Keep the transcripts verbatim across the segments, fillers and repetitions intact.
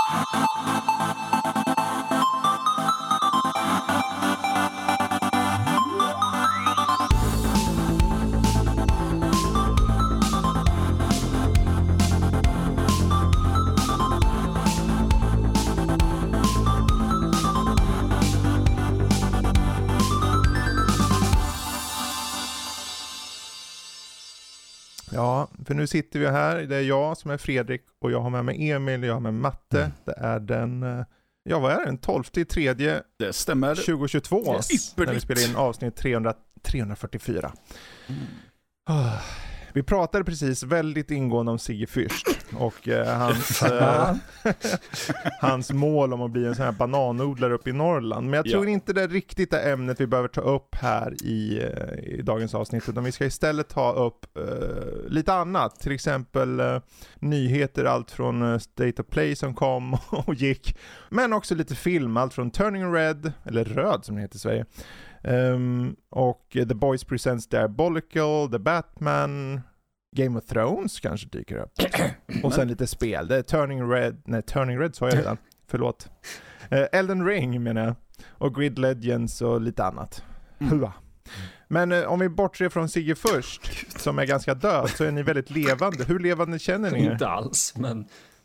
Ja, för nu sitter vi här. Det är jag som är Fredrik och jag har med mig Emil och jag har med Matte. Mm. Det är den, ja vad är det, den tolfte tredje det stämmer. tjugohundratjugotvå. Yes. När vi spelar in avsnitt trehundra, trehundrafyrtiofyra. Mm. Oh. Vi pratade precis väldigt ingående om Sigge Fürst och eh, hans, eh, hans mål om att bli en sån här bananodlare uppe i Norrland. Men jag tror ja. inte det är riktigt det ämnet vi behöver ta upp här i, eh, i dagens avsnitt. Utan vi ska istället ta upp eh, lite annat. Till exempel eh, nyheter, allt från eh, State of Play som kom och gick. Men också lite film, allt från Turning Red, eller Röd som det heter i Sverige. Um, och The Boys Presents Diabolical, The Batman, Game of Thrones kanske dyker upp. Och sen lite spel. Det är Turning Red, nej Turning Red sa jag redan, förlåt. Uh, Elden Ring menar jag. Och Grid Legends och lite annat. Mm. Hua. Men uh, om vi bortser från Sigge först, som är ganska död, så är ni väldigt levande. Hur levande känner ni er? Inte alls, men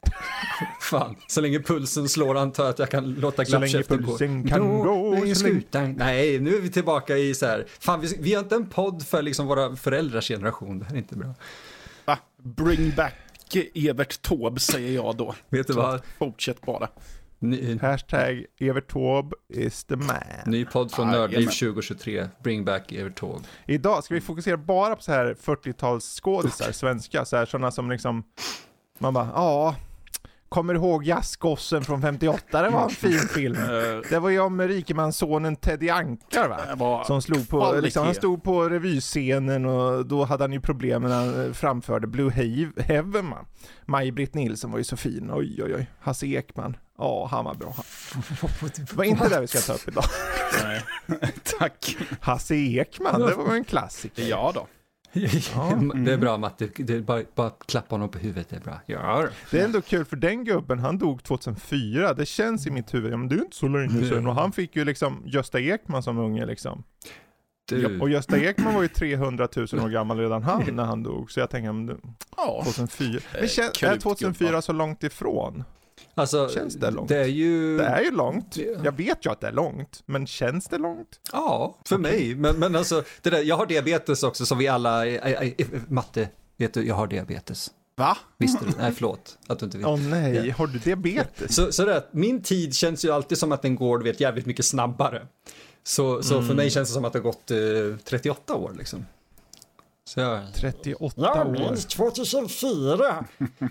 fan, så länge pulsen slår antar jag att jag kan låta glappkäften gå. Så länge pulsen kan Då, gå. Nej, skutan. Nej, nu är vi tillbaka i så här. Fan, vi, vi har inte en podd för liksom våra föräldrars generation. Det här är inte bra. Va? Bring back Evert Taube säger jag då. Vet du vad? Fortsätt bara. Ny, Hashtag Evert Taube is the man. Ny podd från ah, Nördliv tjugohundratjugotre. Bring back Evert Taube. Idag ska vi fokusera bara på så här fyrtio-tals skådisar, svenska. Så här, sådana som liksom man bara, ja, kommer ihåg Jazzgossen från femtioåtta? Det var en fin film. Det var ju om rikemanssonen Teddy Ankar, va? Som slog på, liksom, han stod på revyscenen och då hade han ju problem när han framförde Blue Heaven, man. Maj-Britt Nilsson var ju så fin. Oj, oj, oj. Hasse Ekman. Ja, han var bra. Det var inte det vi ska ta upp idag. Nej, tack. Hasse Ekman, det var en klassiker. Ja då. Ja, mm. Det är bra, Matte. Det är bara, bara klappa honom på huvudet, det är bra. Ja. Det är ändå kul för den gubben, han dog tjugohundrafyra. Det känns i mitt huvud, ja, men det är inte så länge sedan. Och han fick ju liksom Gösta Ekman som unge liksom. Du. Och Gösta Ekman var ju trehundratusen år gammal redan han när han dog. Så jag tänker, men tjugohundrafyra. Men kän, är tjugohundrafyra så långt ifrån? Alltså, känns det långt? Det är ju... Det är ju långt. Jag vet ju att det är långt. Men känns det långt? Ja, för okay. mig. Men, men alltså, det där, jag har diabetes också som vi alla... Äh, äh, Matte, vet du, jag har diabetes. Va? Visste du? Nej, förlåt. Att du inte vet. Åh oh, nej, ja. Har du diabetes? Så, så det, min tid känns ju alltid som att den går vet, jävligt mycket snabbare. Så, så mm. för mig känns det som att det har gått uh, trettioåtta år liksom. Så jag... trettioåtta jag år. Jag minns tjugohundrafyra.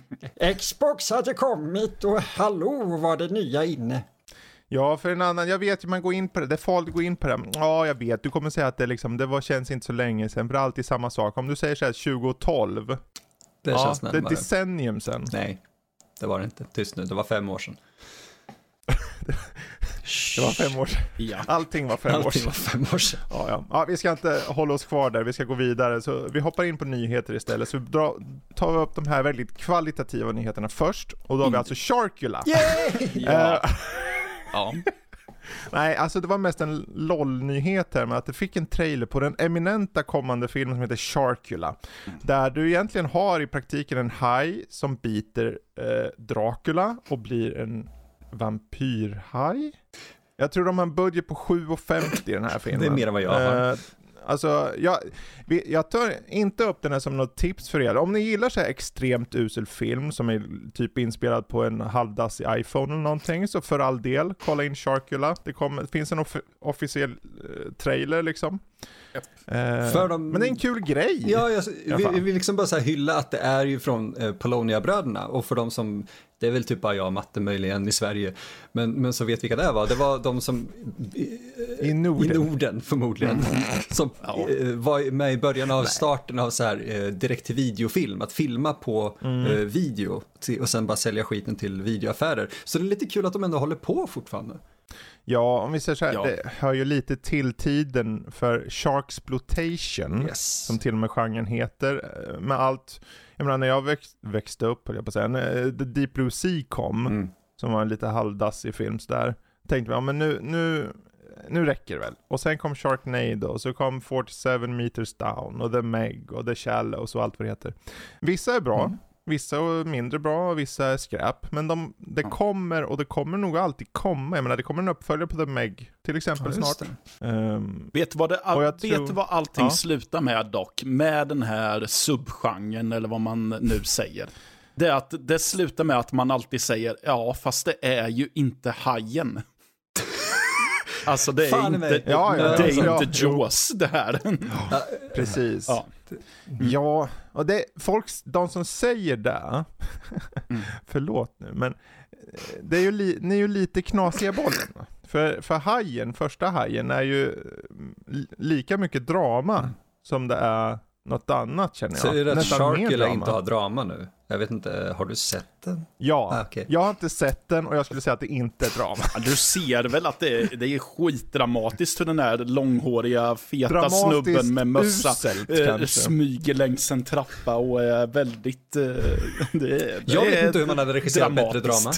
Xbox hade kommit och hallå var det nya inne. Ja, för en annan, jag vet ju man går in på det, det är farligt att gå in på det. Ja, jag vet, du kommer säga att det liksom, det var, känns inte så länge sedan, för det är alltid samma sak. Om du säger så här tjugotolv, det ja, känns närmare. Det är decennium sedan. Nej, det var det inte. Tyst nu, det var fem år sedan. Det var fem år sedan. Ja. Allting var fem Allting år sedan. var fem år sedan. Ja, ja. Ja, vi ska inte hålla oss kvar där. Vi ska gå vidare. Så vi hoppar in på nyheter istället. Så dra, tar vi upp de här väldigt kvalitativa nyheterna först. Och då har vi alltså Sharkula. Yay! Ja. Ja. Nej, alltså det var mest en LOL-nyhet här med att det fick en trailer på den eminenta kommande filmen som heter Sharkula. Mm. Där du egentligen har i praktiken en haj som biter eh, Dracula och blir en vampyrhaj. Jag tror de har en budget på sju femtio i den här filmen. Det är mer än vad jag har. Uh, alltså, jag, jag tar inte upp den här som något tips för er. Om ni gillar så här extremt usel film som är typ inspelad på en halvdassig iPhone eller någonting, så för all del, kolla in Sharkula. Det, kommer, det finns en off- officiell uh, trailer liksom. Yep. Uh, för de... Men det är en kul grej. Ja, jag, vi, vi vill liksom bara så här hylla att det är ju från uh, Polonia-bröderna. Och för de som, det är väl typ bara jag och Matte möjligen i Sverige. Men, men så vet vilka det var. Det var de som uh, i Norden, i Norden förmodligen. Mm. Som ja. uh, var med i början av Nej. starten av så här uh, direkt till videofilm. Att filma på mm. uh, video till, och sen bara sälja skiten till videoaffärer. Så det är lite kul att de ändå håller på fortfarande. Ja, om vi säger så här, ja. det hör ju lite till tiden för Sharksploitation, yes. som till och med genren heter, med allt, jag menar när jag växt, växte upp, höll jag på att säga, när The Deep Blue Sea kom, mm. som var en lite halvdassig film där. Tänkte vi, ja men nu, nu, nu räcker det väl. Och sen kom Sharknado och så kom fyrtiosju meters down och The Meg och The Shallows och allt vad det heter. Vissa är bra. Mm. Vissa är mindre bra och vissa är skräp. Men de, det ja. kommer och det kommer nog alltid komma. Jag menar, det kommer en uppföljare på The Meg till exempel ja, snart. Um, vet du vad, det, all, vet tror, vad allting ja. slutar med dock? Med den här subgenren eller vad man nu säger. Det är att det slutar med att man alltid säger ja, fast det är ju inte hajen. Alltså det är Fan inte, ja, ja, det är ja, inte Jaws det här. Ja, precis. Ja. Mm. Ja, och det folk, de som säger det, mm. förlåt nu, men det är ju li, ni är ju lite knasiga bollen. Va? För, för hajen, första hajen är ju lika mycket drama mm. som det är något annat, känner jag. Säger du att Sharkula inte har drama nu? Jag vet inte, har du sett den? Ja, ah, okay. jag har inte sett den och jag skulle säga att det inte är drama. Ja, du ser väl att det är, det är skitdramatiskt hur den här långhåriga, feta dramatiskt snubben med mössa uselt, äh, smyger längs en trappa och är väldigt... Äh, det är, jag det vet är inte hur man hade regisserat bättre drama.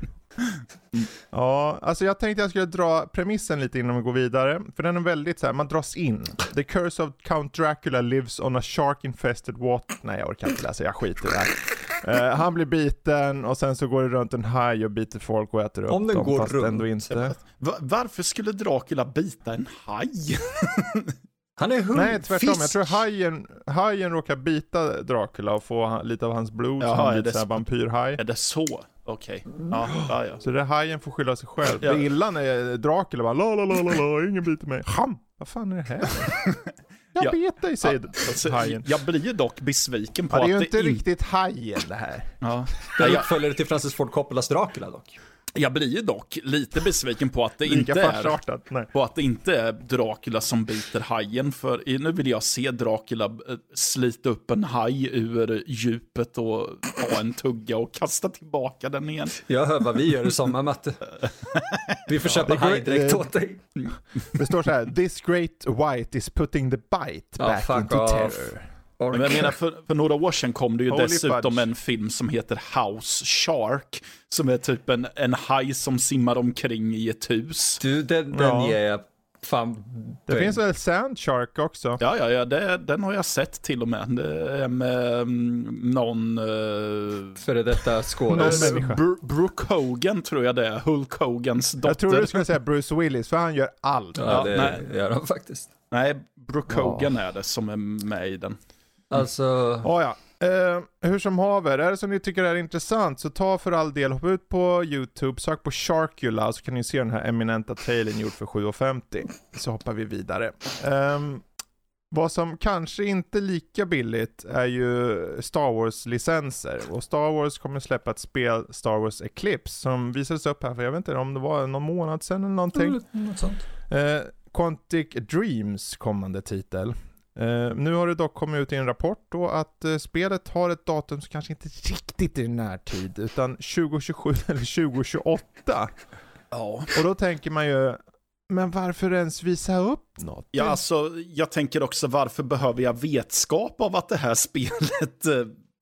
Ja, alltså jag tänkte jag skulle dra premissen lite innan vi går vidare. För den är väldigt så här, man dras in. The curse of Count Dracula lives on a shark infested water. Nej, jag orkar inte läsa, jag skiter i det här. Uh, han blir biten och sen så går det runt en haj och biter folk och äter upp Om den dem, går fast runt. ändå inte. Va- varför skulle Dracula bita en haj? Han är hund. Nej, tvärtom. Fisk. Jag tror hajen, hajen råkar bita Dracula och få ha, lite av hans blod. Jaha, så han blir det så här vampyrhaj. Är det så? Okej. Okay. Ja, ja, ja. Så det hajen får skylla sig själv. Ja. Det illa när Dracula bara la la la la la, ingen biter mig. Ham! Vad fan är det här? Jag ja. bet dig, säger ja, alltså, hajen. Jag blir ju dock besviken på ja, att det är ju det inte in... riktigt hajen det här. Ja. Det är jag... uppföljare till Francis Ford Coppolas Dracula dock. Jag blir ju dock lite besviken på att det Lika inte är Nej. på att det inte är Dracula som biter hajen, för nu vill jag se Dracula slita upp en haj ur djupet och ta en tugga och kasta tillbaka den igen. Jag hör vad vi gör i sommar, Matte. Vi får köpa ja, haj direkt åt dig. Det står så här: this great white is putting the bite ja, back into off. terror. Men jag menar, för, för några år sedan kom det ju Holy dessutom fudge. en film som heter House Shark, som är typ en, en haj som simmar omkring i ett hus. Du, den, den ja. ger jag fan. Det poäng. finns väl Sand Shark också? Ja, ja, ja, det, den har jag sett till och med. Det är med um, någon... Uh, Före detta skådis. Br- Brooke Hogan tror jag det är, Hulk Hogans dotter. Jag tror du skulle säga Bruce Willis, för han gör allt. Ja, ja det nej. gör han faktiskt. Nej, Brooke ja. Hogan är det som är med i den. Alltså... Oh, ja. Uh, hur som haver, är det som ni tycker är intressant så ta för all del, hoppa ut på YouTube, sök på Sharkula så kan ni se den här eminenta tailen gjord för sju femtio. Så hoppar vi vidare. Um, vad som kanske inte är lika billigt är ju Star Wars-licenser. Och Star Wars kommer släppa ett spel, Star Wars Eclipse, som visades upp här för jag vet inte om det var någon månad sedan eller någonting. Mm, något sånt. Uh, Quantic Dreams kommande titel. Uh, nu har det dock kommit ut i en rapport då att uh, spelet har ett datum som kanske inte riktigt är i närtid utan tjugo tjugosju eller tjugo tjugoåtta. Ja. Och då tänker man ju, men varför ens visa upp något? Ja, alltså jag tänker också, varför behöver jag vetskap av att det här spelet uh,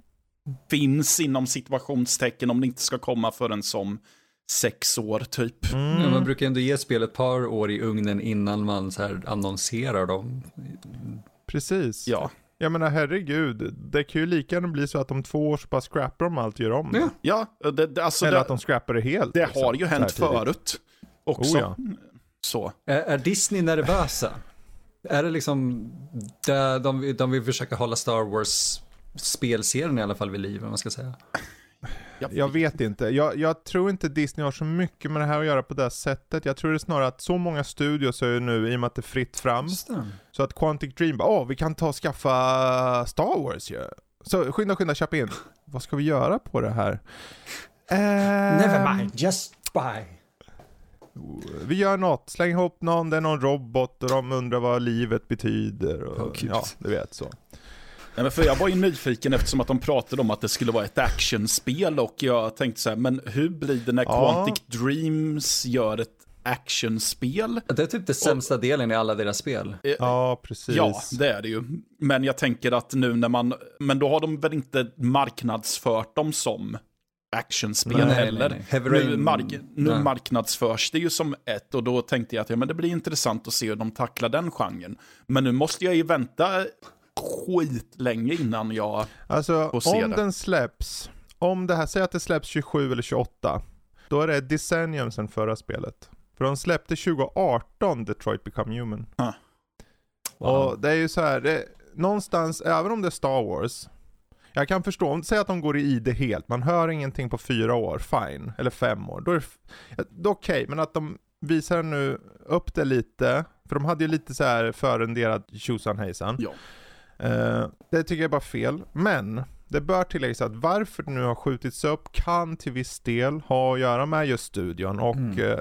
finns inom situationstecken om det inte ska komma förrän som sex år typ. Mm. Ja, man brukar ändå ge spelet ett par år i ugnen innan man så här annonserar dem. Precis. Ja. Jag menar, herregud, det kan ju lika gärna bli så att om två år så bara scrappar de allt och gör om det. Ja, det, det, alltså Eller det, att de scrappar det helt. det liksom, har ju hänt förut också. Oh, ja. Så. Är, är Disney nervösa? Är det liksom där de, de vill försöka hålla Star Wars spelserien i alla fall vid liv, vad man ska säga? Jag vet inte. Jag, jag tror inte Disney har så mycket med det här att göra på det sättet. Jag tror det är snarare att så många studios är ju nu, i och med att det är fritt fram. Så att Quantic Dream, åh, oh, vi kan ta och skaffa Star Wars ju. Ja. Så skynda, skynda, köp in. Vad ska vi göra på det här? Um, Never mind, just buy. Vi gör något. Släng ihop någon, det är någon robot och de undrar vad livet betyder. Och, oh, ja, du vet så. Nej, men för jag var ju nyfiken eftersom att de pratade om att det skulle vara ett actionspel och jag tänkte så här, men hur blir det när ja. Quantic Dreams gör ett actionspel? Det är typ det sämsta och, delen i alla deras spel. Ja, precis. Ja, det är det ju. Men jag tänker att nu när man, men då har de väl inte marknadsfört dem som actionspel Nej, nej, heller. nej, nej. Heavy Nu, Rain- mark- nu nej. marknadsförs det ju som ett, och då tänkte jag att ja, men det blir intressant att se hur de tacklar den genren. Men nu måste jag ju vänta skitlänge innan jag Alltså får se om det. den släpps, om det här, säger att det släpps tjugosju eller tjugoåtta, då är det ett decennium sedan förra spelet. För de släppte tjugo arton Detroit Become Human. Ah. Wow. Och det är ju så här, det, någonstans, även om det är Star Wars, jag kan förstå, om säg att de går i det helt, man hör ingenting på fyra år, fine, eller fem år, då är det, f- det är okej, men att de visar nu upp det lite, för de hade ju lite så här förrenderad tjosan hejsan. Ja. Eh, det tycker jag är bara fel, men det bör tilläggas att varför det nu har skjutits upp kan till viss del ha att göra med just studion och Mm. eh,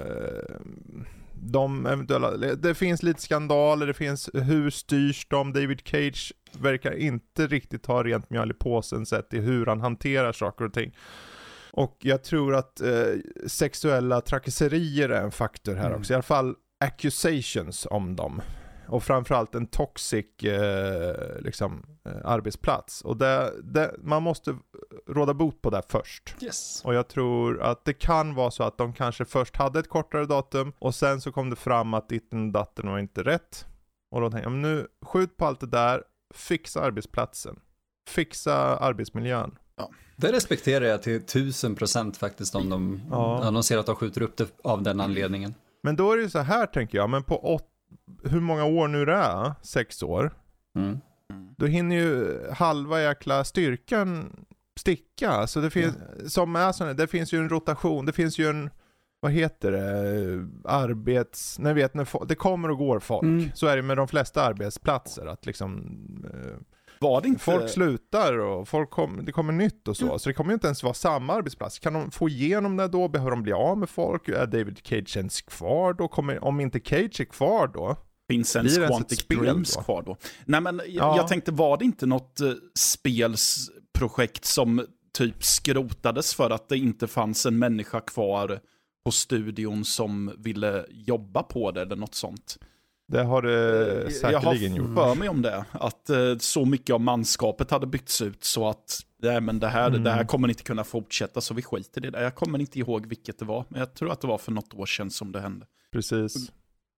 de eventuella, det finns lite skandaler, det finns hur styrs de, David Cage verkar inte riktigt ha rent mjöl i påsen sett i hur han hanterar saker och ting. Och jag tror att eh, sexuella trakasserier är en faktor här Mm. också, i alla fall accusations om dem. Och framförallt en toxic eh, liksom, eh, arbetsplats. Och det, det, man måste råda bot på det först. Yes. Och jag tror att det kan vara så att de kanske först hade ett kortare datum och sen så kom det fram att ditten datten var inte rätt. Och då tänkte jag, men nu skjut på allt det där, fixa arbetsplatsen, fixa arbetsmiljön. Det respekterar jag till tusen procent faktiskt om de Ja. annonserar att de skjuter upp det av den anledningen. Men då är det ju så här tänker jag, men på åt, hur många år nu det är, sex år, Mm. då hinner ju halva jäkla styrkan sticka. Så det finns, som är sån, det finns ju en rotation, det finns ju en, vad heter det, arbets, när vet när fo- det kommer och går folk. Mm. Så är det med de flesta arbetsplatser, att liksom eh, Var det inte... folk slutar och folk kom, det kommer nytt och så. Mm. Så det kommer ju inte ens vara samma arbetsplats. Kan de få igenom det då? Behöver de bli av med folk? Är David Cage ens kvar då? Kommer, om inte Cage är kvar då? Finns Blir det ens ens Quantic ett spel Dreams då? kvar då? Nej, men jag, Ja. jag tänkte, var det inte något uh, spelsprojekt som typ skrotades för att det inte fanns en människa kvar på studion som ville jobba på det eller något sånt? Det har det jag säkerligen har gjort. för mig om det. Att uh, så mycket av manskapet hade bytts ut så att nej, men det, här, Mm. det här kommer inte kunna fortsätta, så vi skiter i det. Jag kommer inte ihåg vilket det var, men jag tror att det var för något år sedan som det hände. Precis.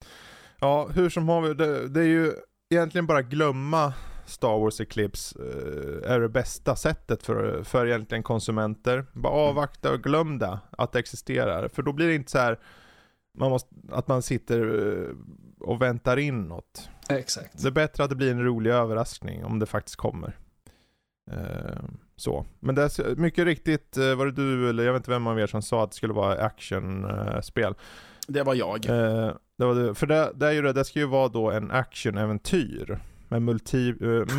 Ja, hur som har vi, det, det är ju egentligen bara glömma Star Wars Eclipse eh, är det bästa sättet för, för egentligen konsumenter. Bara avvakta och glöm det, att det existerar. För då blir det inte så här man måste, att man sitter eh, och väntar in något. Exakt. Det är bättre att det blir en rolig överraskning om det faktiskt kommer. Eh, så. Men det är mycket riktigt, eh, var det du eller jag vet inte vem av er som sa att det skulle vara actionspel. Det var jag. Eh, det var det. För det, det, är ju det, det ska ju vara då en action-äventyr med multi, uh,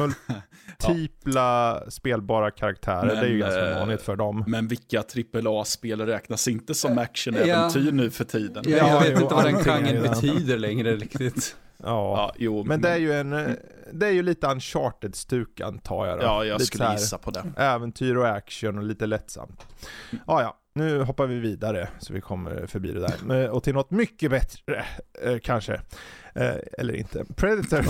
multipla spelbara karaktärer. Men, det är ju ganska eh, vanligt för dem. Men vilka trippel A-spel räknas inte som actionäventyr Ja. nu för tiden? Ja, jag Ja, vet jo, inte vad den allting är genren ju det. betyder längre riktigt. Ja. Ja, jo, Men det är ju en eh, det är ju lite Uncharted-stuk antar jag då. Ja, jag lite så skulle här gissa på det. äventyr och action och lite lättsamt. Ja, ja. Nu hoppar vi vidare så vi kommer förbi det där. Eh, Och till något mycket bättre, eh, kanske. Eh, eller inte. Predator.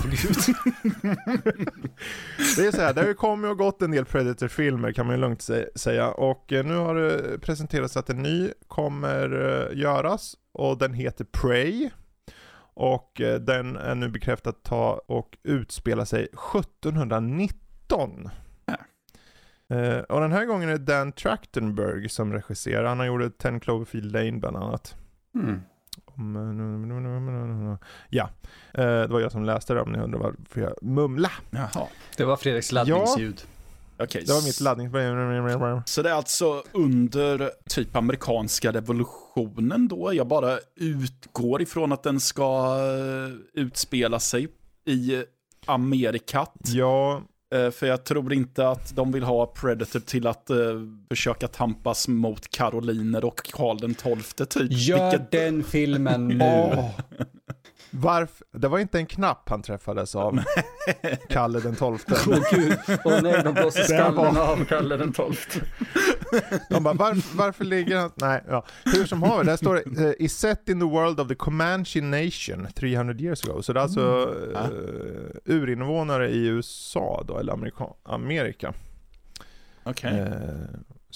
Det är så här, det har ju kommit och gått en del Predator-filmer kan man ju lugnt sä- säga. Och eh, nu har det presenterats att en ny kommer eh, göras. Och den heter Prey. Och eh, den är nu bekräftad att ta och utspela sig sjuttonhundranitton. Uh, och den här gången är det Dan Trachtenberg som regisserar. Han har gjort Ten Cloverfield Lane bland annat. Mm. Om, uh, ja, uh, det var jag som läste det om ni undrar varför jag mumla. Jaha, Det var Fredriks laddningsljud. okej. Det var mitt laddning. Så det är alltså under typ amerikanska revolutionen då? Jag bara utgår ifrån att den ska eh, utspela sig i Amerikat. Ja, Eh, För jag tror inte att de vill ha Predator till att eh, försöka tampas mot karoliner och Karl den tolfte typ. Gör Vilket- den filmen nu. Åh. Varför? Det var inte en knapp han träffades av. Kalle den tolfte. Åh gud, åh nej, de blåser Det skallen var- av Kalle den tolfte. De bara, varför, varför ligger han... Nej, ja. Hur som haver, där står det uh, is set in the world of the Comanche Nation trehundra years ago. Så det är alltså Mm. uh, urinvånare i U S A då, eller Amerika. Amerika. Okej. Eh,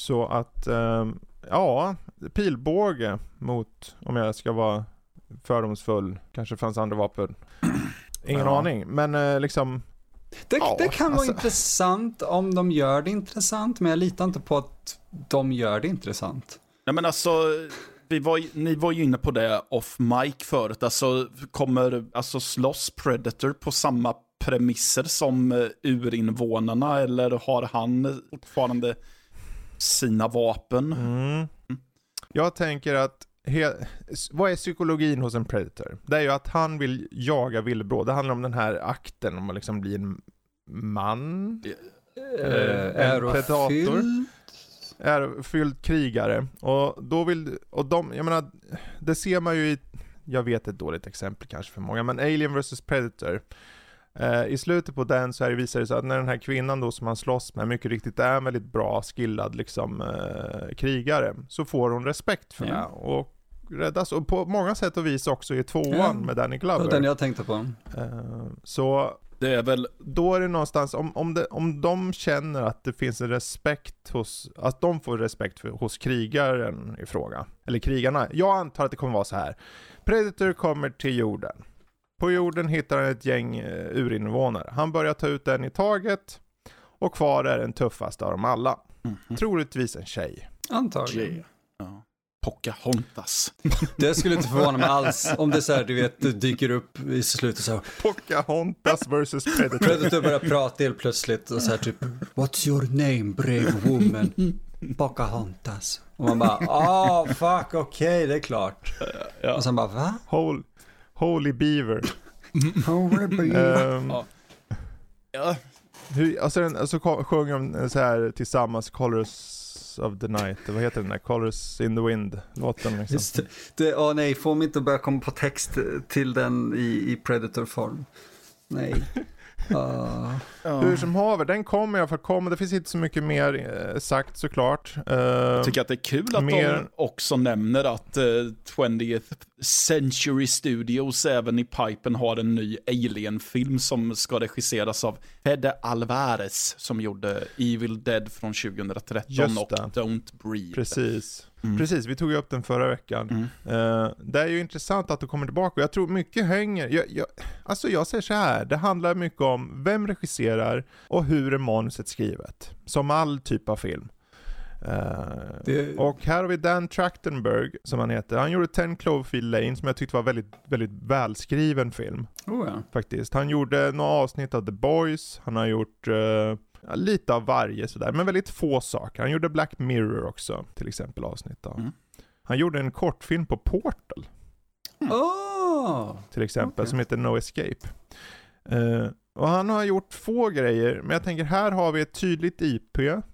Så att, eh, ja, pilbåge mot, om jag ska vara fördomsfull, kanske fanns andra vapen. Ingen ja. aning, men eh, liksom... Det, ja, det kan alltså... vara intressant om de gör det intressant, men jag litar inte på att de gör det intressant. Nej, men alltså, vi var, ni var ju inne på det off mic förut. Alltså, kommer alltså slåss Predator på samma premisser som uh, urinvånarna, eller har han fortfarande sina vapen? Mm. Mm. Jag tänker att he- vad är psykologin hos en Predator? Det är ju att han vill jaga villebråd. Det handlar om den här akten om att liksom bli en man, äh, en predator, ärofylld krigare. Och då vill, och de, jag menar, det ser man ju i, jag vet ett dåligt exempel kanske för många, men Alien versus Predator. Uh, I slutet på den så här visar det sig att när den här kvinnan då som han slåss med mycket riktigt är en väldigt bra, skillad liksom, uh, krigare, så får hon respekt för yeah. det och räddas. Och på många sätt och vis också i tvåan yeah. med Danny Glover. Den jag tänkte på. Uh, så det är väl... då är det någonstans, om, om, det, om de känner att det finns en respekt hos, att de får respekt för, hos krigaren i fråga, eller krigarna. Jag antar att det kommer vara så här. Predator kommer till jorden. På jorden hittar han ett gäng uh, urinvånare. Han börjar ta ut en i taget. Och kvar är den tuffaste av dem alla. Mm-hmm. Troligtvis en tjej. Antagligen. Yeah. Ja. Pocahontas. Det skulle inte förvåna mig alls om det så här, du vet, det dyker upp i slutet så här. Pocahontas versus Predator. Predator börjar prata helt plötsligt och så här typ, what's your name, brave woman? Pocahontas. Och man bara, ah, oh, fuck, okej, okay, det är klart. Ja. Och sen bara, va? Holy, holy beaver. Holy beaver. Um, ja. Ja. Hur, och sen alltså, sjunger de så här tillsammans, Colors of the Night. Vad heter den där? Colors in the Wind låten liksom. Just det. det åh nej, får mig inte börja komma på text till den i, i Predator-form. Nej. Uh, uh. Hur som haver, den kommer jag för att komma. Det finns inte så mycket mer eh, sagt såklart. Uh, jag tycker att det är kul att mer... de också nämner att uh, twentieth Century Studios även i pipen har en ny Alien-film som ska regisseras av Fede Alvarez som gjorde Evil Dead från tjugohundratretton och Don't Breathe. Precis. Mm. Precis, vi tog ju upp den förra veckan. Mm. Uh, det är ju intressant att du kommer tillbaka. Jag tror mycket hänger... Jag, jag, alltså jag säger så här, det handlar mycket om vem regisserar och hur är manuset skrivet. Som all typ av film. Uh, det... Och här har vi Dan Trachtenberg som han heter. Han gjorde ten Cloverfield Lane som jag tyckte var väldigt, väldigt välskriven film. Oh ja. Faktiskt. Han gjorde några avsnitt av The Boys. Han har gjort... Uh, Ja, lite av varje sådär, men väldigt få saker. Han gjorde Black Mirror också, till exempel avsnitt av. Mm. Han gjorde en kortfilm på Portal. Mm. Oh, till exempel, okay. som heter No Escape. Uh, och han har gjort två grejer, men jag tänker här har vi ett tydligt I P. Uh,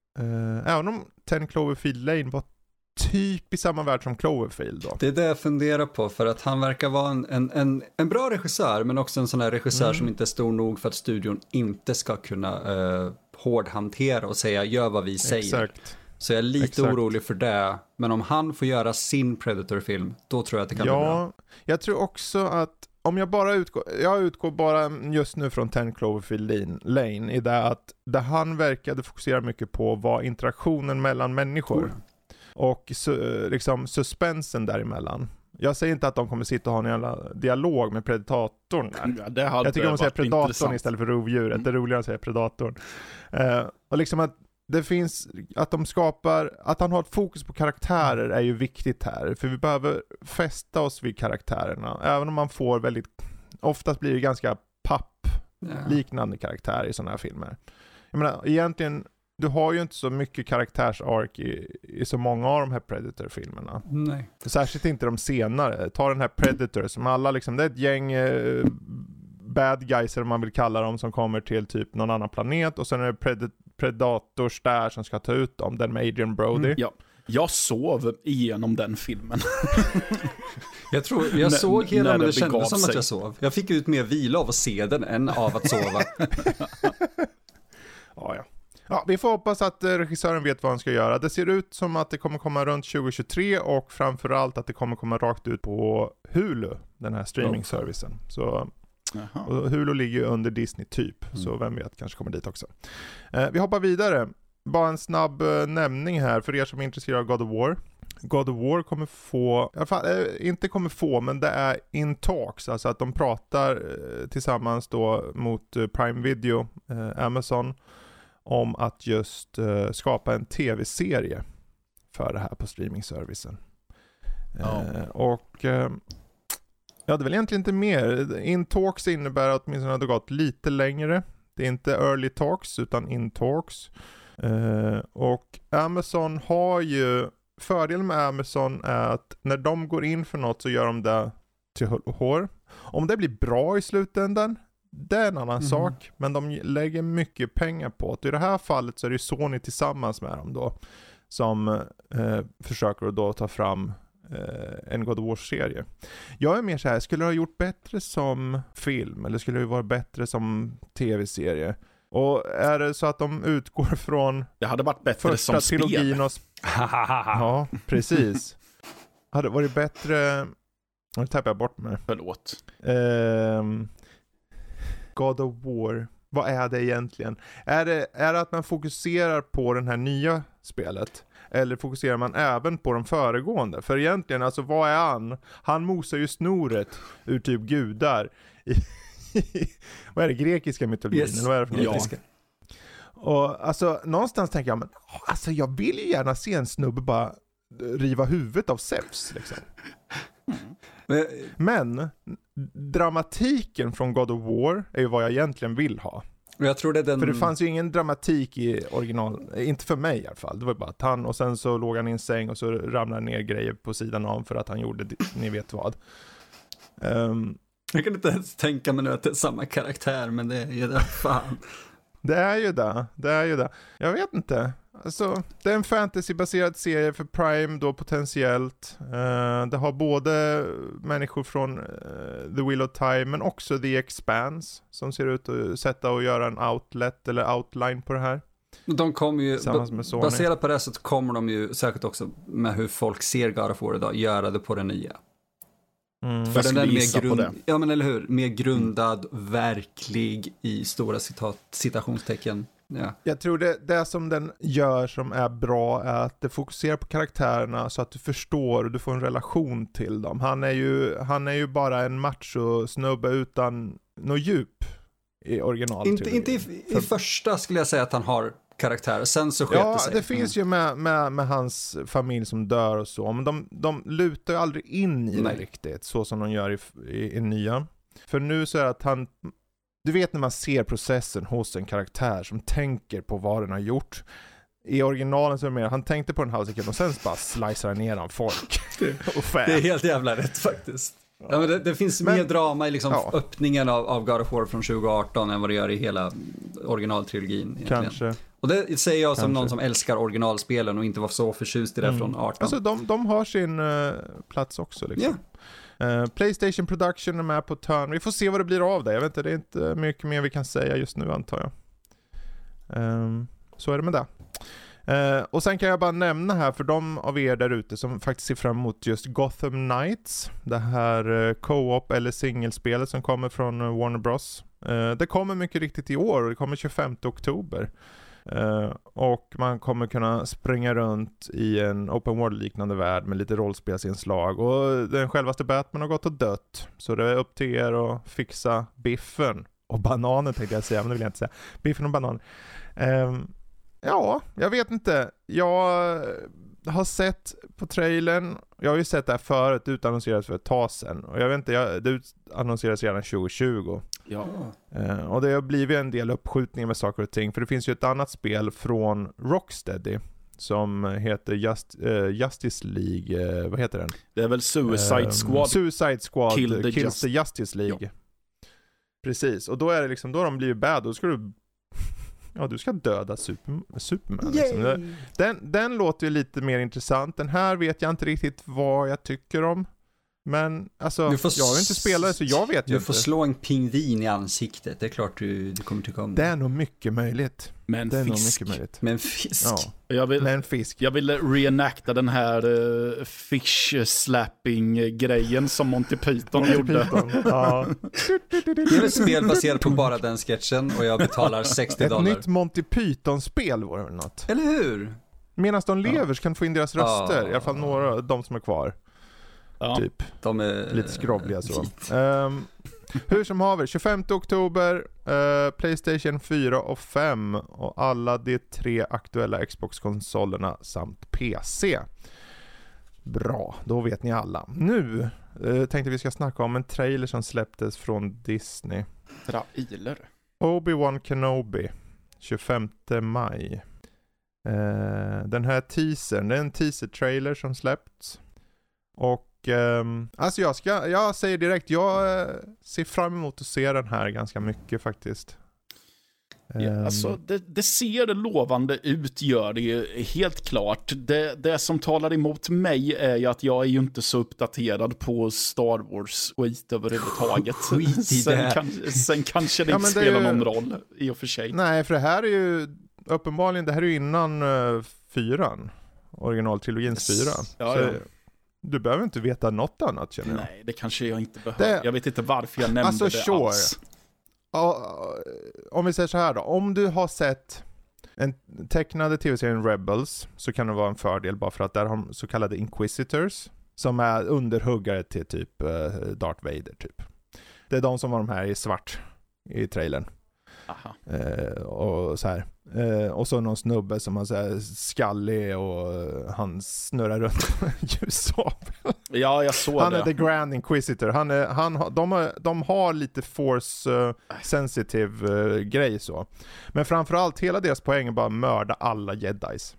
även om ten Cloverfield Lane var typ i samma värld som Cloverfield då. Det är det jag funderar på, för att han verkar vara en, en, en, en bra regissör, men också en sån här regissör mm. som inte är stor nog för att studion inte ska kunna uh, hårdhantera och säga gör vad vi säger. Exakt. Så jag är lite Exakt. orolig för det, men om han får göra sin Predator-film, då tror jag att det kan ja, bli bra. Jag tror också att om jag bara utgår, jag utgår bara just nu från ten Cloverfield Lane i det att det han verkade fokusera mycket på var interaktionen mellan människor. Mm. Och su- liksom suspensen däremellan. Jag säger inte att de kommer sitta och ha en jävla dialog med predatorn. Ja, det hade jag tycker de säger predatorn intressant. Istället för rovdjuret. Mm. Det är roligare att säga predatorn. Uh, och liksom att det finns, att de skapar, att han har ett fokus på karaktärer är ju viktigt här. För vi behöver fästa oss vid karaktärerna. Även om man får väldigt, oftast blir det ganska papp-liknande karaktär i sådana här filmer. Jag menar, egentligen du har ju inte så mycket karaktärsark i, i så många av de här Predator-filmerna. Nej. Särskilt inte de senare. Ta den här Predator som alla liksom, det är ett gäng eh, bad guys eller man vill kalla dem som kommer till typ någon annan planet och sen är det pred- Predators där som ska ta ut dem, den med Adrian Brody. Mm, ja. Jag sov igenom den filmen. jag tror, jag N- såg hela men det, det kändes som sig. att jag sov. Jag fick ut mer vila av att se den än av att sova. ja, ja. Ja, vi får hoppas att regissören vet vad han ska göra. Det ser ut som att det kommer komma runt tjugohundratjugotre och framförallt att det kommer komma rakt ut på Hulu, den här streaming-servicen. Så, och Hulu ligger ju under Disney typ, mm. så vem vet, kanske kommer dit också. Eh, vi hoppar vidare. bara en snabb uh, nämning här för er som är intresserade av God of War. God of War kommer få, i alla fall, äh, inte kommer få, men det är in talks, alltså att de pratar äh, tillsammans då mot äh, Prime Video, äh, Amazon, om att just äh, skapa en tv-serie för det här på streamingservicen. Ja. Äh, och äh, ja, det är väl egentligen inte mer. In talks innebär att åtminstone det har gått lite längre. Det är inte early talks utan in talks. Uh, och Amazon har ju, fördelen med Amazon är att när de går in för något så gör de det till hull och hår. Om det blir bra i slutändan, det är en annan mm. sak. Men de lägger mycket pengar på det. I det här fallet så är det Sony tillsammans med dem då som uh, försöker då ta fram en God of War-serie. Jag är mer så här, skulle det ha gjort bättre som film eller skulle det vara bättre som tv-serie? Och är det så att de utgår från det hade varit bättre som spel. Och ja, precis. Hade det varit bättre. Nu tappar jag bort mig. Förlåt. Um, God of War. Vad är det egentligen? Är det, är det att man fokuserar på den här nya spelet? Eller fokuserar man även på de föregående? För egentligen, alltså vad är han? Han mosar ju snoret ur typ gudar. I, vad är det? Grekiska mytologin? Yes. Eller vad är det för något? Grekiska. Och alltså, någonstans tänker jag, men alltså jag vill ju gärna se en snubbe bara riva huvudet av Zeus liksom. Men, Men dramatiken från God of War är ju vad jag egentligen vill ha. jag tror det är den... För det fanns ju ingen dramatik i original, inte för mig i alla fall. Det var bara att han, och sen så låg han i en säng och så ramlade ner grejer på sidan av för att han gjorde, ni vet vad. Um, jag kan inte ens tänka mig nu att det är samma karaktär, men det är ju det, fan. Det är ju det, det är ju det. Jag vet inte. Alltså, det är en fantasybaserad serie för Prime då potentiellt. Uh, det har både människor från uh, The Wheel of Time men också The Expanse som ser ut att sätta och göra en outlet eller outline på det här. De kommer ju, ba- baserat på det så kommer de ju säkert också med hur folk ser God of War idag göra det på det nya. Mm. För den är mer grund, det. ja men eller hur, mer grundad, mm. verklig i stora citat, citationstecken. Ja. Jag tror det, det som den gör som är bra är att det fokuserar på karaktärerna så att du förstår och du får en relation till dem. Han är ju, han är ju bara en macho snubbe utan något djup i original. Inte, inte i, i första skulle jag säga att han har karaktär. Sen så sköter ja, sig. Ja, det finns mm. ju med, med, med hans familj som dör och så. Men de, de lutar ju aldrig in i Nej. det riktigt. Så som de gör i, i, i nya. För nu så är det att han... Du vet när man ser processen hos en karaktär som tänker på vad den har gjort. I originalen så är det mer, han tänkte på en halv sekund och sen bara slicear han ner han folk. och det är helt jävla rätt faktiskt. Ja, men det, det finns men, mer drama i liksom ja. öppningen av, av God of War från tjugo arton än vad det gör i hela originaltrilogin. Egentligen. Kanske. Och det säger jag som Kanske. någon som älskar originalspelen och inte var så förtjust i det mm. från arton. Alltså de, de har sin uh, plats också liksom. Yeah. Uh, PlayStation Production är med på törn. Vi får se vad det blir av det. Jag vet inte, det är inte mycket mer vi kan säga just nu antar jag. Um, så är det med det. Uh, och sen kan jag bara nämna här för de av er där ute som faktiskt ser fram emot just Gotham Knights, det här uh, co-op eller singelspelet som kommer från uh, Warner Bros. Uh, det kommer mycket riktigt i år och det kommer tjugofemte oktober. Uh, och man kommer kunna springa runt i en open world-liknande värld med lite rollspelsinslag och den självaste Batman har gått och dött, så det är upp till er att fixa biffen och bananen tänkte jag säga, men det vill jag inte säga. Biffen och bananen. Um, Ja, jag vet inte. Jag har sett på trailern, jag har ju sett det här förut, utannonserat för ett tag sedan. Och jag vet inte, jag, det utannonseras redan tjugo tjugo. Ja. Uh, och det har blivit en del uppskjutningar med saker och ting. För det finns ju ett annat spel från Rocksteady som heter Just, uh, Justice League. Uh, vad heter den? Det är väl Suicide um, Squad. Suicide Squad Kill the, Kills Just- the Justice League. Ja. Precis, och då är det liksom, då har de blivit bad. Då ska du... Ja, du ska döda super, Superman. Liksom. Den, den låter ju lite mer intressant. Den här vet jag inte riktigt vad jag tycker om. Men alltså, Du får jag har ju inte spelat så jag vet ju inte. Du får slå en pingvin i ansiktet. Det är klart du, du kommer tycka om det. Det är nog mycket möjligt. Men det är fisk. nog mycket möjligt. Men fisk. Ja. Jag vill, Men fisk. Jag ville reenacta den här uh, fish-slapping-grejen som Monty Python Monty gjorde. Python. Ja. Det är ett spel baserat på bara den sketchen och jag betalar sextio dollar. Ett nytt Monty Python-spel var det något. Eller hur? Medan de lever ja. så kan du få in deras röster. Ja. I alla fall några av de som är kvar. Ja. Typ. De är lite skrovliga så. Um, hur som haver, tjugofemte oktober, uh, PlayStation fyra och fem och alla de tre aktuella Xbox-konsolerna samt P C. Bra, då vet ni alla. Nu uh, tänkte vi ska snacka om en trailer som släpptes från Disney. Trailer. Obi-Wan Kenobi, tjugofemte maj. Uh, den här teasern, det är en teaser-trailer som släppts. Och Um, alltså jag ska, jag säger direkt, jag uh, ser fram emot att se den här ganska mycket faktiskt. Um, ja, alltså det, det ser lovande ut, gör det ju helt klart. Det, det som talar emot mig är ju att jag är ju inte så uppdaterad på Star Wars skit överhuvudtaget. Skit i sen, det. Kan, sen kanske det ja, inte det spelar ju... någon roll i och för sig. Nej, för det här är ju uppenbarligen, det här är ju innan uh, fyran, originaltrilogins yes. fyra. Ja, så, ja. Du behöver inte veta något annat, känner jag. Nej, det kanske jag inte behöver. Det... Jag vet inte varför jag nämnde alltså, det sure. alls. Ja, om vi säger så här då. Om du har sett en tecknade tv-serien Rebels så kan det vara en fördel bara för att där har de så kallade Inquisitors som är underhuggare till typ uh, Darth Vader typ. Det är de som var de här i svart i trailern. Aha. Uh, och så här. Uh, och så någon snubbe som har så här skallig och uh, han snurrar runt ljussabel. Ja, jag såg han det. är the Grand Inquisitor. Han är, han har, de, har, de har lite force uh, sensitive uh, grej så. Men framförallt hela deras poäng är bara att mörda alla jedis.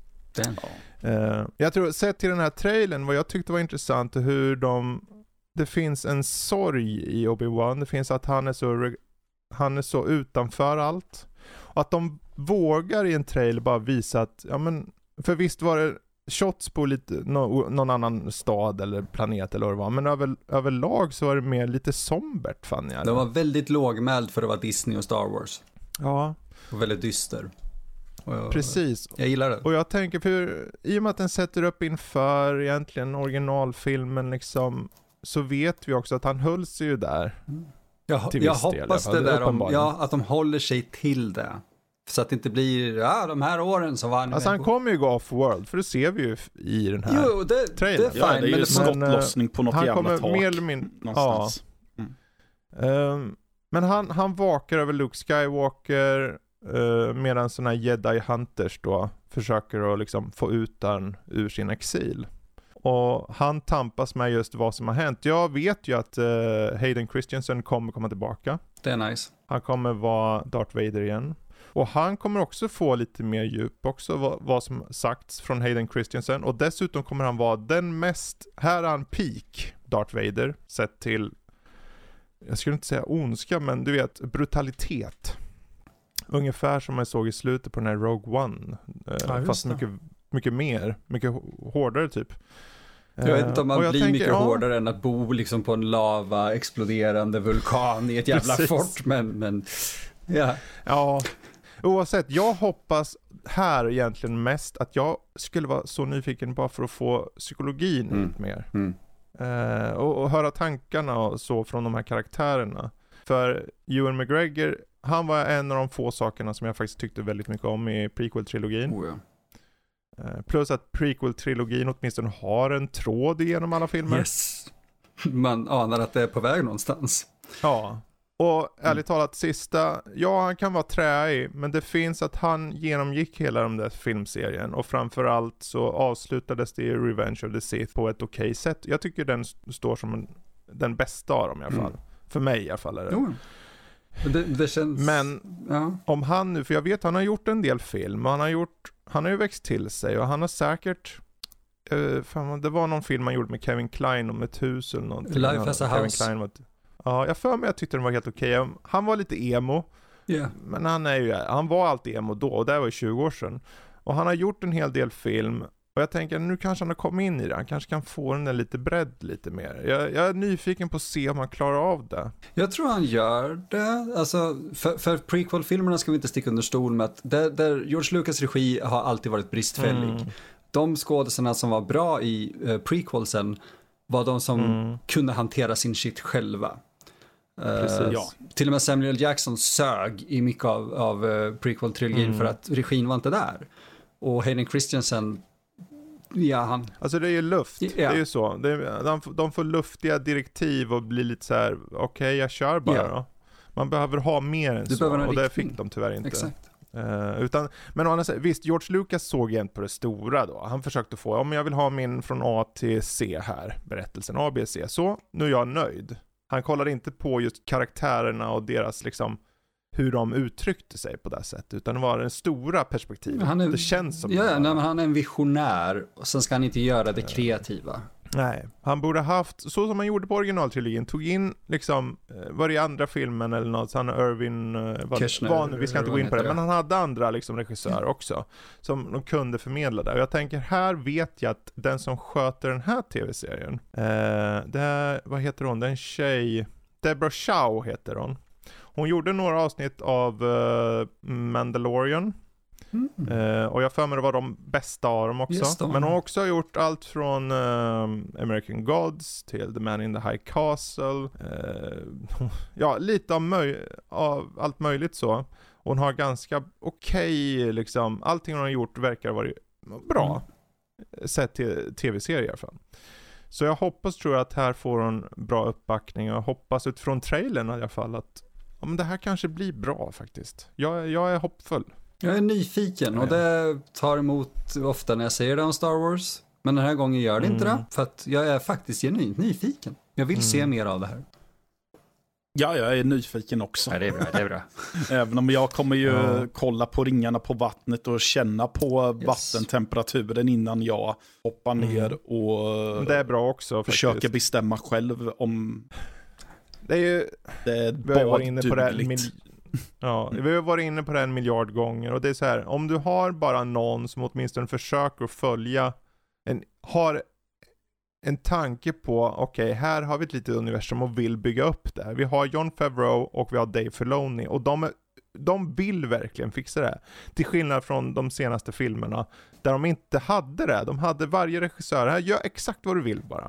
Uh, jag tror, sett till den här trailern, vad jag tyckte var intressant hur de, det finns en sorg i Obi-Wan. Det finns att han är så han är så utanför allt. Och att de vågar i en trailer bara visa att, ja men, för visst var det shots på lite, no, någon annan stad eller planet eller vad det var, men över, överlag så var det mer lite sombert, fann jag. Det var väldigt lågmäld för att vara Disney och Star Wars. Ja. Och väldigt dyster. Och jag, precis. Jag gillar det. Och jag tänker, för i och med att den sätter upp inför egentligen originalfilmen liksom, så vet vi också att han höll sig ju där. Mm. Jag, jag del, hoppas det där om, ja, att de håller sig till det. Så att det inte blir, ja, de här åren så var han... Alltså han kommer ju gå off-world, för det ser vi ju i den här jo, det, trailern. Det är, fine, ja, det är ju men skottlossning på något han jävla kommer tak. Mer eller min, någonstans. Ja. Mm. Um, men han, han vakar över Luke Skywalker uh, medan sådana här Jedi Hunters då försöker att liksom få ut den ur sin exil. Och han tampas med just vad som har hänt. Jag vet ju att uh, Hayden Christensen kommer komma tillbaka. Det är nice. Han kommer vara Darth Vader igen. Och han kommer också få lite mer djup också, vad, vad som sagts från Hayden Christensen. Och dessutom kommer han vara den mest, här är han peak Darth Vader, sett till, jag skulle inte säga ondska, men du vet, brutalitet. Ungefär som man såg i slutet på den här Rogue One. Ja, fast mycket, mycket mer, mycket hårdare typ. Jag vet inte om man blir tänker, mycket ja. hårdare än att bo liksom på en lava exploderande vulkan i ett jävla Precis. fort, men, men ja. Ja, oavsett, jag hoppas här egentligen mest att jag skulle vara så nyfiken bara för att få psykologin Mm. ut mer. Mm. Eh, och, och höra tankarna och så från de här karaktärerna. För Ewan McGregor, han var en av de få sakerna som jag faktiskt tyckte väldigt mycket om i prequel-trilogin. Oh, ja. Eh, plus att prequel-trilogin åtminstone har en tråd genom alla filmer. Yes. Man anar att det är på väg någonstans. Ja. Och ärligt talat, sista, ja han kan vara träig, men det finns att han genomgick hela den där filmserien och framförallt så avslutades det i Revenge of the Sith på ett okej sätt. Jag tycker den står som en, den bästa av dem i alla fall. Mm. För mig i alla fall är det. Jo. Det, det känns... Men ja. om han nu, för jag vet han har gjort en del film och han har gjort, han har ju växt till sig och han har säkert uh, fan, det var någon film han gjorde med Kevin Kline om ett hus eller någonting. Life as a Kevin House. Kline var ett, ja, jag för mig jag tyckte den var helt okej. Okay. Han var lite emo. Yeah. Men han är ju, han var alltid emo då och det var ju tjugo år sedan. Och han har gjort en hel del film Och jag tänker, nu kanske han har kommit in i det. Han kanske kan få den där lite bredd lite mer. Jag, jag är nyfiken på att se om han klarar av det. Jag tror han gör det. Alltså, för, för prequel-filmerna ska vi inte sticka under stol med att där, där George Lucas regi har alltid varit bristfällig. Mm. De skådespelarna som var bra i uh, prequelsen var de som mm. kunde hantera sin shit själva. Precis. Uh, ja. Till och med Samuel Jackson sög i mycket av, av uh, prequel-trilogin mm. för att regin var inte där. Och Hayden Christensen, ja han... Alltså det är ju luft, ja. Det är ju så. Det är, de, de får luftiga direktiv och blir lite så här: okej okay, jag kör bara ja. Då. Man behöver ha mer än du så, och det fick de tyvärr inte. Exakt. Uh, utan, men annars, visst, George Lucas såg igen på det stora då. Han försökte få, om jag vill ha min från A till C här, berättelsen A, B, C. Så, nu är jag nöjd. Han kollade inte på just karaktärerna och deras liksom, hur de uttryckte sig på det sättet, utan det var den stora perspektivet. Han är, det känns som ja, nej, men han är en visionär och sen ska han inte göra det kreativa. Nej, han borde haft, så som han gjorde på originaltrilogin, tog in liksom, var det i andra filmen eller något, så han Irvin, var, var nu, vi ska inte gå in på det, men han hade andra liksom regissörer mm. också, som de kunde förmedla det. Och jag tänker, här vet jag att den som sköter den här tv-serien, eh, det är, vad heter hon, den tjej, Deborah Chow heter hon. Hon gjorde några avsnitt av uh, Mandalorian. Mm. Uh, och jag för mig det var de bästa av dem också. Men hon har också gjort allt från uh, American Gods till The Man in the High Castle. Uh, ja, lite av, möj- av allt möjligt så. Hon har ganska okej, okay, liksom, allting hon har gjort verkar vara bra. Mm. Sett till tv-serier i alla fall. Så jag hoppas, tror jag, att här får hon bra uppbackning. Jag hoppas utifrån trailern i alla fall att ja, men det här kanske blir bra faktiskt. Jag, jag är hoppfull. Jag är nyfiken och det tar emot ofta när jag säger det om Star Wars. Men den här gången gör det mm. inte det. För att jag är faktiskt genuint nyfiken. Jag vill mm. se mer av det här. Ja, jag är nyfiken också. Ja, det är bra, det är bra. Även om jag kommer ju ja. kolla på ringarna på vattnet och känna på yes. vattentemperaturen innan jag hoppar ner mm. och det är bra också, försöker faktiskt. bestämma själv om det är ju det är baddugligt. Ja, vi har varit inne på det en miljard gånger och det är så här, om du har bara någon som åtminstone försöker följa en, har en tanke på, okej, okay, här har vi ett litet universum och vill bygga upp det. Vi har Jon Favreau och vi har Dave Filoni och de, de vill verkligen fixa det. Till skillnad från de senaste filmerna där de inte hade det. De hade varje regissör, här, gör exakt vad du vill bara.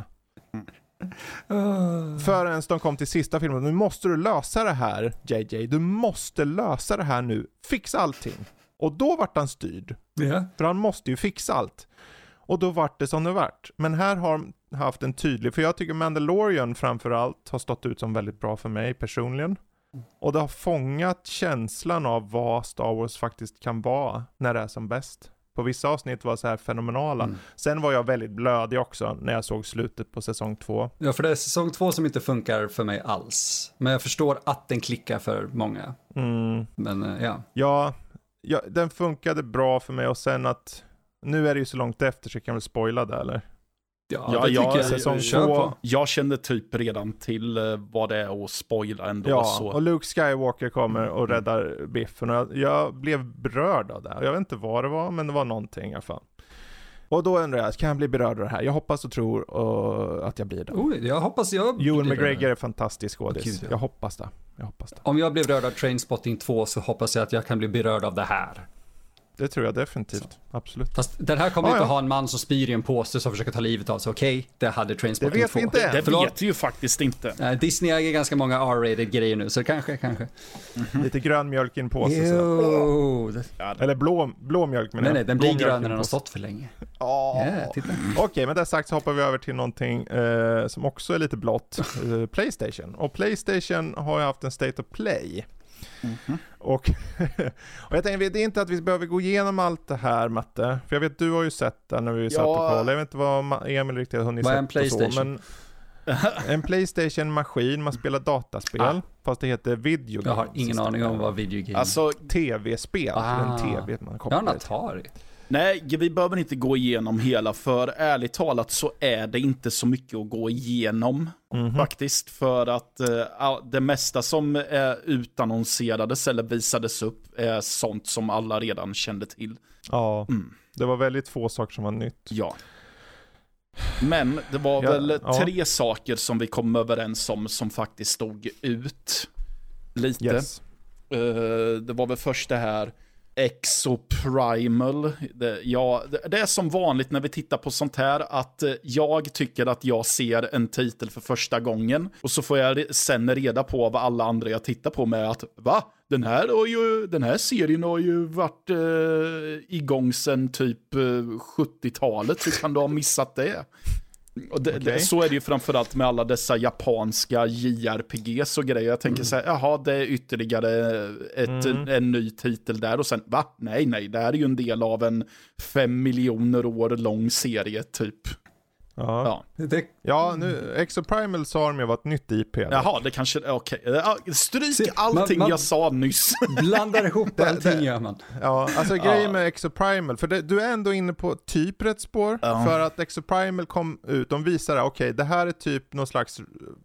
Uh. Förrän de kom till sista filmen, nu måste du lösa det här, J J. Du måste lösa det här nu. Fixa allting. Och då vart han styrd. Yeah. För han måste ju fixa allt. Och då vart det som det vart. Men här har de haft en tydlig, för jag tycker Mandalorian framförallt har stått ut som väldigt bra för mig personligen. Och det har fångat känslan av vad Star Wars faktiskt kan vara när det är som bäst. På vissa avsnitt var så här fenomenala. Mm. Sen var jag väldigt blödig också när jag såg slutet på säsong två. Ja, för det är säsong två som inte funkar för mig alls. Men jag förstår att den klickar för många. Mm. Men ja. ja. Ja, den funkade bra för mig och sen att nu är det ju så långt efter så jag kan väl spoila det, eller? Ja, ja, jag, säsong två. Jag kände typ redan till uh, vad det är att spoila ändå. Ja, så. Och Luke Skywalker kommer och räddar Biffen. Och jag, jag blev berörd av det. Jag vet inte vad det var, men det var någonting i alla fall. Och då undrar jag, kan jag bli berörd av det här? Jag hoppas och tror uh, att jag blir det. Oh, jag hoppas jag blir Ewan McGregor är fantastisk skådis. Gud, ja. Jag hoppas det. Jag hoppas det. Om jag blir berörd av Trainspotting två så hoppas jag att jag kan bli berörd av det här. Det tror jag definitivt, så. Absolut. Fast den här kommer ah, inte ja. ha en man som spyr i en påse som försöker ta livet av sig. Okej, okay, det hade Trainspotting två. Det vet vi inte. Det, det vet vi ju faktiskt inte. Uh, Disney äger ganska många R-rated grejer nu, så kanske, kanske. Mm-hmm. Lite grön mjölk i en påse. Jo, det... Eller blå, blå mjölk. Men nej, nej, den blir grön när den har stått för länge. Oh. Yeah, titta. Okej, okay, med det sagt så hoppar vi över till någonting eh, som också är lite blått. eh, PlayStation. Och PlayStation har ju haft en State of Play. Mm-hmm. Och, och jag tänker, det är inte att vi behöver gå igenom allt det här, Matte. För jag vet, du har ju sett det när vi ja. satt och kollade. Jag vet inte vad Emil riktigt har hunnit vad sett en PlayStation? Så, men en PlayStation-maskin, man spelar dataspel, ah. fast det heter video games. Jag har ingen aning om vad video games Alltså tv-spel, ah. en tv man kopplar ja, en Atari. Nej, vi behöver inte gå igenom hela, för ärligt talat så är det inte så mycket att gå igenom mm-hmm. faktiskt. För att uh, det mesta som är utannonserades eller visades upp är sånt som alla redan kände till. Ja, mm. det var väldigt få saker som var nytt. Ja. Men det var ja, väl ja. tre saker som vi kom överens om som faktiskt stod ut lite. Yes. Uh, det var väl först det här Exoprimal. Det, ja, det är som vanligt när vi tittar på sånt här att jag tycker att jag ser en titel för första gången och så får jag sen reda på vad alla andra jag tittar på med att va? Den här, har ju, den här serien har ju varit eh, igång sedan typ eh, sjuttiotalet. Hur kan du ha missat det? Och det, okay. det, så är det ju framförallt med alla dessa japanska J R P Gs och grejer. Jag tänker mm. så här, jaha, det är ytterligare ett, mm. en ny titel där. Och sen, va? Nej, nej, det här är ju en del av en fem miljoner år lång serie typ. Ja, ja. Det, ja nu, Exoprimal sa de ju var ett nytt I P. Jaha, det kanske, okej. Okay. Stryk Se, allting man, man jag sa nyss. Blandar ihop allting gör man. Ja, alltså grejen med Exoprimal, för det, du är ändå inne på typ rätt spår. Ja. För att Exoprimal kom ut, de visar, okej, okay, det här är typ någon slags,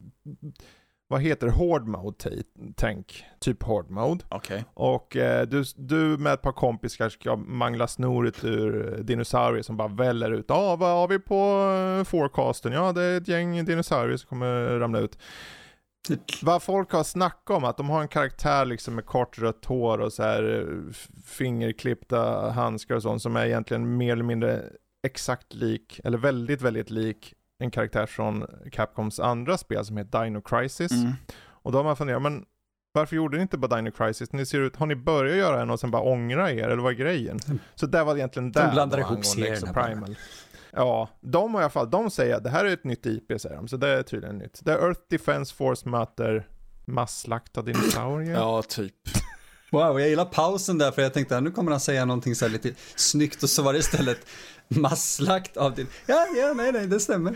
vad heter det, Horde Mode, tänk. Typ Horde Mode. Okay. Och eh, du, du med ett par kompisar ska mangla snoret ur dinosaurier som bara väller ut. Ja, ah, vad har vi på uh, forecasten? Ja, det är ett gäng dinosaurier som kommer ramla ut. Vad folk har snackat om, att de har en karaktär liksom med kort rött hår och så här fingerklippta handskar och sånt som är egentligen mer eller mindre exakt lik, eller väldigt, väldigt lik en karaktär från Capcoms andra spel som heter Dino Crisis. Mm. Och då har man funderat, men varför gjorde ni inte bara Dino Crisis? Ni ser ut, har ni börjat göra en och sen bara ångra er, eller vad är grejen? Mm. Så det var egentligen där. De blandar ihop serierna. Ja, de i alla fall, de säger att det här är ett nytt I P, säger de. Så det är tydligen nytt. Det är Earth Defense Force möter masslakta dinosaurier. Ja, typ. Wow, jag gillar pausen där, för jag tänkte att nu kommer han säga någonting så här lite snyggt, och så var det istället masslakt av din... Ja, ja, nej, nej, det stämmer.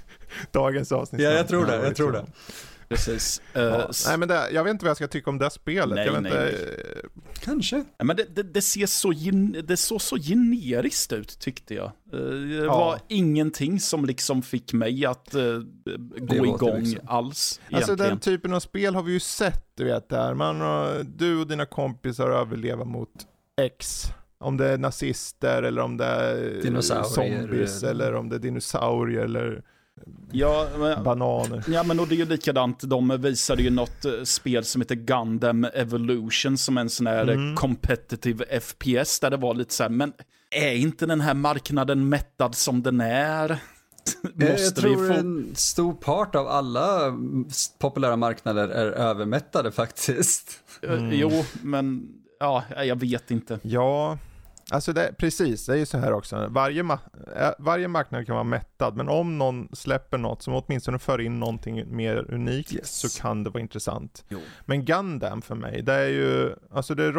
Dagens avsnitt. Ja, jag tror det, jag tror det. Precis. Uh, ja. Nej, men det, jag vet inte vad jag ska tycka om det spelet. Nej, jag vet nej, inte, nej. Kanske. Ja, men det, det, det ser så gen, det såg så generiskt ut, tyckte jag. Uh, det ja. var ingenting som liksom fick mig att uh, gå igång liksom. alls. Egentligen. Alltså den typen av spel har vi ju sett, du vet där. Man, uh, du och dina kompisar överlever mot X. Om det är nazister eller om det är zombies eller om det är dinosaurier eller... Ja, men, bananer. Ja, men och det är ju likadant. De visade ju något uh, spel som heter Gundam Evolution, som en sån här mm. competitive F P S, där det var lite så här, men är inte den här marknaden mättad som den är? Måste jag tror vi få... en stor part av alla populära marknader är övermättade faktiskt. Mm. Jo, men ja, jag vet inte. Ja, alltså det, precis, det är ju så här också. Varje, ma- varje marknad kan vara mättad, men om någon släpper något som åtminstone för in någonting mer unikt, yes. så kan det vara intressant. Jo. Men Gundam för mig, det är ju, alltså det är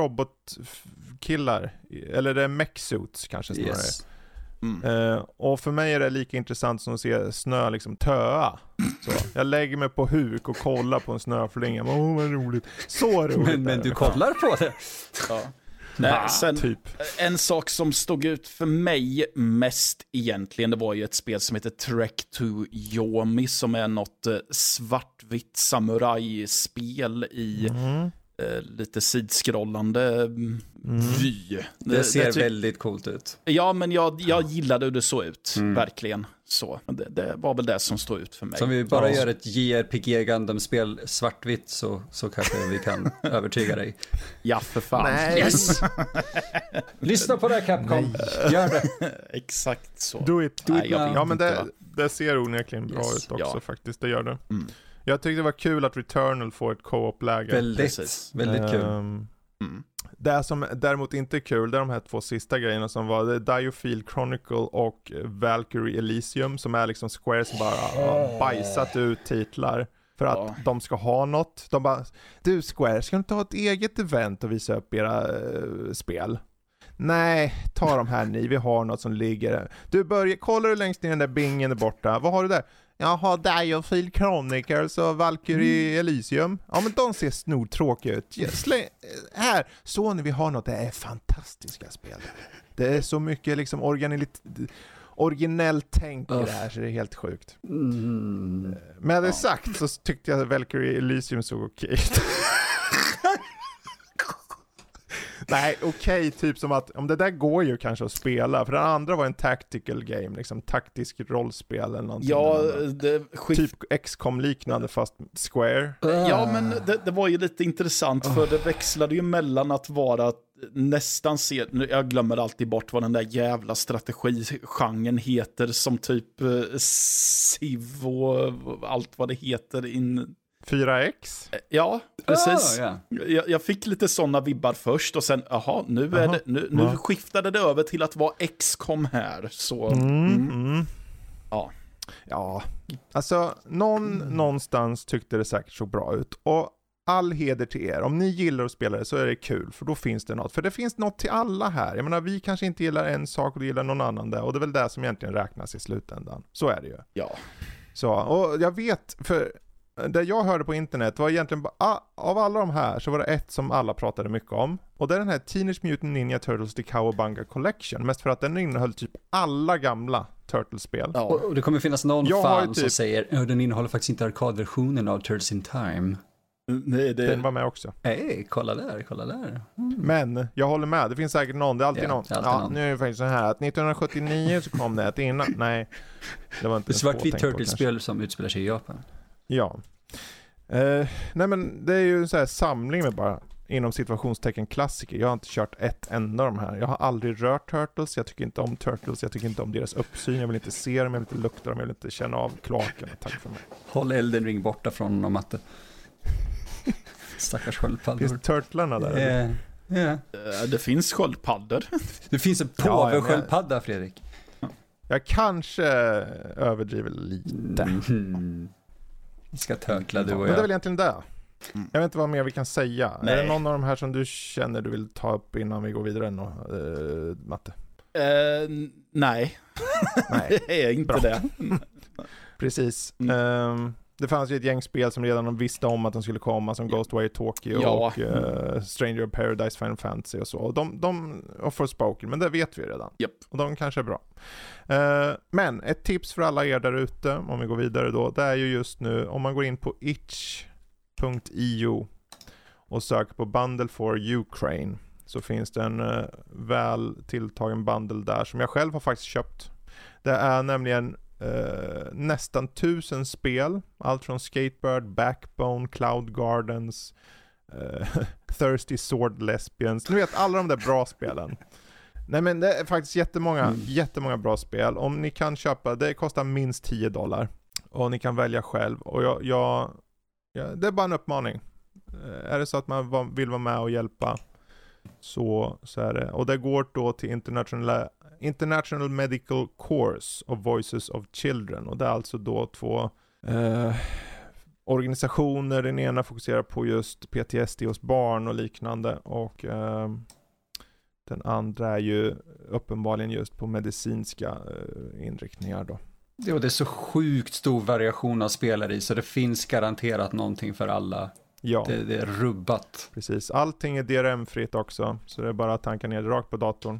robotkillar, eller det är mech-suits kanske snarare. Yes. Mm. Uh, och för mig är det lika intressant som att se snö liksom töa. Så jag lägger mig på huk och kollar på en snöflinga. Åh, oh, vad roligt. Så roligt. Men, men du kollar på det? Ja. Nej, sen, typ. En sak som stod ut för mig mest egentligen, det var ju ett spel som heter Trek to Yomi, som är något svartvitt samurajspel i mm. eh, lite sidskrollande mm. vy. Det, det ser det, väldigt coolt ut. Ja, men jag, jag gillade hur det såg ut, mm. verkligen. Så. Det, det var väl det som stod ut för mig. Så om vi bara ja. gör ett J R P G Gundam-spel svartvitt, så, så kanske vi kan övertyga dig. Ja, för fan. Nej. Yes. Lyssna på det här, Capcom. Nej. Gör det. Exakt så. Do it. Do Nej, it ja, men det, det ser onekligen bra yes. ut också, ja. faktiskt. Det gör det. Mm. Jag tyckte det var kul att Returnal får ett co-op-läge. Väldigt, Precis. väldigt kul. Um, mm. Det som däremot inte är kul, det är de här två sista grejerna som var Diofield Chronicle och Valkyrie Elysium, som är liksom Square som bara har bajsat ut titlar för att ja. de ska ha något. De bara, du Square, ska du inte ha ett eget event och visa upp era uh, spel? Nej, ta de här ni, vi har något som ligger. Du börjar, kollar du längst ner den där bingen där borta, vad har du där? Jag har Diofield Chronicles och Valkyrie mm. Elysium. Ja, men de ser snortråkiga ut. Släng, här, så när vi har något, det är fantastiska spel. Det är så mycket liksom originellt, originellt tänk i det här så det är helt sjukt. Mm. Med det ja. sagt så tyckte jag att Valkyrie Elysium såg okej. Nej, okej, okay, typ som att om det där går ju kanske att spela, för den andra var en tactical game, liksom taktisk rollspel eller någonting. Ja, det skift... typ X COM-liknande fast Square. Ja, men det, det var ju lite intressant för det växlade ju mellan att vara nästan se, jag glömmer alltid bort vad den där jävla strategigenren heter, som typ eh, Civ och allt vad det heter in... fyra X? Ja, precis. Oh, yeah. jag, jag fick lite sådana vibbar först och sen, jaha, nu, är det, nu, nu ja. skiftade det över till att vara X COM här. Så, mm, mm. Mm. Ja. Ja, alltså någon mm. någonstans tyckte det säkert så bra ut. Och all heder till er. Om ni gillar att spela det så är det kul, för då finns det något. För det finns något till alla här. Jag menar, vi kanske inte gillar en sak och du gillar någon annan där. Och det är väl det som egentligen räknas i slutändan. Så är det ju. Ja. Så, och jag vet, för det jag hörde på internet var egentligen bara, ah, av alla de här så var det ett som alla pratade mycket om. Och det är den här Teenage Mutant Ninja Turtles The Cowabunga Collection. Mest för att den innehöll typ alla gamla Turtles-spel. Ja. Och det kommer finnas någon jag fan typ... som säger, ja, den innehåller faktiskt inte arkadversionen av Turtles in Time. Nej, det... Den var med också. Hej, kolla där, kolla där. Mm. Men jag håller med, det finns säkert någon, det är alltid ja, någon. är alltid ja, någon. Nu är det faktiskt så här att nittonhundrasjuttionio så kom det ett innan. Nej, det var inte svartvitt Turtles-spel som utspelar sig i Japan. Ja. Uh, nej men det är ju en sån här samling med bara inom situationstecken klassiker. Jag har inte kört ett enda av de här. Jag har aldrig rört Turtles, jag tycker inte om Turtles, jag tycker inte om deras uppsyn, jag vill inte se dem, jag vill inte lukta dem, jag vill inte känna av kloaken. Tack för mig. Håll Elden Ring borta från honom, Matte. Stackars sköldpaddor. Finns turtlarna där? Yeah. Yeah. Uh, det finns sköldpaddor. Det finns en påve-sköldpadda, Fredrik. Jag kanske överdriver lite. Mm. Vi ska tökla du och jag. Men det är väl egentligen det. Jag vet inte vad mer vi kan säga. Nej. Är det någon av de här som du känner du vill ta upp innan vi går vidare än uh, Matte? Uh, nej. Nej. Det är inte bra. det. Precis. Mm. Um, det fanns ju ett gäng spel som redan visste om att de skulle komma, som Ghostwire Tokyo ja. och uh, Stranger of Paradise, Final Fantasy och så. Och de, de och Forspoken, men det vet vi redan. Yep. Och de kanske är bra. Uh, men ett tips för alla er där ute, om vi går vidare då, det är ju just nu, om man går in på itch punkt io och söker på Bundle for Ukraine, så finns det en uh, väl tilltagen bundle där som jag själv har faktiskt köpt. Det är nämligen uh, nästan tusen spel, allt från Skatebird, Backbone, Cloud Gardens, uh, Thirsty Sword Lesbians, ni vet alla de där bra spelen. Nej men det är faktiskt jättemånga, mm. jättemånga bra spel. Om ni kan köpa, det kostar minst tio dollar och ni kan välja själv. Och jag, jag ja, det är bara en uppmaning. Är det så att man vill vara med och hjälpa, så, så är det. Och det går då till International, International Medical Course of Voices of Children. Och det är alltså då två eh, organisationer. Den ena fokuserar på just P T S D hos barn och liknande. Och eh, den andra är ju uppenbarligen just på medicinska eh, inriktningar då. Ja, det är så sjukt stor variation av spelare i, så det finns garanterat någonting för alla. Ja. Det, det är rubbat. Precis, allting är D R M-fritt också, så det är bara att tanka ner rakt på datorn.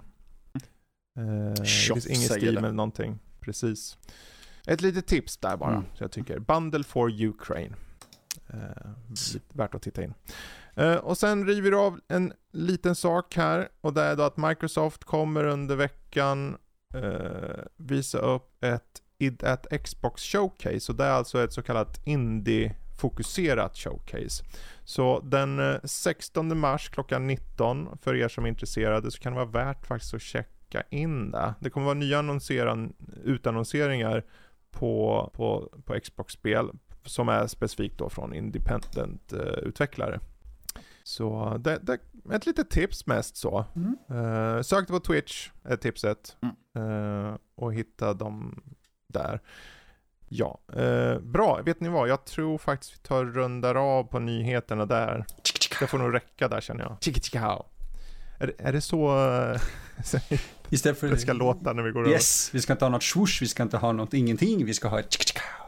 Eh, det finns ingen Steam eller någonting. Precis. Ett litet tips där bara, mm. så jag tycker. Bundle for Ukraine. Eh, värt att titta in. Uh, och sen river vi av en liten sak här, och det är då att Microsoft kommer under veckan uh, visa upp ett id at Xbox showcase, och det är alltså ett så kallat indie-fokuserat showcase. Så den uh, sextonde mars klockan nitton, för er som är intresserade, så kan det vara värt faktiskt att checka in det. Det kommer vara nya annonseran, utannonseringar på, på, på Xbox-spel som är specifikt då från independent-utvecklare. Uh, Så det, det är ett litet tips mest så. Mm. Uh, sök på Twitch är tipset. Mm. Uh, och hitta dem där. Ja, uh, bra. Vet ni vad? Jag tror faktiskt vi tar rundar av på nyheterna där. Det får nog räcka där, känner jag. Är, är det så uh, istället för det ska låta när vi går yes, över? Vi ska inte ha något swoosh, vi ska inte ha något ingenting. Vi ska ha ett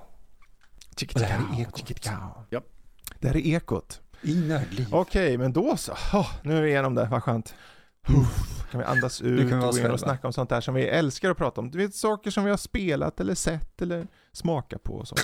och det här är ekot. Ja. Det här är ekot. I nördliv. Okej, men då så. Oh, nu är vi igenom det, vad skönt. Uff. kan vi andas ut och gå in och snacka om sånt där som vi älskar att prata om. Du vet, saker som vi har spelat eller sett eller smakat på och så.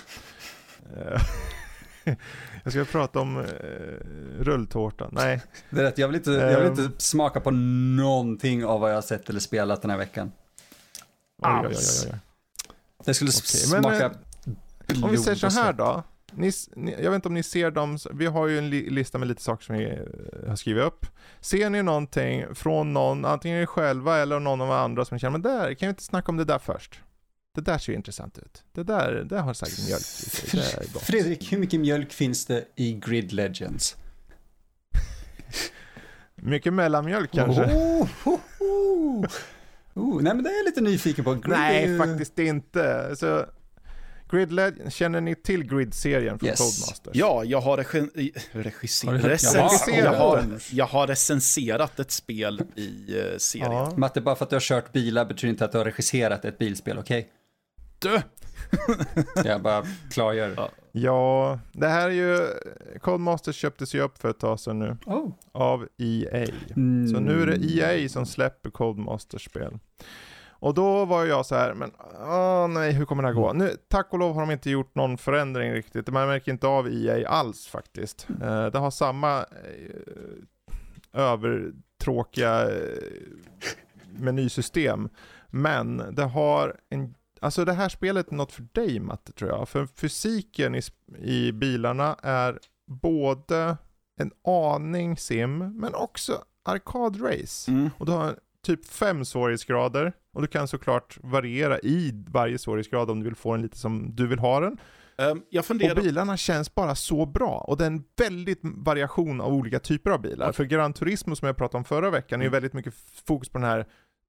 Jag ska prata om uh, rulltårtan. Nej. Det är rätt. Jag vill inte, jag vill inte smaka på någonting av vad jag har sett eller spelat den här veckan. Oj, oj, oj, oj. Det skulle okay, smaka... Men, om vi säger så här då. Ni, ni, jag vet inte om ni ser dem. Vi har ju en li, lista med lite saker som vi uh, har skrivit upp. Ser ni någonting från någon, antingen er själva eller någon av andra som ni känner, men där, kan vi inte snacka om det där först? Det där ser intressant ut. Det där, det har säkert mjölk i sig. Det är gott. Fredrik, hur mycket mjölk finns det i Grid Legends? Mycket mellanmjölk kanske. Oh, oh, oh. Oh, nej, men det är jag lite nyfiken på. Grid nej, ju... faktiskt inte. Så, Grid Legends, känner ni till Grid-serien från yes. Codemasters? Ja, jag har regi- regisserat. Recenserat. Jag har, jag har recenserat ett spel i uh, serien. Ja. Matte, bara för att du har kört bilar betyder inte att du har regisserat ett bilspel, okej? Okay? Du! Jag bara klargör. Ja. ja, det här är ju... Codemasters köptes ju upp för ett tag sedan nu. Oh. Av E A. Mm. Så nu är det E A som släpper Codemasters-spel. Och då var jag så här, men åh nej, hur kommer det här gå? Nu, tack och lov har de inte gjort någon förändring riktigt. Man märker inte av E A alls faktiskt. Uh, det har samma uh, övertråkiga uh, menysystem. Men det har en... Alltså det här spelet är något för dig, Matte, tror jag. För fysiken i, i bilarna är både en aning sim, men också arkadrace. Mm. Och du har typ fem svårighetsgrader. Och du kan såklart variera i varje svårighetsgrad om du vill få den lite som du vill ha den. Um, jag funderar... Och bilarna känns bara så bra. Och det är en väldigt variation av olika typer av bilar. Okay. För Gran Turismo som jag pratade om förra veckan mm. är ju väldigt mycket fokus på den här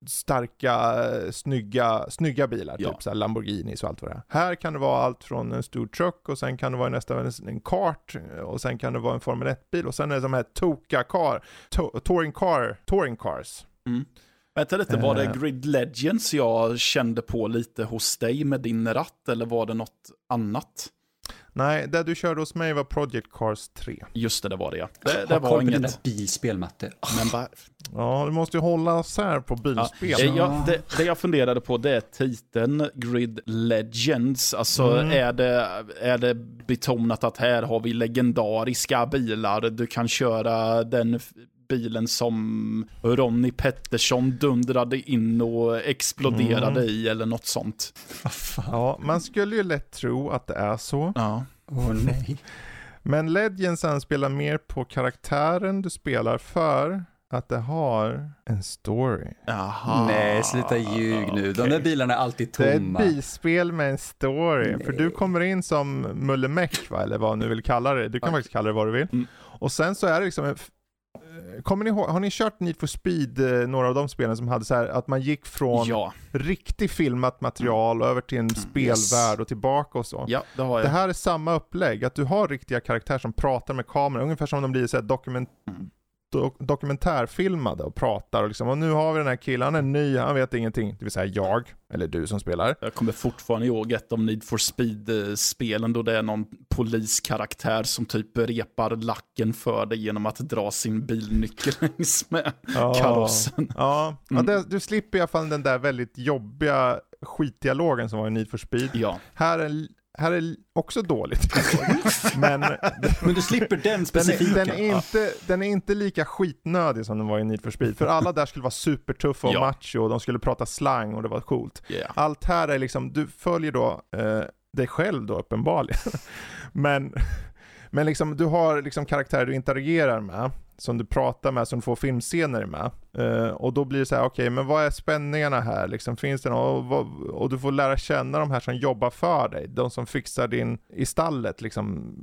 starka, snygga, snygga bilar. Ja. Typ så här Lamborghinis och allt vad det är. Här kan det vara allt från en stor truck och sen kan det vara nästan en, en kart och sen kan det vara en Formel ett-bil och sen är det de här Toka car, to, touring car, touring cars. Mm. Vänta lite, var det Grid Legends jag kände på lite hos dig med din ratt eller var det något annat? Nej, det du körde hos mig var Project Cars tre. Just det, det var det. Det, det har var inget... dina bilspel, Matte. Men bara... Ja, du måste ju hålla sär på bilspel. Ja, jag, det, det jag funderade på, det är titeln Grid Legends. Alltså mm. är, det, är det betonat att här har vi legendariska bilar. Du kan köra den bilen som Ronnie Pettersson dundrade in och exploderade mm. i eller något sånt. Ja, man skulle ju lätt tro att det är så. Ja. Åh oh, nej. Men Legends anspelar mer på karaktären du spelar för att det har en story. Aha. Nej, sluta ljug nu. Okay. De där bilarna är alltid tomma. Det är ett bilspel med en story. Nej. För du kommer in som Mullemäck, va? Eller vad du vill kalla det. Du kan ja. faktiskt kalla det vad du vill. Mm. Och sen så är det liksom en... Kommer ni ihåg, har ni kört Need for Speed, några av de spelen som hade så här att man gick från ja. riktigt filmat material mm. över till en spelvärld yes. och tillbaka och så. Ja, det har jag. Det här är samma upplägg, att du har riktiga karaktärer som pratar med kameran, ungefär som de blir så här dokument mm. do- dokumentärfilmade och pratar och liksom, och nu har vi den här killen, han är ny, han vet ingenting, det vill säga jag, eller du som spelar. Jag kommer fortfarande ihåg ett om Need for Speed-spelen då det är någon poliskaraktär som typ repar lacken för dig genom att dra sin bilnyckel längs med ja. karossen. Ja, mm. ja det, du slipper i alla fall den där väldigt jobbiga skitdialogen som var i Need for Speed. Ja. Här är Här är också dåligt. men, men du slipper den specifika. Den är, den, är inte, den är inte lika skitnödig som den var i Need for Speed. För alla där skulle vara supertuffa och ja. macho och de skulle prata slang och det var coolt. Yeah. Allt här är liksom, du följer då eh, dig själv då uppenbarligen. men men liksom, du har liksom karaktärer du interagerar med, som du pratar med, som du får filmscener med. Uh, och då blir det så här, okej, okay, men vad är spänningarna här? Liksom, finns det något? Och, och du får lära känna de här som jobbar för dig. De som fixar din, i stallet, liksom,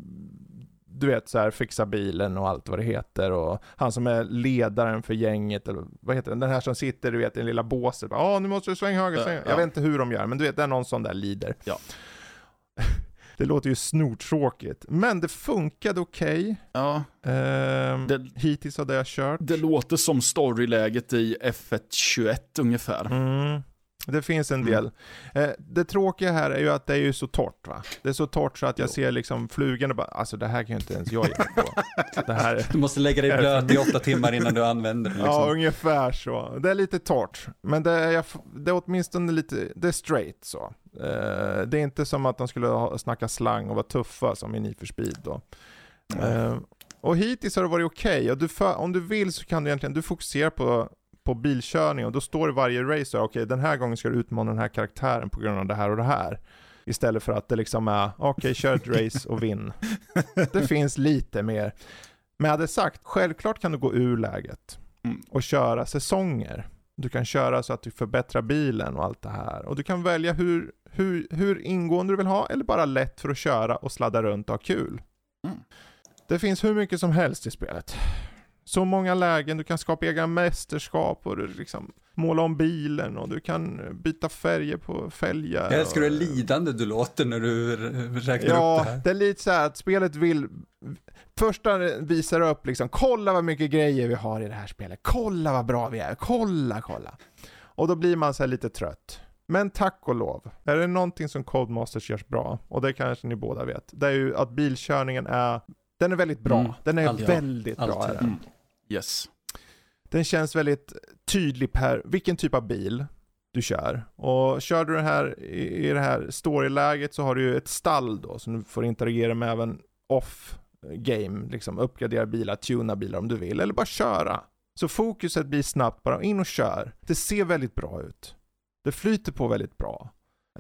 du vet, så här, fixar bilen och allt vad det heter. Och han som är ledaren för gänget, eller vad heter det? Den här som sitter, du vet, i den lilla båset. Ja, oh, nu måste du svänga höger, svänga. Ja. Jag vet inte hur de gör, men du vet, det är någon sån där leader. Ja. Det låter ju snortråkigt. Men det funkade okej. Okay. Ja. Ehm, det, hittills har det jag kört. Det låter som storyläget i F ett tjugoett ungefär. Mm. Det finns en del. Mm. Eh, det tråkiga här är ju att det är ju så torrt, va? Det är så torrt så att jag jo. ser liksom flugan och bara, alltså det här kan ju inte ens jag göra på. Det här är, du måste lägga dig blöt i åtta timmar innan du använder det. Liksom. Ja, ungefär så. Det är lite torrt. Men det är, det är åtminstone lite, det är straight så. Eh, det är inte som att de skulle ha, snacka slang och vara tuffa som i Need for Speed då. Eh, och hittills har det varit okej. Okay. Och du för, om du vill så kan du egentligen, du fokuserar på på bilkörning och då står det varje race okej, okay, den här gången ska du utmana den här karaktären på grund av det här och det här. Istället för att det liksom är okej, okay, kör ett race och vinn. Det finns lite mer. Men jag hade sagt, självklart kan du gå ur läget och köra säsonger. Du kan köra så att du förbättrar bilen och allt det här. Och du kan välja hur, hur, hur ingående du vill ha eller bara lätt för att köra och sladda runt och ha kul. Mm. Det finns hur mycket som helst i spelet. Så många lägen, du kan skapa egna mästerskap och du liksom måla om bilen och du kan byta färger på fälgar. Jag älskar hur lidande du låter när du räknar ja, upp det här. Ja, det är lite så här att spelet vill... Första visar upp liksom, kolla vad mycket grejer vi har i det här spelet. Kolla vad bra vi är. Kolla, kolla. Och då blir man så här lite trött. Men tack och lov. Är det någonting som Codemasters görs bra, och det kanske ni båda vet, det är ju att bilkörningen är... Den är väldigt bra. Mm. Den är Allt, väldigt ja. bra. Allt, är den. Mm. Yes. Den känns väldigt tydlig per vilken typ av bil du kör. Och kör du det här i, i det här storyläget så har du ju ett stall då som du får interagera med även off game, liksom uppgradera bilar, tuna bilar om du vill, eller bara köra. Så fokuset blir snabbt, bara in och kör. Det ser väldigt bra ut. Det flyter på väldigt bra.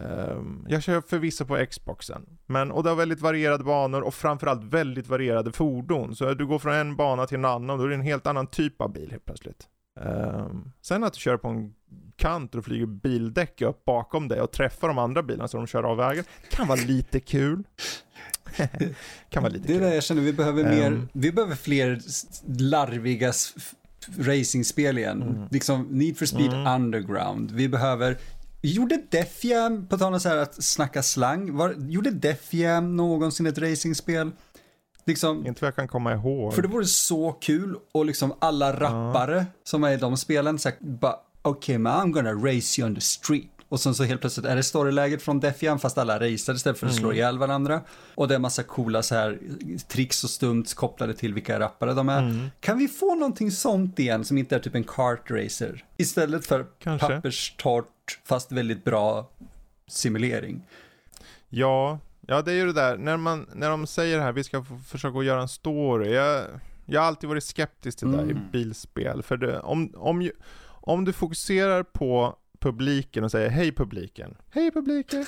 Um, jag kör förvisso på Xboxen, men, och det har väldigt varierade banor och framförallt väldigt varierade fordon. Så du går från en bana till en annan och då är det en helt annan typ av bil helt plötsligt. Um, sen att du kör på en kant och flyger bildäck upp bakom dig och träffar de andra bilarna som de kör av vägen kan vara lite kul. kan vara lite det är kul. Det jag känner, vi behöver um, mer, vi behöver fler larviga racingspel igen. Mm. Liksom Need for Speed mm. Underground. Vi behöver... Gjorde Def Jam, på tal om så här att snacka slang, var, gjorde Def Jam någonsin ett racingspel? Liksom, inte vad jag kan komma ihåg. För det vore så kul, och liksom alla rappare uh. som är i de spelen sagt bara, okej, okay, man, I'm gonna race you on the street. Och sen så helt plötsligt är det storyläget från Def Jam fast alla racear istället för att mm. slå ihjäl varandra. Och det är massa coola så här tricks och stunts kopplade till vilka rappare de är. Mm. Kan vi få någonting sånt igen som inte är typ en kart racer? Istället för Kanske. papperstort fast väldigt bra simulering. Ja, ja det är ju det där. När, man, när de säger här vi ska f- försöka göra en story. Jag, jag har alltid varit skeptisk till det mm. där i bilspel. För det, om, om, om du fokuserar på publiken och säger hej publiken. Hej publiken.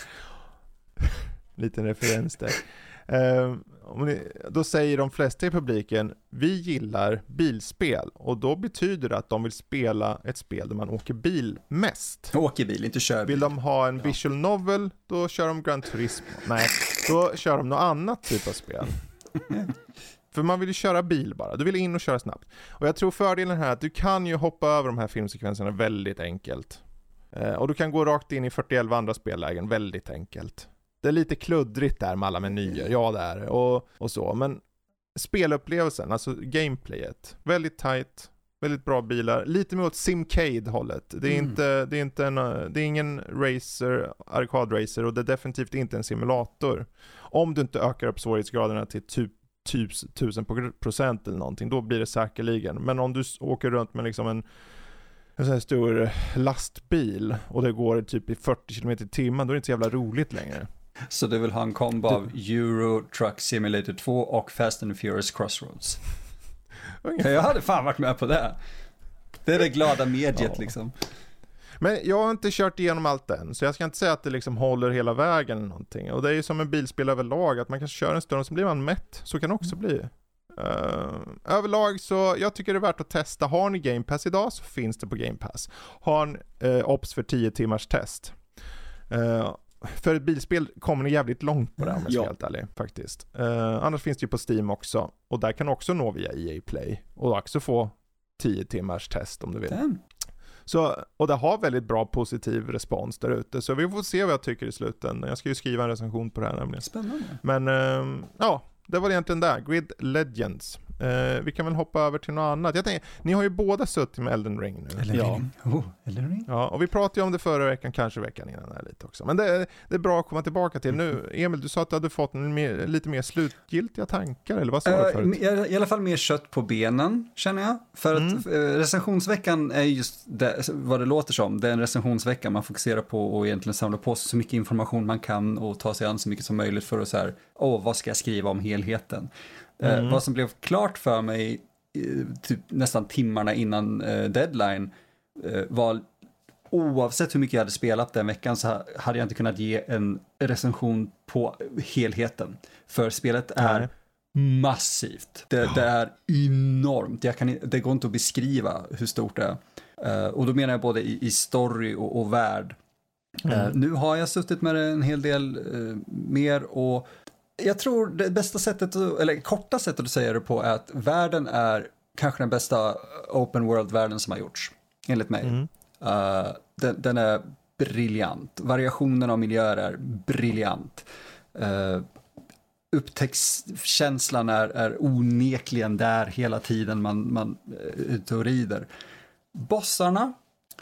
Liten referens där. Uh, om ni, då säger de flesta i publiken vi gillar bilspel, och då betyder det att de vill spela ett spel där man åker bil mest. Åker bil, inte kör bil. Vill de ha en visual novel, då kör de Gran Turismo. Nej, då kör de något annat typ av spel. För man vill ju köra bil bara. Du vill in och köra snabbt. Och jag tror fördelen här är att du kan ju hoppa över de här filmsekvenserna väldigt enkelt. Uh, och du kan gå rakt in i fyrtioelva andra spellägen väldigt enkelt. Det är lite kluddrigt där med alla menyer. Ja, det är det. Och, och så. Men spelupplevelsen, alltså gameplayet, väldigt tight, väldigt bra bilar. Lite mer åt Simcade-hållet. Det är, mm. inte, det är, inte en, det är ingen racer, arkadracer, och det är definitivt inte en simulator. Om du inte ökar upp svårighetsgraderna till typ tusen procent eller någonting, då blir det säkerligen. Men om du åker runt med liksom en en sån här stor lastbil och det går typ i fyrtio kilometer i timmen, då är det inte så jävla roligt längre. Så det vill ha en kombo av Euro Truck Simulator två och Fast and Furious Crossroads. Jag hade fan varit med på det. Det är det glada mediet ja. liksom. Men jag har inte kört igenom allt än, så jag ska inte säga att det liksom håller hela vägen eller någonting. Och det är ju som en bilspel överlag, att man kan köra en stund och så blir man mätt. Så kan det också bli. Uh, överlag så jag tycker det är värt att testa. Har ni Game Pass idag så finns det på Game Pass. Har ni uh, Ops för tio timmars test. Uh, för ett bilspel kommer ni jävligt långt på det här, med ja. helt ärligt, faktiskt. Uh, annars finns det ju på Steam också. Och där kan du också nå via E A Play. Och också få tio timmars test om du vill. Mm. Så, och det har väldigt bra positiv respons där ute. Så vi får se vad jag tycker i slutändan. Jag ska ju skriva en recension på det här nämligen. Spännande. Men uh, ja, det var egentligen där. Grid Legends. Eh, vi kan väl hoppa över till något annat. Jag tänker, ni har ju båda suttit med Elden Ring nu. Elden Ja. Ring. Oh, Elden Ring. Ja, och vi pratade ju om det förra veckan, kanske veckan innan här lite också. Men det, det är bra att komma tillbaka till. Nu, Emil, du sa att du hade fått en mer, lite mer slutgiltiga tankar, eller vad sa du förut? Uh, I alla fall mer kött på benen, känner jag. För Mm. att uh, recensionsveckan är just det, vad det låter som. Det är en recensionsvecka man fokuserar på och egentligen samla på sig så mycket information man kan och ta sig an så mycket som möjligt för att så här, åh, vad ska jag skriva om helheten? Mm. Uh, vad som blev klart för mig typ nästan timmarna innan uh, deadline uh, var, oavsett hur mycket jag hade spelat den veckan så hade jag inte kunnat ge en recension på helheten. För spelet är Nej. massivt. Det, det är enormt. Jag kan, det går inte att beskriva hur stort det är. Uh, och då menar jag både i, i story och, och värld. Uh, mm. Nu har jag suttit med det en hel del uh, mer och jag tror det bästa sättet, eller korta sättet att säga det på är att världen är kanske den bästa open world-världen som har gjorts, enligt mig. Mm. Uh, den, den är briljant. Variationen av miljöer är briljant. Uh, upptäcktskänslan är, är onekligen där hela tiden man, man är ute och rider. Bossarna,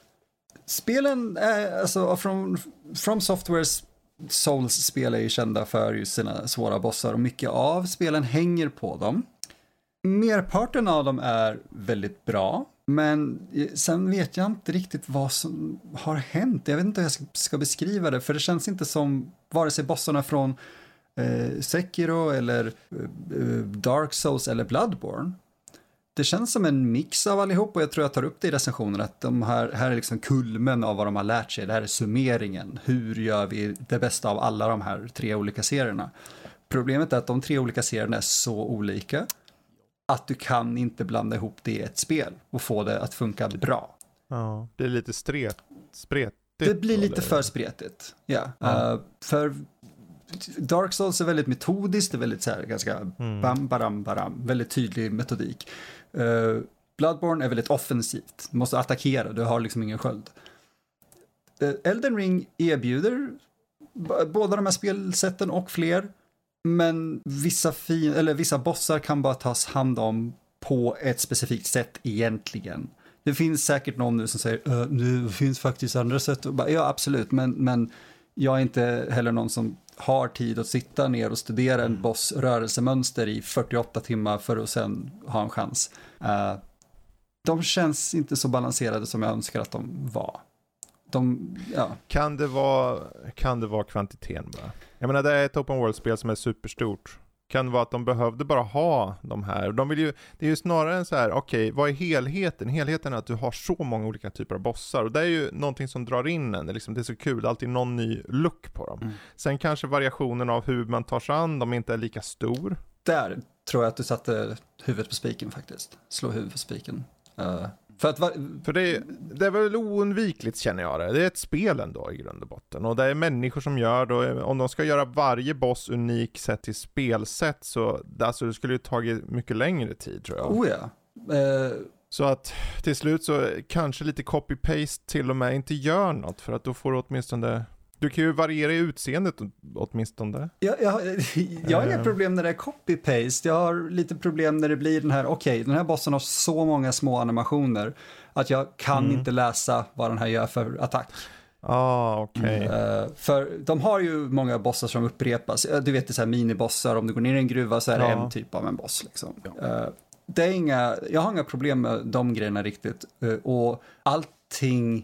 spelen är, alltså från From Softwares Souls-spel är ju kända för just sina svåra bossar och mycket av spelen hänger på dem. Merparten av dem är väldigt bra, men sen vet jag inte riktigt vad som har hänt. Jag vet inte hur jag ska, ska beskriva det, för det känns inte som vare sig bossarna från eh, Sekiro eller eh, Dark Souls eller Bloodborne. Det känns som en mix av allihop och jag tror jag tar upp det i recensionen att de här, här är liksom kulmen av vad de har lärt sig. Det här är summeringen. Hur gör vi det bästa av alla de här tre olika serierna? Problemet är att de tre olika serierna är så olika att du kan inte blanda ihop det i ett spel och få det att funka bra. Ja, det är lite stret, spretigt. Det blir lite eller? för spretigt. Ja. Ja. Uh, för Dark Souls är väldigt metodiskt, det är väldigt så här, ganska mm. bam, baram, baram, väldigt tydlig metodik. Uh, Bloodborne är väldigt offensivt. Du måste attackera, du har liksom ingen sköld. Uh, Elden Ring erbjuder b- båda de här spelsätten och fler, men vissa, fin- eller vissa bossar kan bara tas hand om på ett specifikt sätt egentligen. Det finns säkert någon nu som säger uh, det finns faktiskt andra sätt. Och bara, ja, absolut, men, men jag är inte heller någon som har tid att sitta ner och studera en boss rörelsemönster i fyrtioåtta timmar för att sen ha en chans. Uh, de känns inte så balanserade som jag önskar att de var. De, ja. Kan det vara, kan det vara kvantiteten bara? Jag menar, det är ett open world-spel som är superstort. Kan det vara att de behövde bara ha de här? De vill ju, det är ju snarare en så här, okej, okay, vad är helheten? Helheten är att du har så många olika typer av bossar. Och det är ju någonting som drar in en. Det är, liksom, det är så kul, alltid någon ny look på dem. Mm. Sen kanske variationen av hur man tar sig an dem inte är lika stor. Där tror jag att du satte huvudet på spiken faktiskt. Slå huvudet på spiken. Uh. För, att va- För det, är, det är väl oundvikligt, känner jag det. Det är ett spel ändå i grund och botten. Och det är människor som gör det. Om de ska göra varje boss unik sett till spelsätt så alltså, det skulle ju tagit mycket längre tid, tror jag. Oh ja. Uh... Så att till slut så kanske lite copy-paste till och med inte gör något. För att då får du åtminstone... Du kan ju variera i utseendet åtminstone. Jag, jag, jag har inga problem när det är copy-paste. Jag har lite problem när det blir den här, okej, okay, den här bossen har så många små animationer att jag kan mm. inte läsa vad den här gör för attack. Ah, okej. Okay. Uh, för de har ju många bossar som upprepas. Du vet, det är så här minibossar. Om du går ner i en gruva så är det ja. en typ av en boss. Liksom. Ja. Uh, det är inga, jag har inga problem med de grejerna riktigt. Uh, och allting...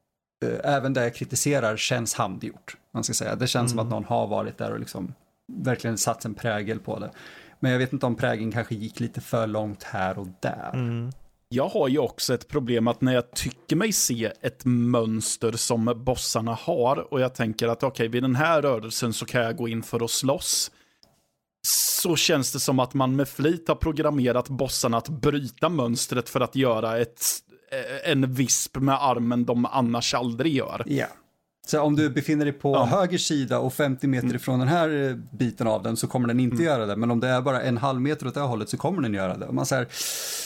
även där jag kritiserar känns handgjort, man ska säga. Det känns mm. som att någon har varit där och liksom verkligen satt en prägel på det. Men jag vet inte om prägeln kanske gick lite för långt här och där. Mm. Jag har ju också ett problem att när jag tycker mig se ett mönster som bossarna har och jag tänker att okej, okay, vid den här rörelsen så kan jag gå in för att slåss. Så känns det som att man med flit har programmerat bossarna att bryta mönstret för att göra ett en visp med armen de annars aldrig gör. Ja. Yeah. Så om du befinner dig på ja. höger sida och femtio meter ifrån den här biten av den så kommer den inte mm. göra det. Men om det är bara en halv meter åt det här hållet så kommer den göra det. Och man säger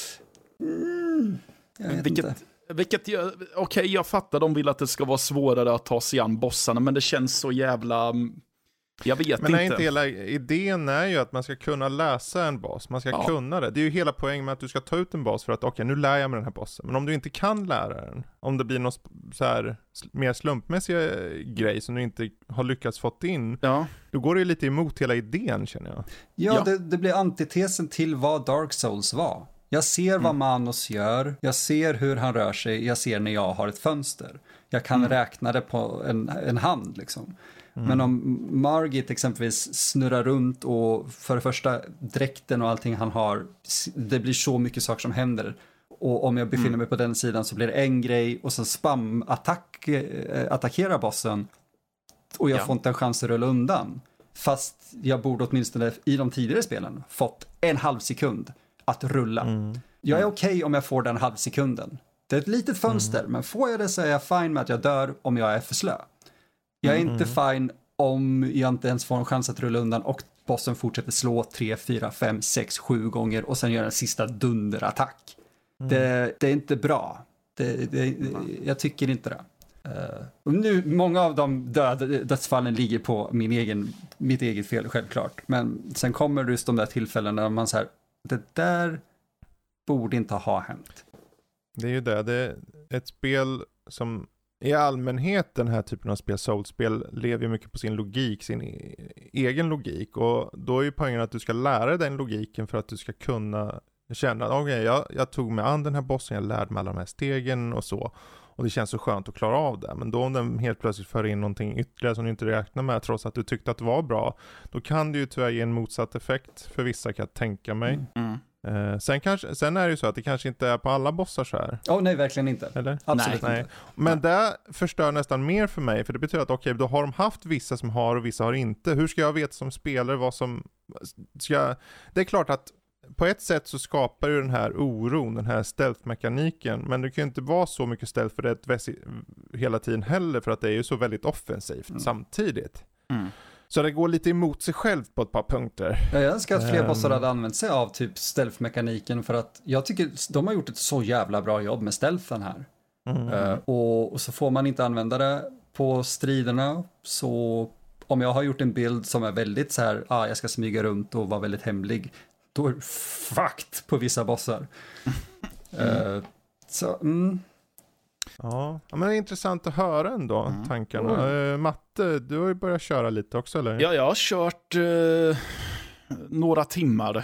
mm, jag vet vilket, inte. Vilket jag, okej, okay, jag fattar de vill att det ska vara svårare att ta sig an bossarna, men det känns så jävla Jag vet Men inte. inte hela idén är ju att man ska kunna läsa en boss. Man ska ja. kunna det. Det är ju hela poängen med att du ska ta ut en boss för att okej, okay, nu lär jag mig den här bossen. Men om du inte kan lära den, om det blir någon så här mer slumpmässig grej som du inte har lyckats fått in, ja. då går det ju lite emot hela idén, känner jag. Ja, ja. Det, det blir antitesen till vad Dark Souls var. Jag ser vad mm. Manos gör, jag ser hur han rör sig, jag ser när jag har ett fönster. Jag kan mm. räkna det på en, en hand liksom. Mm. Men om Margit exempelvis snurrar runt och för det första dräkten och allting han har, det blir så mycket saker som händer. Och om jag befinner mm. mig på den sidan så blir det en grej och sen spam-attack, äh, attackera bossen och jag ja. får inte en chans att rulla undan. Fast jag borde åtminstone i de tidigare spelen fått en halv sekund att rulla. Mm. Jag är okej okay om jag får den halv sekunden. Det är ett litet fönster, mm. men får jag det så är jag fine med att jag dör om jag är för slö. Jag är mm. inte fine om jag inte ens får en chans att rulla undan och bossen fortsätter slå tre, fyra, fem, sex, sju gånger och sen gör en sista dunderattack. Mm. Det, det är inte bra. Det, det, jag tycker inte det. Uh, och nu, många av de död, dödsfallen ligger på min egen, mitt eget fel, självklart. Men sen kommer just de där tillfällena där man så här, det där borde inte ha hänt. Det är ju det. Det är ett spel som i allmänhet, den här typen av spel, Souls-spel, lever ju mycket på sin logik, sin e- egen logik. Och då är ju poängen att du ska lära dig den logiken för att du ska kunna känna att okej, okay, jag, jag tog mig an den här bossen, jag lärde mig alla de här stegen och så. Och det känns så skönt att klara av det. Men då om den helt plötsligt för in någonting ytterligare som du inte räknar med trots att du tyckte att det var bra, då kan det ju tyvärr ge en motsatt effekt för vissa, kan jag tänka mig. Mm. Uh, sen, kanske, sen är det ju så att det kanske inte är på alla bossar så här. Åh oh, nej, verkligen inte. Eller? Absolut nej. inte. Men det förstör nästan mer för mig, för det betyder att okej, okay, då har de haft vissa som har och vissa har inte. Hur ska jag veta som spelare vad som ska jag... Det är klart att på ett sätt så skapar ju den här oron, den här stealth-mekaniken, men det kan ju inte vara så mycket stealth för det hela tiden heller, för att det är ju så väldigt offensivt mm. samtidigt. Mm. Så det går lite emot sig själv på ett par punkter. Jag önskar att fler um, bossar hade använt sig av typ stealth-mekaniken, för att jag tycker de har gjort ett så jävla bra jobb med stealthen här. Mm. Uh, och, och så får man inte använda det på striderna, så om jag har gjort en bild som är väldigt så här, ah, jag ska smyga runt och vara väldigt hemlig, då är det fucked på vissa bossar. Mm. Uh, så, mm. Ja, men det är intressant att höra ändå, mm. tankarna. Mm. Uh, Matte, du har ju börjat köra lite också, eller? Ja, jag har kört uh, några timmar.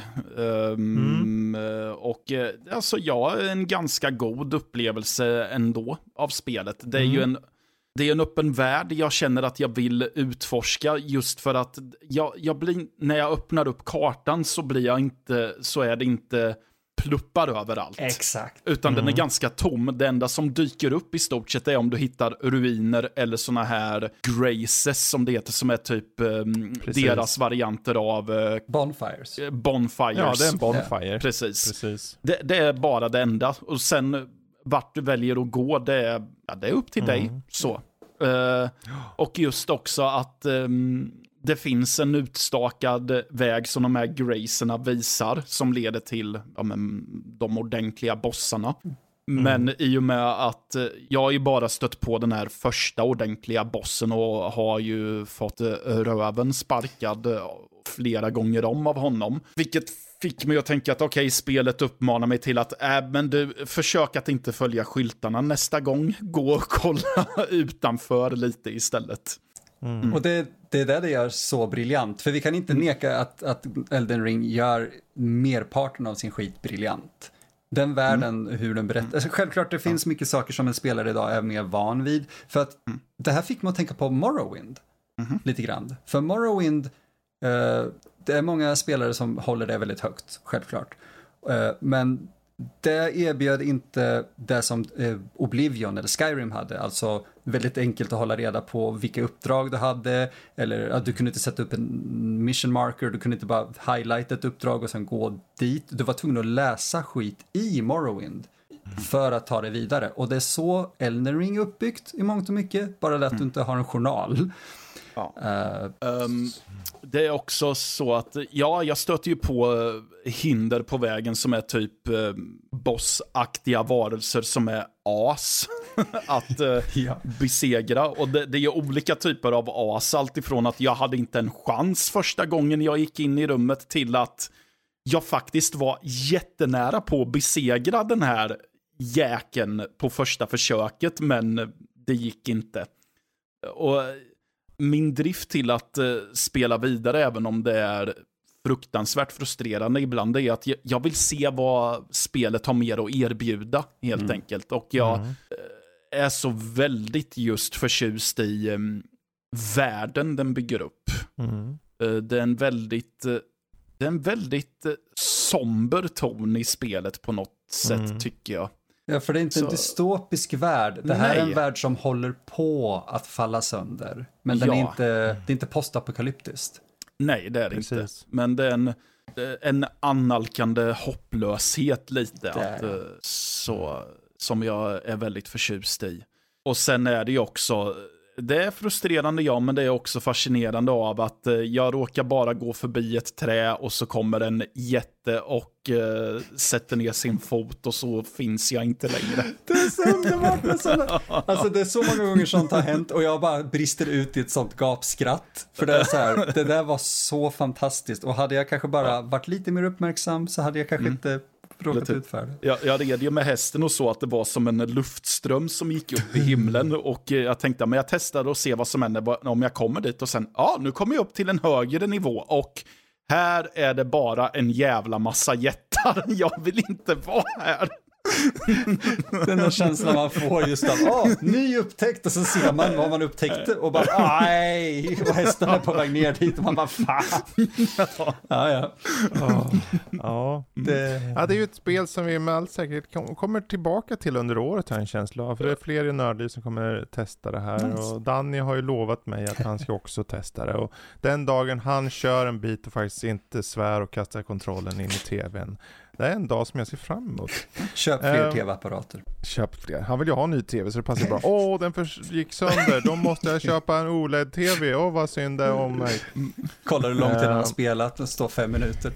Um, mm. Och uh, alltså, jag har en ganska god upplevelse ändå av spelet. Det är mm. ju en Det är en öppen värld jag känner att jag vill utforska, just för att jag, jag blir, när jag öppnar upp kartan så blir jag inte, så är det inte pluppar överallt. Exakt. Utan mm. den är ganska tom. Det enda som dyker upp i stort sett är om du hittar ruiner eller såna här graces som det heter, som är typ um, deras varianter av uh, bonfires. bonfires. Ja, det är en bonfire. Ja. Precis. Precis. Det, det är bara det enda. Och sen vart du väljer att gå, det är, ja, det är upp till mm. dig. Så. Uh, och just också att um, det finns en utstakad väg som de här gracerna visar, som leder till ja, men, de ordentliga bossarna. Mm. Men i och med att jag har ju bara stött på den här första ordentliga bossen och har ju fått röven sparkad flera gånger om av honom. Vilket fick mig att tänka att okej, okay, spelet uppmanar mig till att äh, men du, försök att inte följa skyltarna nästa gång. Gå och kolla utanför lite istället. Mm. Och det, det är det det gör så briljant. För vi kan inte neka att, att Elden Ring gör merparten av sin skit briljant. Den världen, mm. hur den berättar. Alltså, självklart det finns mycket saker som en spelare idag är mer van vid. För att mm. det här fick man att tänka på Morrowind. Mm. Lite grann. För Morrowind, eh, det är många spelare som håller det väldigt högt, självklart. Eh, men det erbjöd inte det som eh, Oblivion eller Skyrim hade. Alltså väldigt enkelt att hålla reda på vilka uppdrag du hade. Eller att du kunde inte sätta upp en mission marker. Du kunde inte bara highlighta ett uppdrag och sen gå dit. Du var tvungen att läsa skit i Morrowind för att ta det vidare. Och det är så Elden Ring är uppbyggt i mångt och mycket. Bara det att du inte har en journal. Ja. Uh, um, det är också så att ja, jag stöter ju på hinder på vägen som är typ uh, bossaktiga varelser som är as att uh, ja. besegra. Och det, det är olika typer av as, allt ifrån att jag hade inte en chans första gången jag gick in i rummet till att jag faktiskt var jättenära på att besegra den här jäkeln på första försöket, men det gick inte. Och min drift till att uh, spela vidare, även om det är fruktansvärt frustrerande ibland, är att jag vill se vad spelet har mer att erbjuda, helt mm. enkelt. Och jag mm. är så väldigt just förtjust i um, världen den bygger upp. Mm. Uh, det är en väldigt uh, det är en väldigt uh, somber ton i spelet på något sätt, mm. tycker jag. Ja, för det är inte så... en dystopisk värld. Det här Nej. är en värld som håller på att falla sönder. Men den ja. är inte, det är inte postapokalyptiskt. Nej, det är det inte. Men det är en, en annalkande hopplöshet lite. Att, så, som jag är väldigt förtjust i. Och sen är det ju också... Det är frustrerande, ja, men det är också fascinerande av att jag råkar bara gå förbi ett trä och så kommer en jätte och uh, sätter ner sin fot och så finns jag inte längre. Det är så underbart. Det är så, alltså det är så många gånger sånt har hänt och jag bara brister ut i ett sånt gapskratt. För det är så här, det där var så fantastiskt. Och hade jag kanske bara varit lite mer uppmärksam så hade jag kanske mm. inte... Jag, jag red ju med hästen och så att det var som en luftström som gick upp i himlen och jag tänkte, men jag testade och se vad som händer om jag kommer dit och sen, ja, nu kommer jag upp till en högre nivå och här är det bara en jävla massa jättar. Jag vill inte vara här. Den där känslan man får just av, åh, ny upptäckt, och så ser man vad man upptäckte och bara, nej, och hästen är på väg ner dit och man bara, fan. Ja, ja. Oh. Ja, det... ja, det är ju ett spel som vi med all säkerhet kommer tillbaka till under året, har en känsla av, för det är fler i Nördliv som kommer testa det här, nice. Och Danny har ju lovat mig att han ska också testa det, och den dagen han kör en bit och faktiskt inte svär och kastar kontrollen in i tvn, det är en dag som jag ser fram emot. Köp fler uh, tv-apparater. Köp fler. Han vill ju ha en ny tv så det passar bra. Åh, oh, den för- gick sönder. Då måste jag köpa en O L E D-tv. Åh, oh, vad synd det är om mig. Kollar hur långt uh, den har spelat. Det står fem minuter.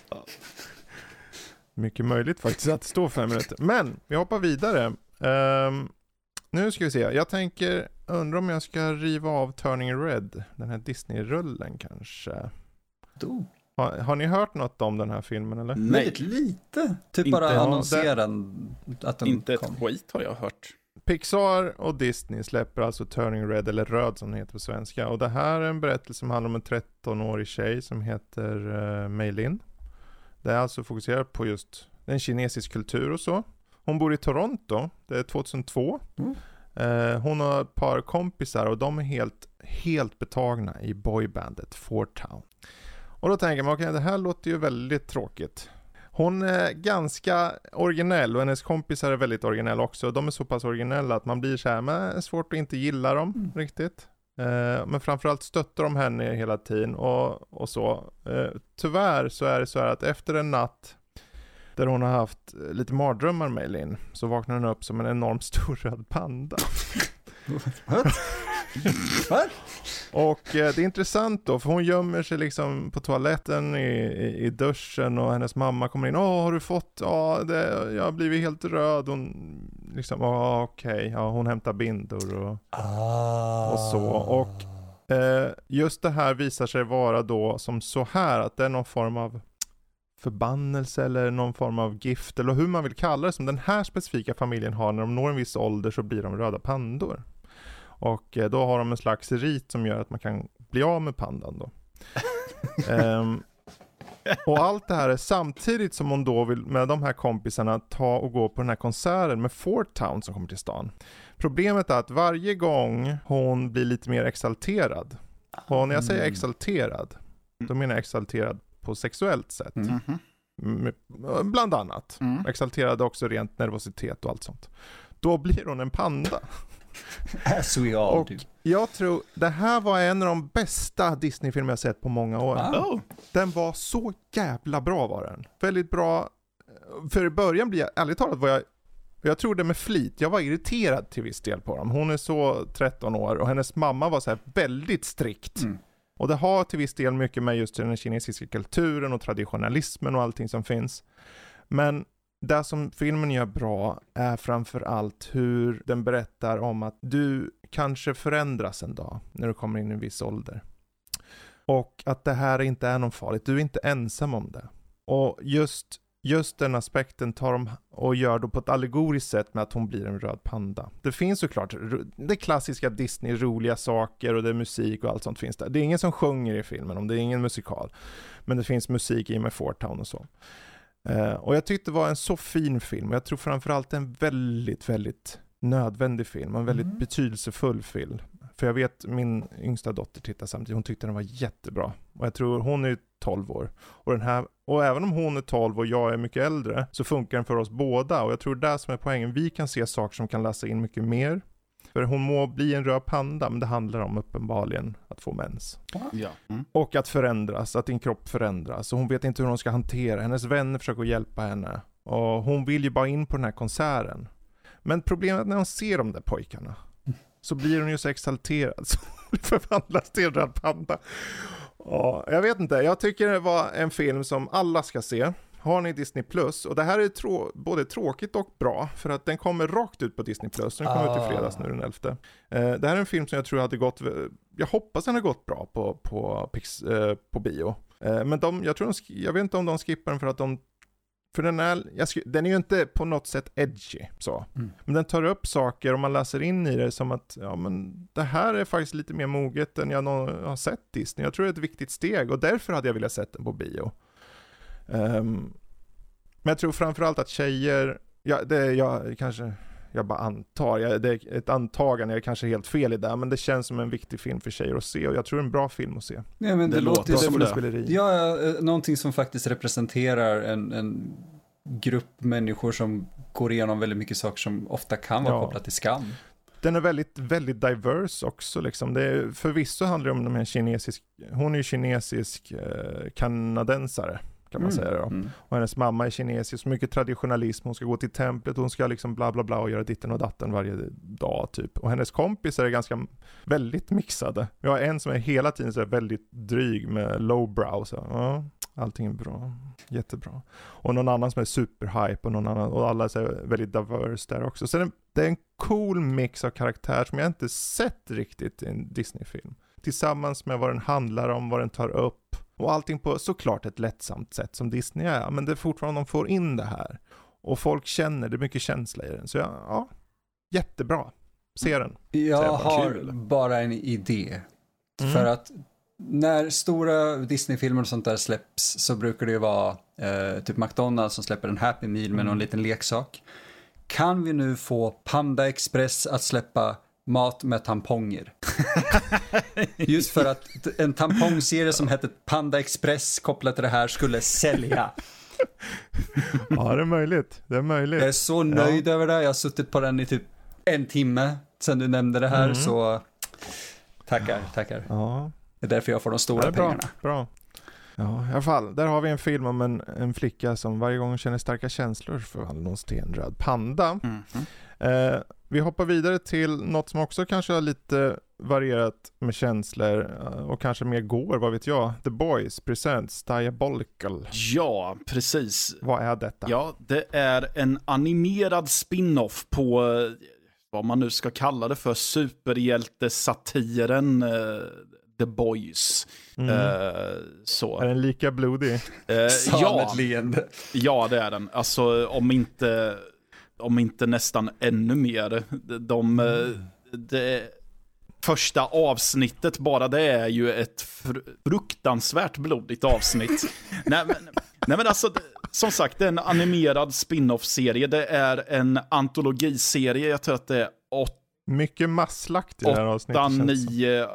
Mycket möjligt faktiskt att det står fem minuter. Men, vi hoppar vidare. Um, nu ska vi se. Jag tänker, undrar om jag ska riva av Turning Red. Den här Disney-rullen kanske. Då. Har, har ni hört något om den här filmen eller? Nej. Väldigt lite. Typ inte, bara annonsera den. Att den inte kom. Ett skit har jag hört. Pixar och Disney släpper alltså Turning Red, eller Röd som den heter på svenska. Och det här är en berättelse som handlar om en tretton-årig tjej som heter uh, Mei Lin. Det är alltså fokuserat på just en kinesisk kultur och så. Hon bor i Toronto. Det är tjugohundratvå. Mm. Uh, hon har ett par kompisar och de är helt, helt betagna i boybandet Four Town. Och då tänker man, okej, okay, det här låter ju väldigt tråkigt. Hon är ganska originell och hennes kompisar är väldigt originella också. De är så pass originella att man blir så här, men det är svårt att inte gilla dem mm. riktigt. Eh, men framförallt stöttar de henne hela tiden och, och så. Eh, tyvärr så är det så här att efter en natt där hon har haft lite mardrömmar med Lin, så vaknar hon upp som en enormt stor röd panda. What? What? Och eh, det är intressant då, för hon gömmer sig liksom på toaletten i, i, i duschen och hennes mamma kommer in. Åh, har du fått? Ja, det, jag har blivit helt röd. Hon liksom, ja okej, okay. Ja, hon hämtar bindor och, ah. och så. Och eh, just det här visar sig vara då som så här, att det är någon form av förbannelse eller någon form av gift, eller hur man vill kalla det, som den här specifika familjen har. När de når en viss ålder så blir de röda pandor. Och eh, då har de en slags rit som gör att man kan bli av med pandan då. um, och allt det här är samtidigt som hon då vill med de här kompisarna ta och gå på den här konserten med Four Town som kommer till stan. Problemet är att varje gång hon blir lite mer exalterad, och när jag säger exalterad, då menar jag exalterad på sexuellt sätt. Mm. Bland annat. Mm. Exalterad också rent nervositet och allt sånt. Då blir hon en panda. As we all och do. Jag tror, det här var en av de bästa Disney-filmer jag sett på många år. Wow. Den var så jävla bra var den. Väldigt bra. För i början blir jag, ärligt talat var jag, jag tror det med flit, jag var irriterad till viss del på dem. Hon är så tretton år och hennes mamma var så här väldigt strikt. Mm. Och det har till viss del mycket med just den kinesiska kulturen och traditionalismen och allting som finns. Men det som filmen gör bra är framför allt hur den berättar om att du kanske förändras en dag när du kommer in i en viss ålder. Och att det här inte är något farligt. Du är inte ensam om det. Och just, just den aspekten tar de och gör då på ett allegoriskt sätt med att hon blir en röd panda. Det finns såklart det klassiska Disney, roliga saker och det är musik och allt sånt finns där. Det är ingen som sjunger i filmen, om det är ingen musikal. Men det finns musik i med Fort Town och så. Uh, och jag tyckte det var en så fin film. Jag tror framförallt en väldigt, väldigt nödvändig film. En väldigt mm. betydelsefull film. För jag vet min yngsta dotter tittar samtidigt. Hon tyckte den var jättebra. Och jag tror hon är tolv år. Och, den här, och även om hon är tolv och jag är mycket äldre så funkar den för oss båda. Och jag tror det är som är poängen. Vi kan se saker som kan läsa in mycket mer. För hon må bli en röd panda, men det handlar om uppenbarligen att få mens. Ja. Mm. Och att förändras, att din kropp förändras. Och hon vet inte hur hon ska hantera. Hennes vänner försöker hjälpa henne. Och hon vill ju bara in på den här konserten. Men problemet är när hon ser de där pojkarna så blir hon ju så exalterad så hon förvandlas till en röd panda. Och jag vet inte, jag tycker det var en film som alla ska se. Har ni Disney Plus, och det här är trå- både tråkigt och bra för att den kommer rakt ut på Disney Plus. Den kommer ah. ut i fredags nu den elfte. Eh, det här är en film som jag tror hade gått, jag hoppas den har gått bra på, på, Pix, eh, på bio. Eh, men de, jag, tror de, jag vet inte om de skippar den för att de För den är, jag sk- den är ju inte på något sätt edgy så. Mm. Men den tar upp saker och man läser in i det som att ja, men det här är faktiskt lite mer moget än jag nå- har sett Disney. Jag tror det är ett viktigt steg och därför hade jag velat sett den på bio. Um, men jag tror framförallt att tjejer, ja, det är jag kanske jag bara antar, jag, det är ett antagande, jag är kanske helt fel i det, men det känns som en viktig film för tjejer att se och jag tror det är en bra film att se. Ja, men det, det låter som det. Ja, någonting som faktiskt representerar en, en grupp människor som går igenom väldigt mycket saker som ofta kan vara ja. kopplat till skam. Den är väldigt, väldigt diverse också liksom. Det är, förvisso handlar det om de här kinesisk, hon är ju kinesisk eh, kanadensare kan man mm. säga då. Mm. Och hennes mamma är kinesisk, mycket traditionalism, hon ska gå till templet, hon ska liksom bla bla bla och göra ditten och datten varje dag typ. Och hennes kompisar är ganska väldigt mixade. Vi har en som är hela tiden så är väldigt dryg med lowbrow så ja, allting är bra, jättebra. Och någon annan som är superhype och någon annan, och alla är väldigt diverse där också. Så det är, det är en cool mix av karaktär som jag inte sett riktigt i en Disney-film. Tillsammans med vad den handlar om, vad den tar upp. Och allting på såklart ett lättsamt sätt som Disney är. Men det är fortfarande de får in det här. Och folk känner, det är mycket känsla i den. Så ja, ja jättebra. Se den. Jag, jag har kul. bara en idé. Mm. För att när stora Disney-filmer och sånt där släpps så brukar det ju vara eh, typ McDonald's som släpper en Happy Meal med mm. någon liten leksak. Kan vi nu få Panda Express att släppa mat med tamponger? Just för att en tampongserie som hette Panda Express kopplat till det här skulle sälja. Ja, det är möjligt. Det är möjligt. Jag är så nöjd ja. över det. Jag har suttit på den i typ en timme sedan du nämnde det här. Mm. Så tackar, tackar. Ja. Det är därför jag får de stora ja, bra, pengarna. Bra. Ja, i alla fall. Där har vi en film om en, en flicka som varje gång känner starka känslor förvandlas till en röd panda. Mm. Eh, vi hoppar vidare till något som också kanske har lite varierat med känslor och kanske mer går, vad vet jag. The Boys presents Diabolical. Ja, precis. Vad är detta? Ja, det är en animerad spin-off på vad man nu ska kalla det för, superhjältesatiren uh, The Boys. Mm. Uh, så. Är den lika blodig? Uh, ja, ja, det är den. Alltså om inte om inte nästan ännu mer. De, mm. det första avsnittet bara det är ju ett fruktansvärt blodigt avsnitt. nej, men, nej men alltså som sagt, det är en animerad spin-off-serie. Det är en antologiserie. Jag tror att det är åt, mycket masslakt i det här avsnittet. åtta, nio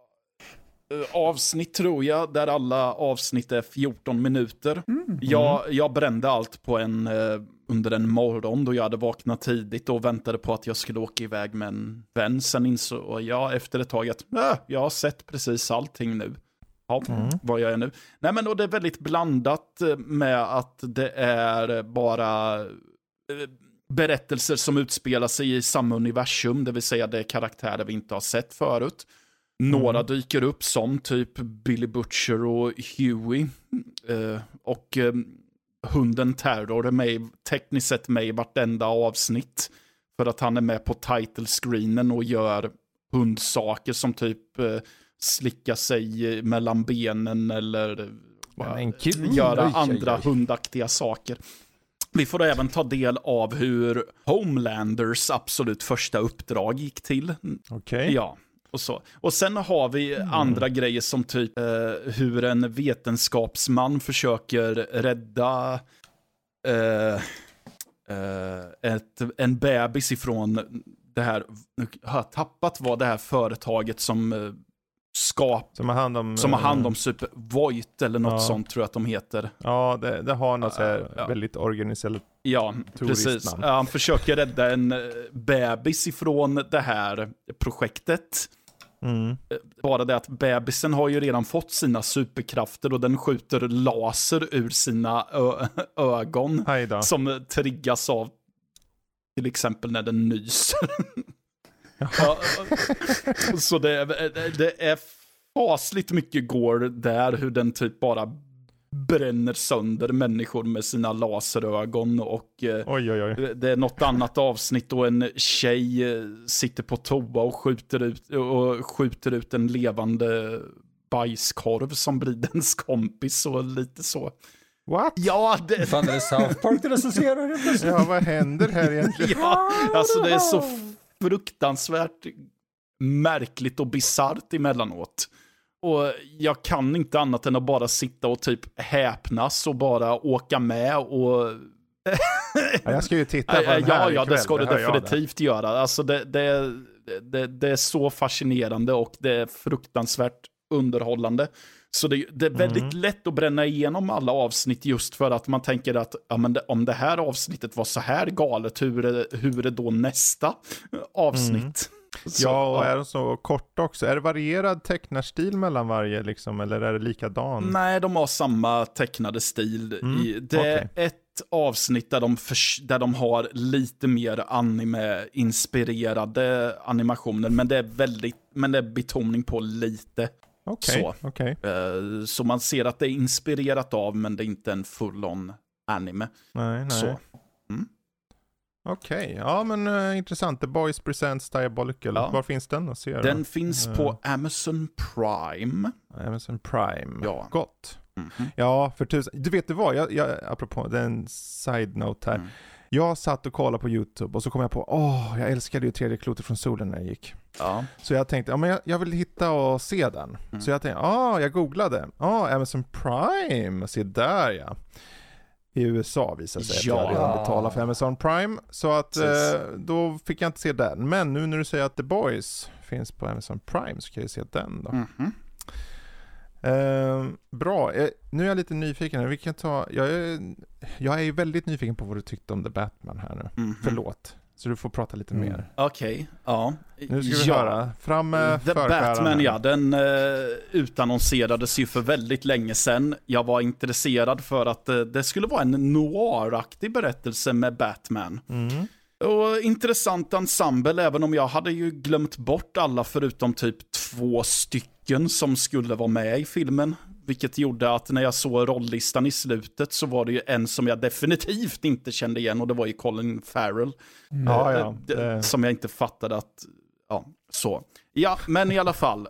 avsnitt tror jag, där alla avsnitt är fjorton minuter. Mm. Jag, jag brände allt på en under en morgon då jag hade vaknat tidigt och väntade på att jag skulle åka iväg med en vän. Sen insåg jag efter ett tag att äh, jag har sett precis allting nu. Ja, mm. vad jag är nu. Nej, men och det är väldigt blandat med att det är bara eh, berättelser som utspelar sig i samma universum, det vill säga det är karaktärer vi inte har sett förut. Några mm. dyker upp som typ Billy Butcher och Huey. Eh, och eh, hunden Terror är med, tekniskt sett med i vartenda avsnitt. För att han är med på title-screenen och gör hundsaker som typ eh, slicka sig mellan benen eller ja, göra andra hundaktiga saker. Vi får även ta del av hur Homelanders absolut första uppdrag gick till. Okej. Okay. Ja, och så. Och sen har vi mm. andra grejer som typ eh, hur en vetenskapsman försöker rädda eh, eh, ett, en bebis ifrån det här, nu har jag tappat vad det här företaget som eh, skap, som har hand om, som har hand om Super Voight eller något ja. sånt tror jag att de heter. Ja, det, det har något så här uh, ja. väldigt organiserat. Ja, precis. Uh, han försöker rädda en bebis ifrån det här projektet. Mm. Bara det att bebisen har ju redan fått sina superkrafter och den skjuter laser ur sina ö- ögon som triggas av till exempel när den nyser. Ja, så det är, det är fasligt mycket går där hur den typ bara bränner sönder människor med sina laserögon och oj, oj, oj. Det är något annat avsnitt och en tjej sitter på toa och skjuter ut, och skjuter ut en levande bajskorv som blir dens kompis och lite så. What? Ja, det... Fan, är det South Park du recenserar? Ja, vad händer här egentligen? Ja, alltså det är så fruktansvärt märkligt och bizarrt emellanåt. Och jag kan inte annat än att bara sitta och typ häpnas och bara åka med och... ja, jag ska ju titta på den här Ja, ja, ikväll. det ska det du definitivt göra. Alltså det, det, det, det är så fascinerande och det är fruktansvärt underhållande. Så det, det är väldigt mm. lätt att bränna igenom alla avsnitt just för att man tänker att ja, men det, om det här avsnittet var så här galet, hur är, hur är det då nästa avsnitt? Mm. Så, ja, och ja. är de så korta också? Är det varierad tecknarstil mellan varje liksom, eller är det likadan? Nej, de har samma tecknade stil. Mm. I, det är okay. ett avsnitt där de, för, där de har lite mer anime-inspirerade animationer, men det är väldigt, men det är betoning på lite. Okay, så. Okay. Uh, så man ser att det är inspirerat av, men det är inte en full-on anime. Nej, nej. Så. Mm. Okej, okay. Ja men uh, intressant. The Boys Presents Diabolical. Ja. Var finns den att se? Den då? finns uh. på Amazon Prime. Amazon Prime, ja. Gott. Mm-hmm. Ja, för tusen. Du vet du vad, jag, jag, apropå den side-note här. Mm. Jag satt och kollade på YouTube och så kom jag på, åh, oh, jag älskade ju tredje klotet från solen när jag gick. Ja. Så jag tänkte, ja men jag, jag vill hitta och se den. Mm. Så jag tänkte, ja, ah, jag googlade. Ja, ah, Amazon Prime, se där ja. I U S A visar sig ja. att jag redan betalar för Amazon Prime. Så att eh, då fick jag inte se den. Men nu när du säger att The Boys finns på Amazon Prime så kan jag se den då. Mm-hmm. Eh, bra, eh, nu är jag lite nyfiken. Vi kan ta, jag, är, jag är väldigt nyfiken på vad du tyckte om The Batman här nu. Mm-hmm. Förlåt. Så du får prata lite mm. mer. Okej, okay. ja. Nu ska vi ja. höra. Fram med The Batman, ja. Den uh, utannonserades ju för väldigt länge sedan. Jag var intresserad för att uh, det skulle vara en noiraktig berättelse med Batman. Mm. Och intressant ensemble, även om jag hade ju glömt bort alla förutom typ två stycken som skulle vara med i filmen. Vilket gjorde att när jag såg rolllistan i slutet så var det ju en som jag definitivt inte kände igen och det var ju Colin Farrell. Mm. Ja, ja. Det, som jag inte fattade att, ja, så. Ja, men i alla fall.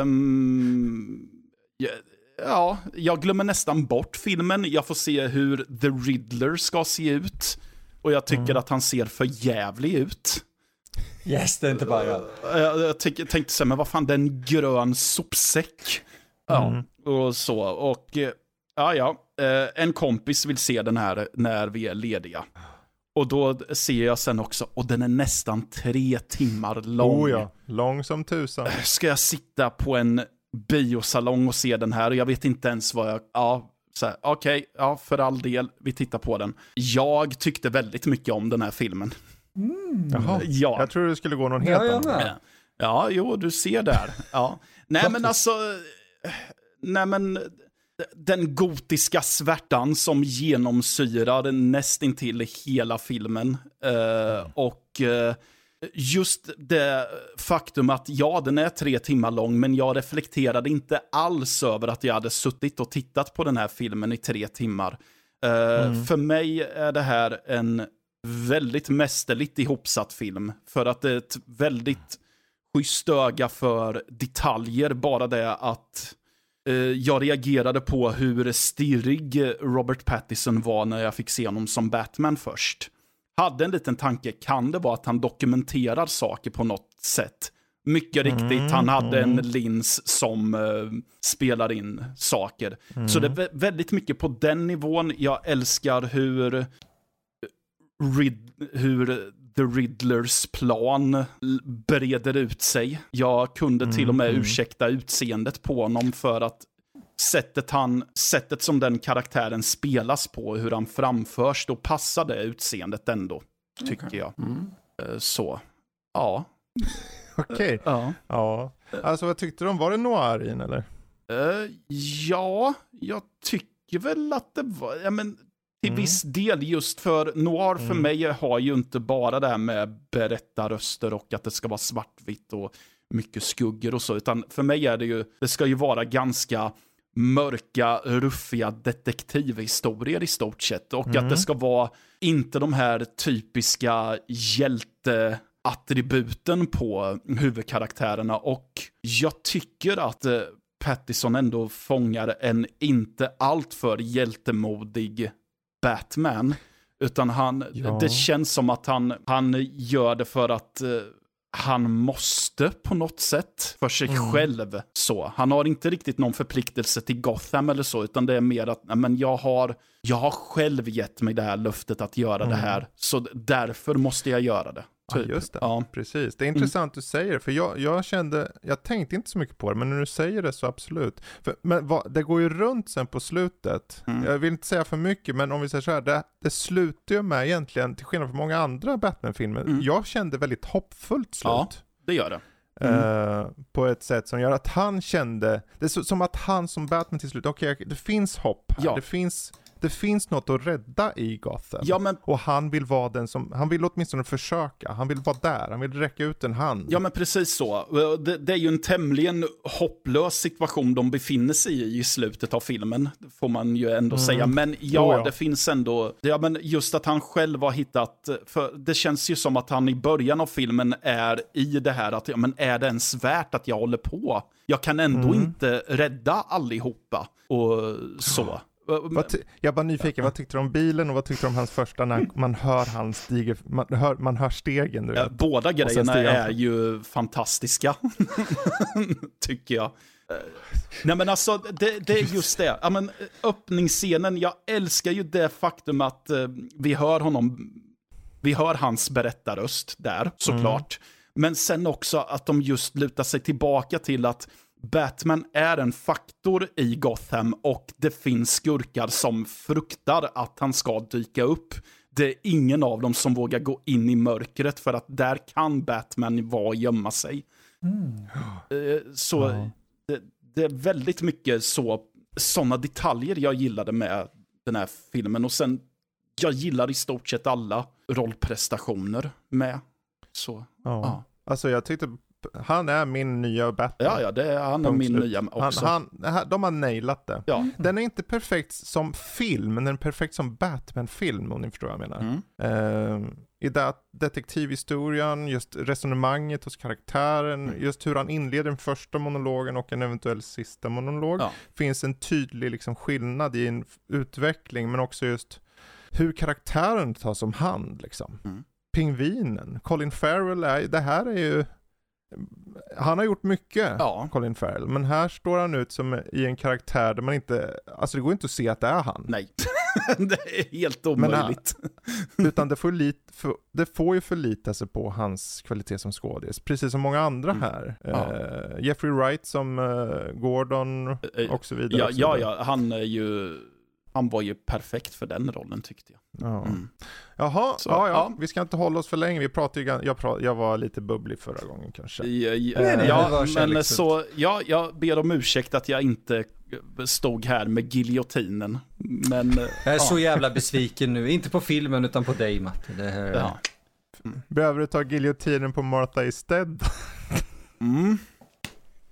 Um, ja, ja, jag glömmer nästan bort filmen. Jag får se hur The Riddler ska se ut. Och jag tycker mm. att han ser för jävlig ut. Yes, det är inte bara jag. Jag, jag tänkte, tänkte säga, men vad fan, det är en grön sopsäck. Ja, mm. och så. Och ja, ja. En kompis vill se den här när vi är lediga. Och då ser jag sen också, och den är nästan tre timmar lång. Oh ja, lång som tusan. Ska jag sitta på en biosalong och se den här? Och jag vet inte ens vad jag... Ja, okej, okay, ja, för all del, vi tittar på den. Jag tyckte väldigt mycket om den här filmen. Mm. Jaha, ja. Jag tror det skulle gå någon helt ja, annan. Ja. ja, jo, du ser där. Ja. Nej, men alltså... Nej, men... Den gotiska svärtan som genomsyrar nästintill hela filmen. Uh, och uh, just det faktum att ja, den är tre timmar lång, men jag reflekterade inte alls över att jag hade suttit och tittat på den här filmen i tre timmar. Uh, Mm. För mig är det här en väldigt mästerligt ihopsatt film. För att det är ett väldigt schysst öga för detaljer. Bara det att uh, jag reagerade på hur stirrig Robert Pattinson var när jag fick se honom som Batman först. Hade en liten tanke, kan det vara att han dokumenterar saker på något sätt? Mycket riktigt, Mm, han hade mm. en lins som uh, spelar in saker. Mm. Så det är vä- väldigt mycket på den nivån. Jag älskar hur, Rid- hur The Riddlers plan l- breder ut sig. Jag kunde till och med Mm. ursäkta utseendet på honom för att sättet, han, sättet som den karaktären spelas på, hur han framförs, då passar det utseendet ändå, tycker Okay. jag. Mm. Uh, så, ja. Okej. Ja. Ja. Alltså vad tyckte de? Var det noir in eller? Uh, ja, jag tycker väl att det var, ja, men till Mm. viss del, just för noir för Mm. mig har ju inte bara det här med berättarröster och att det ska vara svartvitt och mycket skuggor och så, utan för mig är det ju, det ska ju vara ganska mörka, ruffiga detektivhistorier i stort sett, och Mm. att det ska vara inte de här typiska hjälteattributen på huvudkaraktärerna, och jag tycker att eh, Pattinson ändå fångar en inte alltför hjältemodig Batman, utan han, Ja. det känns som att han, han gör det för att eh, han måste på något sätt för sig Mm. själv. Så han har inte riktigt någon förpliktelse till Gotham eller så, utan det är mer att nej, men jag har jag har själv gett mig det här löftet att göra Mm. det här, så därför måste jag göra det. Ja, Typ. just det. Ja. Precis. Det är intressant du säger det, för jag, jag kände, jag tänkte inte så mycket på det, men när du säger det så absolut. För, men vad, det går ju runt sen på slutet. Mm. Jag vill inte säga för mycket, men om vi säger så här, det, det slutar ju med egentligen, till skillnad från många andra Batman-filmer, Mm. jag kände väldigt hoppfullt slut. Ja. Det gör det. Eh, på ett sätt som gör att han kände, det är så, som att han som Batman till slut, okej, okay, det finns hopp här. Ja. det finns det finns något att rädda i Gotham. Ja, men Och han vill vara den som, han vill åtminstone försöka, han vill vara där, han vill räcka ut en hand. Ja, men precis så. Det, det är ju en tämligen hopplös situation de befinner sig i i slutet av filmen, får man ju ändå Mm. säga. Men ja, Oh, ja. det finns ändå, ja, men just att han själv har hittat, för det känns ju som att han i början av filmen är i det här att, ja, men är det ens värt att jag håller på? Jag kan ändå Mm. inte rädda allihopa och så. Vad ty- jag var nyfiken, vad tyckte du om bilen och vad tyckte du om hans första när man hör hans stiger, man hör, man hör stegen, du vet. Ja, båda sen grejerna stiger han är fram. ju fantastiska, tycker jag. Eh, Nej, men alltså, det, det är just det. Ja, men, öppningsscenen, jag älskar ju det faktum att eh, vi hör honom, vi hör hans berättarröst där, såklart. Mm. Men sen också att de just lutar sig tillbaka till att Batman är en faktor i Gotham och det finns skurkar som fruktar att han ska dyka upp. Det är ingen av dem som vågar gå in i mörkret för att där kan Batman vara och gömma sig. Mm. Så Ja. det, det är väldigt mycket så sådana detaljer jag gillade med den här filmen. Och sen, jag gillar i stort sett alla rollprestationer med. Så, Ja. ja. Alltså jag tyckte, han är min nya Batman. Ja, ja, det är han och Punkt min slut. nya också. Han, han, de har nailat det. Ja. Den är inte perfekt som film, men den är perfekt som Batman-film, om ni förstår vad jag menar. Mm. Uh, I det detektivhistorien, just resonemanget hos karaktären, Mm. just hur han inleder den första monologen och en eventuell sista monolog. Ja. Finns en tydlig liksom, skillnad i en f- utveckling, men också just hur karaktären tas om hand. Liksom. Mm. Pingvinen, Colin Farrell, är, det här är ju... Han har gjort mycket, Ja. Colin Farrell, men här står han ut som i en karaktär där man inte, alltså det går inte att se att det är han. Nej, det är helt Men, omöjligt. Utan det får, lit, för, det får ju förlita sig på hans kvalitet som skådis, precis som många andra Mm. här. Ja. Eh, Jeffrey Wright som eh, Gordon Eh, och så vidare. Ja, och så ja, vidare. ja, han är ju... Han var ju perfekt för den rollen, tyckte jag. Ja. Mm. Jaha, Så, ja, ja. ja. Vi ska inte hålla oss för länge. Vi pratade ju, gan- jag, pra, jag var lite bubblig förra gången kanske. Ja, ja, Nej, nej, det ja var men kärleksfullt. så, ja, jag ber om ursäkt att jag inte stod här med giljotinen. Men, Jag är ja. så jävla besviken nu, inte på filmen utan på dig, Matte. Det här... Ja. Behöver du ta giljotinen på Martha Isted? Mm.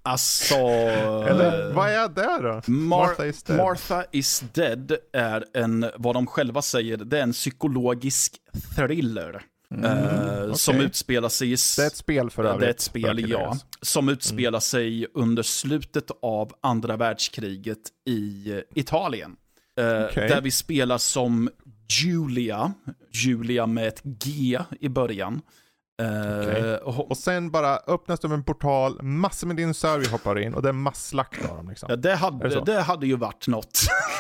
Alltså... Eller vad är det då? Mar- Martha is dead. Martha is dead är en, vad de själva säger, det är en psykologisk thriller. Mm, eh, okay. Som utspelar sig i... Det är ett spel för övrigt. Det är ett spel, ja. Som utspelar mm. sig under slutet av andra världskriget i Italien. Eh, okay. Där vi spelar som Julia. Julia med ett G i början. Okay. Och, och sen bara öppnas det en portal, massor med dinosaurier hoppar in och det är masslakt av dem liksom. Ja, det, hade, det, det hade ju varit något.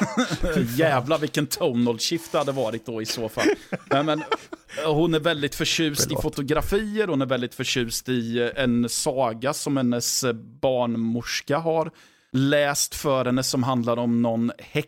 Jävlar vilken tonal shift det hade varit då i så fall. Nej, men, hon är väldigt förtjust Förlåt. i fotografier, hon är väldigt förtjust i en saga som hennes barnmorska har läst för henne som handlar om någon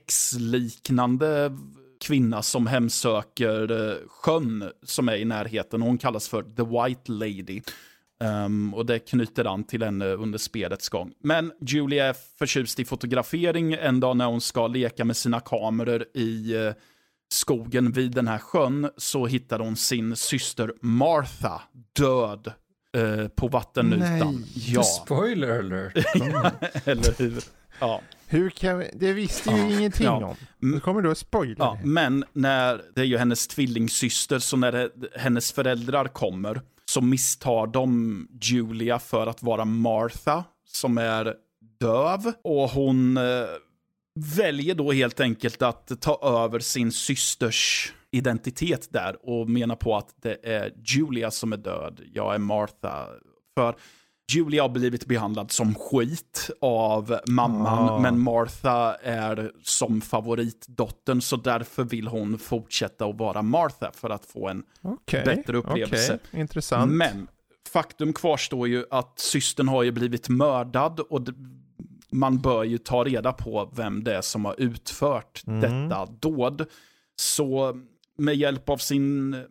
häxliknande kvinna som hemsöker sjön som är i närheten. Hon kallas för The White Lady. Um, och det knyter an till henne under spelets gång. Men Julia är förtjust i fotografering en dag när hon ska leka med sina kameror i uh, skogen vid den här sjön, så hittar hon sin syster Martha död uh, på vattenytan. Nej, ja. Spoiler alert. Eller hur? Ja. Hur kan vi, det visste ju ja, ingenting ja. om. Nu kommer du att spoila ja, det. Men när det är ju hennes tvillingsyster, så när det, hennes föräldrar kommer så misstar de Julia för att vara Martha som är döv. Och hon eh, väljer då helt enkelt att ta över sin systers identitet där och menar på att det är Julia som är död. Jag är Martha. För Julia har blivit behandlad som skit av mamman, ah. men Martha är som favoritdottern, så därför vill hon fortsätta att vara Martha för att få en okay. bättre upplevelse. Okay. Intressant. Men faktum kvarstår ju att systern har ju blivit mördad och d- man bör ju ta reda på vem det är som har utfört mm. detta dåd. Så med hjälp av sin, eh,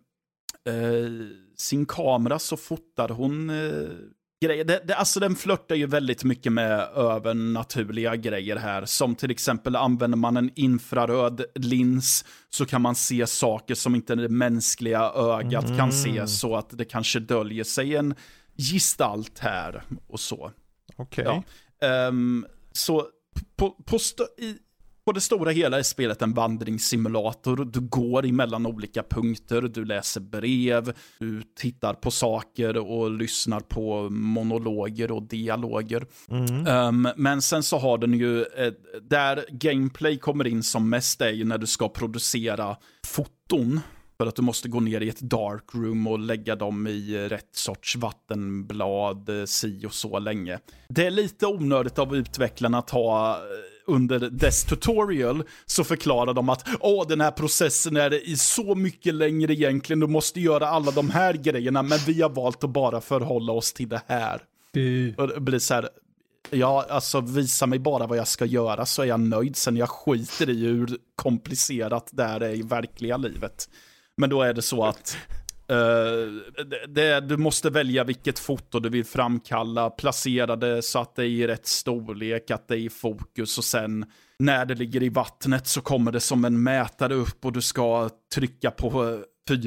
sin kamera så fotar hon... Eh, grejer. Det, det, alltså den flörtar ju väldigt mycket med övernaturliga grejer här. Som till exempel använder man en infraröd lins så kan man se saker som inte det mänskliga ögat mm. kan se. Så att det kanske döljer sig en gestalt här och så. Okej. Okay. Ja. Um, så på, på, st- i, på det stora hela är spelet en vandringssimulator. Du går emellan olika punkter, du läser brev, du tittar på saker och lyssnar på monologer och dialoger. Mm. Um, men sen så har den ju, eh, där gameplay kommer in som mest är ju när du ska producera foton. För att du måste gå ner i ett darkroom och lägga dem i rätt sorts vattenblad, si och så länge. Det är lite onödigt av utvecklarna att ha under dess tutorial så förklarar de att åh, den här processen är i så mycket längre egentligen, du måste göra alla de här grejerna, men vi har valt att bara förhålla oss till det här. Mm. Och det blir så här, ja, alltså visa mig bara vad jag ska göra så är jag nöjd, sen jag skiter i hur komplicerat det här är i verkliga livet. Men då är det så att uh, det, det, du måste välja vilket foto du vill framkalla, placera det så att det är i rätt storlek, att det är i fokus, och sen när det ligger i vattnet så kommer det som en mätare upp och du ska trycka på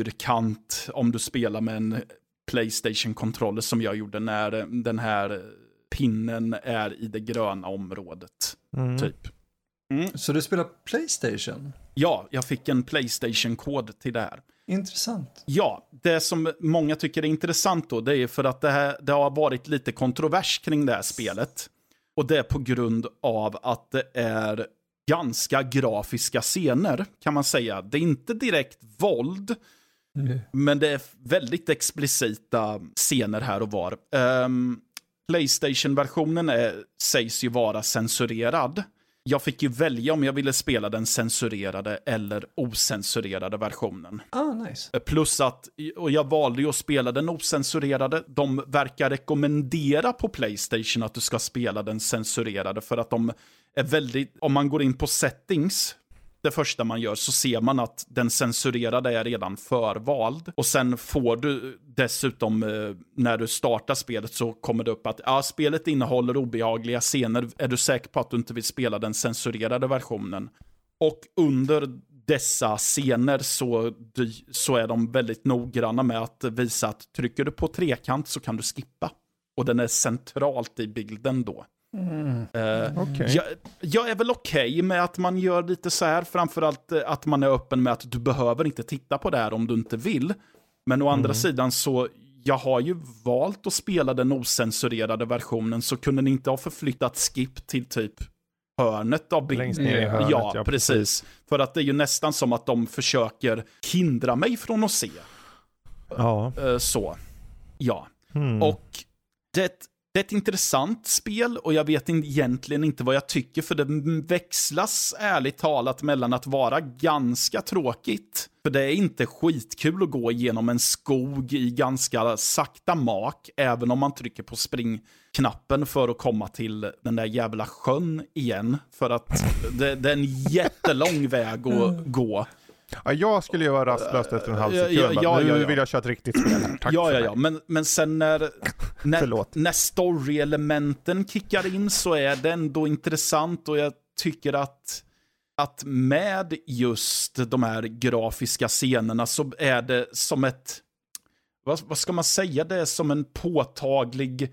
fyrkant om du spelar med en PlayStation-kontroller som jag gjorde när den här pinnen är i det gröna området. Mm. Typ. Mm. Så du spelar PlayStation? Ja, jag fick en PlayStation-kod till det här. Intressant. Ja, det som många tycker är intressant då, det är för att det, här, det har varit lite kontrovers kring det här spelet. Och det är på grund av att det är ganska grafiska scener, kan man säga. Det är inte direkt våld, mm. men det är väldigt explicita scener här och var. Um, PlayStation-versionen är, sägs ju vara censurerad. Jag fick ju välja om jag ville spela den censurerade eller ocensurerade versionen. Ah, nice. Plus att, och jag valde ju att spela den ocensurerade. De verkar rekommendera på PlayStation att du ska spela den censurerade för att de är väldigt, om man går in på settings, det första man gör, så ser man att den censurerade är redan förvald. Och sen får du dessutom, när du startar spelet så kommer det upp att ja, spelet innehåller obehagliga scener. Är du säker på att du inte vill spela den censurerade versionen? Och under dessa scener så, så är de väldigt noggranna med att visa att trycker du på trekant så kan du skippa. och den är centralt i bilden då. Mm. Uh, okay. jag, jag är väl okej okay med att man gör lite så här, framförallt att man är öppen med att du behöver inte titta på det här om du inte vill. Men å mm. andra sidan så, jag har ju valt att spela den osensurerade versionen, så kunde ni inte ha förflyttat skip till typ hörnet av bilden. Längst ner i hörnet, ja, ja, precis. precis. För att det är ju nästan som att de försöker hindra mig från att se. Ja. Uh, så, ja. Mm. Och det Det är ett intressant spel och jag vet egentligen inte vad jag tycker, för det växlas ärligt talat mellan att vara ganska tråkigt, för det är inte skitkul att gå igenom en skog i ganska sakta mak, även om man trycker på springknappen för att komma till den där jävla sjön igen, för att det, det är en jättelång väg att gå. Ja, jag skulle ju vara rastlöst efter en halv sekund. Ja, ja, ja, nu ja. vill jag köra ett riktigt spel här. Tack ja, för ja, mig. ja. Men, men sen när, när, när story-elementen kickar in så är det ändå intressant, och jag tycker att, att med just de här grafiska scenerna så är det som ett, vad, vad ska man säga, det är som en påtaglig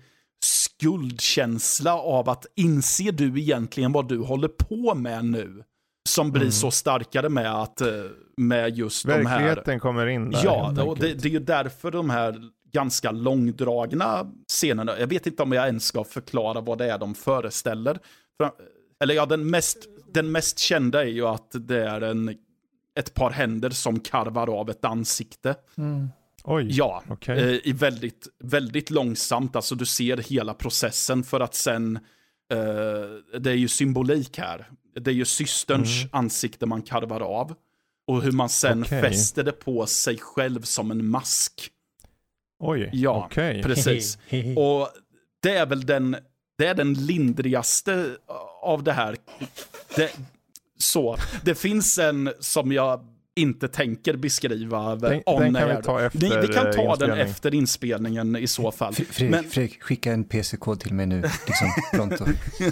skuldkänsla av att inser du egentligen vad du håller på med nu? Som blir mm. så starkare med att med just de här... Verkligheten kommer in där. Ja, och det, det är ju därför de här ganska långdragna scenerna, jag vet inte om jag ens ska förklara vad det är de föreställer. Eller ja, den mest, den mest kända är ju att det är en, ett par händer som karvar av ett ansikte. Mm. Oj, ja, okay. eh, i väldigt, väldigt långsamt. Alltså du ser hela processen för att sen, eh, det är ju symbolik här. Det är ju systerns mm. ansikte man karvar av. Och hur man sen okay. fäster det på sig själv som en mask. Oj, ja, okay. precis. Och det är väl den, det är den lindrigaste av det här. Det, så, det finns en som jag inte tänker beskriva den, om den när kan jag, vi ta efter vi, vi kan ta den inspelning. efter inspelningen i så fall. Fredrik, Men, Fredrik skicka en P C-kod till mig nu, liksom pronto.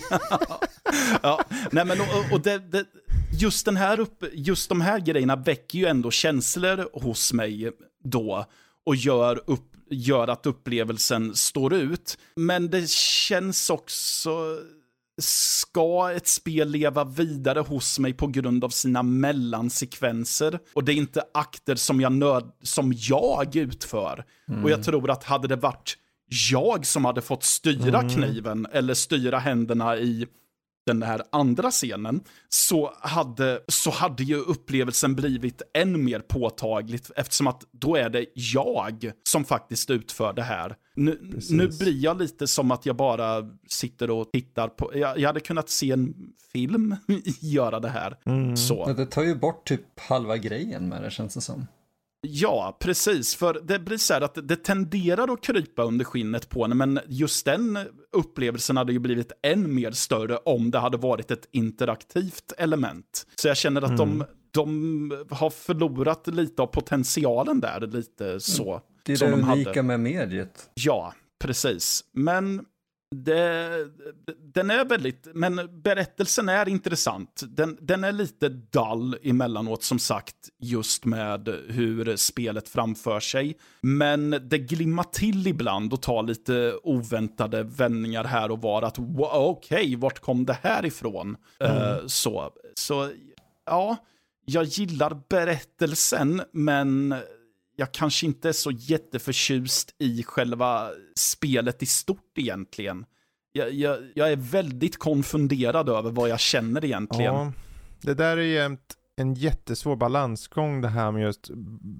ja, nej men och, och det, det, just den här upp, just de här grejerna väcker ju ändå känslor hos mig då och gör upp gör att upplevelsen står ut. Men det känns också, ska ett spel leva vidare hos mig på grund av sina mellansekvenser? Och det är inte akter som jag, nöd, som jag utför. Mm. Och jag tror att hade det varit jag som hade fått styra mm. kniven eller styra händerna i den här andra scenen, så hade, så hade ju upplevelsen blivit än mer påtagligt, eftersom att då är det jag som faktiskt utför det här. Nu, nu blir jag lite som att jag bara sitter och tittar på, jag, jag hade kunnat se en film göra det här. Mm. Så. Ja, det tar ju bort typ halva grejen med det, känns det som. Ja, precis. För det blir så här att det tenderar att krypa under skinnet på en, men just den upplevelsen hade ju blivit än mer större om det hade varit ett interaktivt element. Så jag känner att mm. de, de har förlorat lite av potentialen där, lite så. Det är som det de unika hade. Med mediet. Ja, precis. Men det, den är väldigt, men berättelsen är intressant. Den, den är lite dull emellanåt, som sagt, just med hur spelet framför sig. Men det glimmar till ibland och tar lite oväntade vändningar här och var. Att wow, okej, okay, vart kom det här ifrån? Mm. Uh, så, så ja, jag gillar berättelsen, men jag kanske inte är så jätteförtjust i själva spelet i stort egentligen. Jag, jag, jag är väldigt konfunderad över vad jag känner egentligen. Ja, det där är ju en jättesvår balansgång, det här med just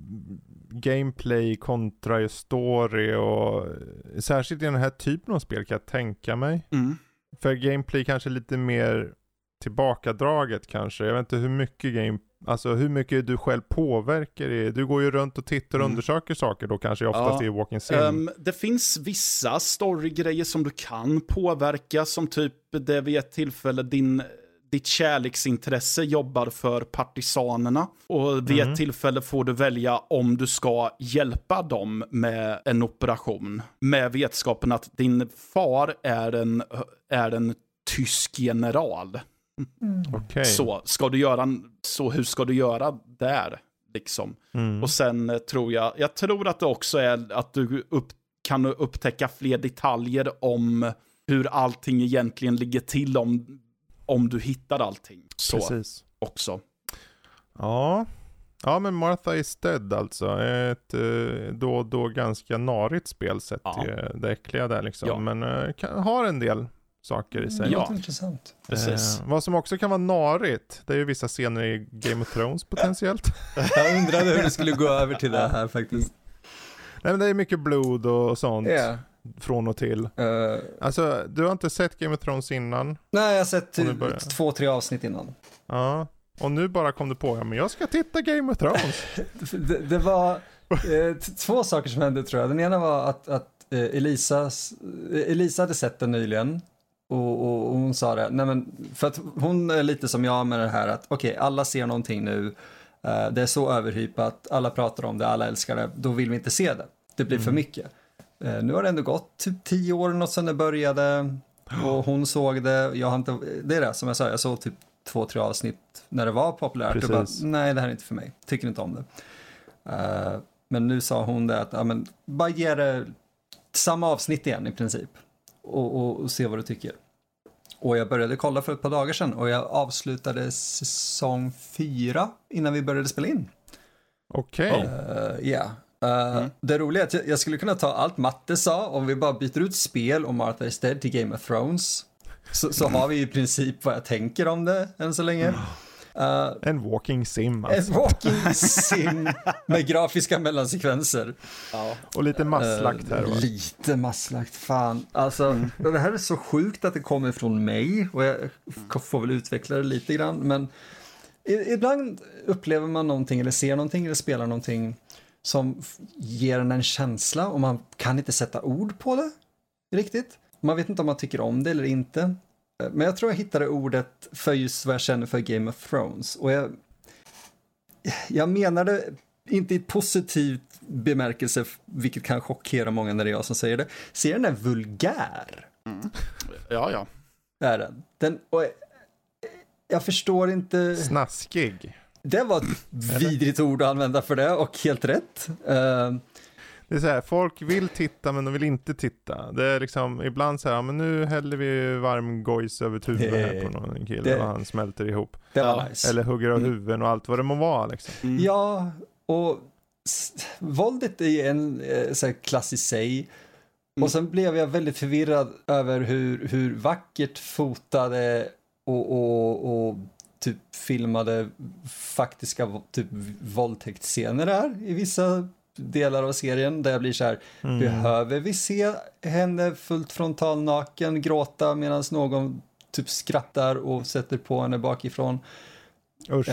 gameplay kontra just story, och särskilt i den här typen av spel kan jag tänka mig. Mm. För gameplay kanske lite mer tillbakadraget kanske. Jag vet inte hur mycket game Alltså hur mycket du själv påverkar det. Du går ju runt och tittar och mm. undersöker saker då kanske oftast ja. i Walking Sim. Um, det finns vissa storygrejer som du kan påverka, som typ det vid ett tillfälle din, ditt kärleksintresse jobbar för partisanerna. Och vid mm. ett tillfälle får du välja om du ska hjälpa dem med en operation. Med vetskapen att din far är en, är en tysk general. Mm. Okay. Så ska du göra så hur ska du göra där liksom. Mm. Och sen tror jag jag tror att det också är att du upp, kan upptäcka fler detaljer om hur allting egentligen ligger till om, om du hittar allting. Så Precis. också. Ja. Ja, men Martha is Dead alltså. Ett eh, då och då ganska narigt spel sett Ja. till det äckliga där liksom. Ja. Men eh, kan, har en del saker i sig. Det Ja. låter intressant. Precis. Eh, vad som också kan vara narigt, det är ju vissa scener i Game of Thrones potentiellt. Jag undrade hur du skulle gå över till det här faktiskt. Nej, men det är mycket blod och sånt Ja. från och till. Uh, Alltså, du har inte sett Game of Thrones innan? nej, jag har sett Och nu typ börjar- två, tre avsnitt innan. Ja. Och nu bara kom du på, ja men jag ska titta Game of Thrones. Det, det var eh, t- två saker som hände tror jag. Den ena var att, att eh, Elisa, Elisa hade sett den nyligen. Och, och, och hon sa det, nej men, för att hon är lite som jag med det här att okej, okay, alla ser någonting nu. Eh, det är så överhypat, alla pratar om det, alla älskar det. Då vill vi inte se det. Det blir mm. för mycket. Eh, nu har det ändå gått typ tio år något sedan det började. Och hon såg det, jag har inte, det är det som jag sa, jag såg typ två, tre avsnitt när det var populärt och bara, nej det här är inte för mig, tycker inte om det. Uh, men nu sa hon det att, ja men bara ge det samma avsnitt igen i princip och, och, och se vad du tycker. Och jag började kolla för ett par dagar sedan och jag avslutade säsong fyra innan vi började spela in. Okej. Ja. Okay. Uh, yeah. Uh, mm. Det roliga är att jag, jag skulle kunna ta allt Matte sa om vi bara byter ut spel och Martha is Dead till Game of Thrones. Så, så har vi i princip vad jag tänker om det än så länge. Uh, en walking sim alltså. En walking sim med grafiska mellansekvenser. Ja. Och lite masslakt här. Uh, lite masslakt, fan. Alltså, mm. det här är så sjukt att det kommer från mig. Och jag får väl utveckla det lite grann. Men ibland upplever man någonting eller ser någonting eller spelar någonting som ger en en känsla och man kan inte sätta ord på det riktigt. Man vet inte om man tycker om det eller inte. Men jag tror jag hittade ordet för just vad jag känner för Game of Thrones. Och jag, jag menar det inte i positiv bemärkelse, vilket kan chockera många när det är jag som säger det. Serien är vulgär. Mm. Ja, ja. Är den. den och jag förstår inte... Snaskig. Det var ett vidrigt ord att använda för det och helt rätt. Uh, Det är så här, folk vill titta men de vill inte titta. Det är liksom ibland så här, ja, men nu häller vi varm gojs över huvudet här på någon kille det, och han smälter ihop. Det var nice. Eller hugger av huvuden och allt vad det må vara liksom. Mm. Ja, och s- våldet är en eh, så här klass i sig. Mm. Och sen blev jag väldigt förvirrad över hur, hur vackert fotade och, och, och typ filmade faktiska typ våldtäktsscener är i vissa delar av serien där jag blir så här, mm. behöver vi se henne fullt frontal naken gråta medan någon typ skrattar och sätter på henne bakifrån. Uh,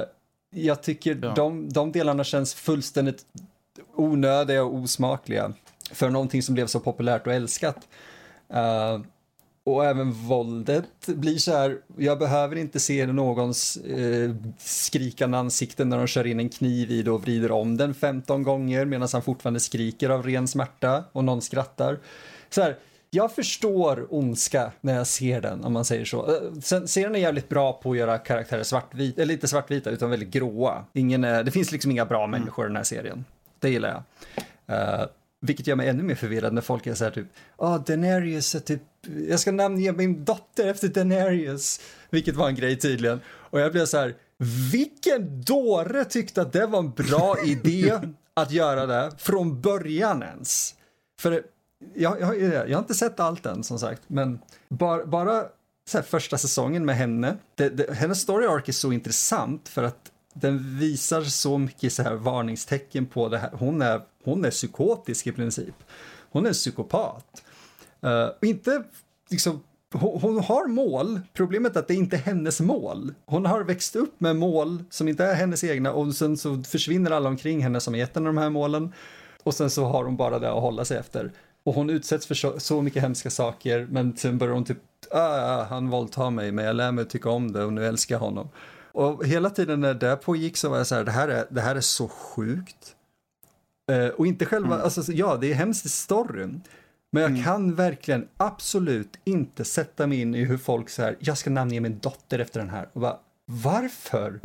jag tycker ja. de, de delarna känns fullständigt onödiga och osmakliga för någonting som blev så populärt och älskat. Uh, och även våldet blir så här, jag behöver inte se någons eh, skrikande ansikten när de kör in en kniv i det och vrider om den femton gånger medan han fortfarande skriker av ren smärta och någon skrattar. Så här, jag förstår ondska när jag ser den, om man säger så. Sen, serien är jävligt bra på att göra karaktärer svartvita, eller inte svartvita utan väldigt gråa. Ingen är, det finns liksom inga bra människor i den här serien. Det gillar jag. Uh, Vilket gör mig ännu mer förvirrad när folk är så här typ, ah, oh, Daenerys är typ, jag ska namnge min dotter efter Daenerys. Vilket var en grej tydligen. Och jag blev så här, vilken dåre tyckte att det var en bra idé att göra det från början ens. För jag, jag, jag har inte sett allt än som sagt, men bara, bara så här, första säsongen med henne, det, det, hennes story arc är så intressant för att den visar så mycket så här varningstecken på det här. Hon är, hon är psykotisk i princip. Hon är en psykopat. Uh, inte liksom, hon, hon har mål. Problemet är att det inte är hennes mål. Hon har växt upp med mål som inte är hennes egna och sen så försvinner alla omkring henne som har gett henne de här målen. Och sen så har hon bara det att hålla sig efter. Och hon utsätts för så, så mycket hemska saker men sen börjar hon typ, ah, han våldtar mig men jag lär mig tycka om det och nu älskar jag honom. Och hela tiden när det pågick så var jag så här, det här är, det här är så sjukt. Uh, och inte själva, mm. alltså ja det är hemskt i storyn. Men jag mm. kan verkligen absolut inte sätta mig in i hur folk så här, jag ska namnge min dotter efter den här. Och bara, varför?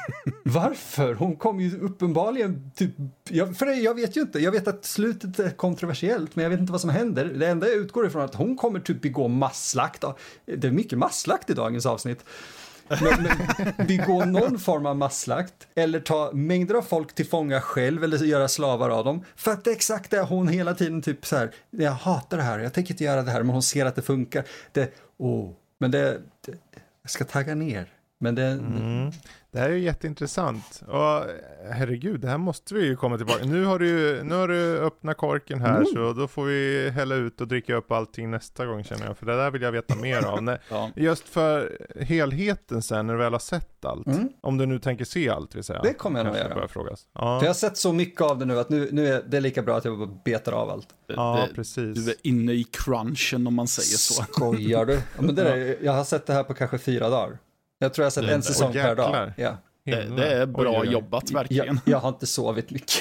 Varför? Hon kom ju uppenbarligen typ, jag, för jag vet ju inte, jag vet att slutet är kontroversiellt, men jag vet inte vad som händer. Det enda jag utgår ifrån är att hon kommer typ begå masslakt. Det är mycket masslakt i dagens avsnitt. Men, men begå någon form av masslakt eller ta mängder av folk till fånga själv eller göra slavar av dem, för att det är exakt det hon hela tiden typ så här, jag hatar det här, jag tänker inte göra det här, men hon ser att det funkar. Det, oh, men det, det jag ska tagga ner. Men det, mm. det här är ju jätteintressant. Och herregud, det här måste vi ju komma tillbaka. Nu har du, nu har du öppnat korken här, mm. så då får vi hälla ut och dricka upp allting nästa gång, känner jag. För det där vill jag veta mer av. När, ja. Just för helheten sen, när du väl har sett allt. Mm. Om du nu tänker se allt, vill säga. Det kommer jag nog göra. Frågas. Ja. För jag har sett så mycket av det nu att nu, nu är det lika bra att jag bara betar av allt. Ja, det, precis. Du är inne i crunchen, om man säger så. Skojar du? Ja, men det där, jag har sett det här på kanske fyra dagar. Jag tror jag har sett det, en säsong per dag. Ja. Det, det är bra oj, oj. jobbat, verkligen. Jag, jag har inte sovit mycket.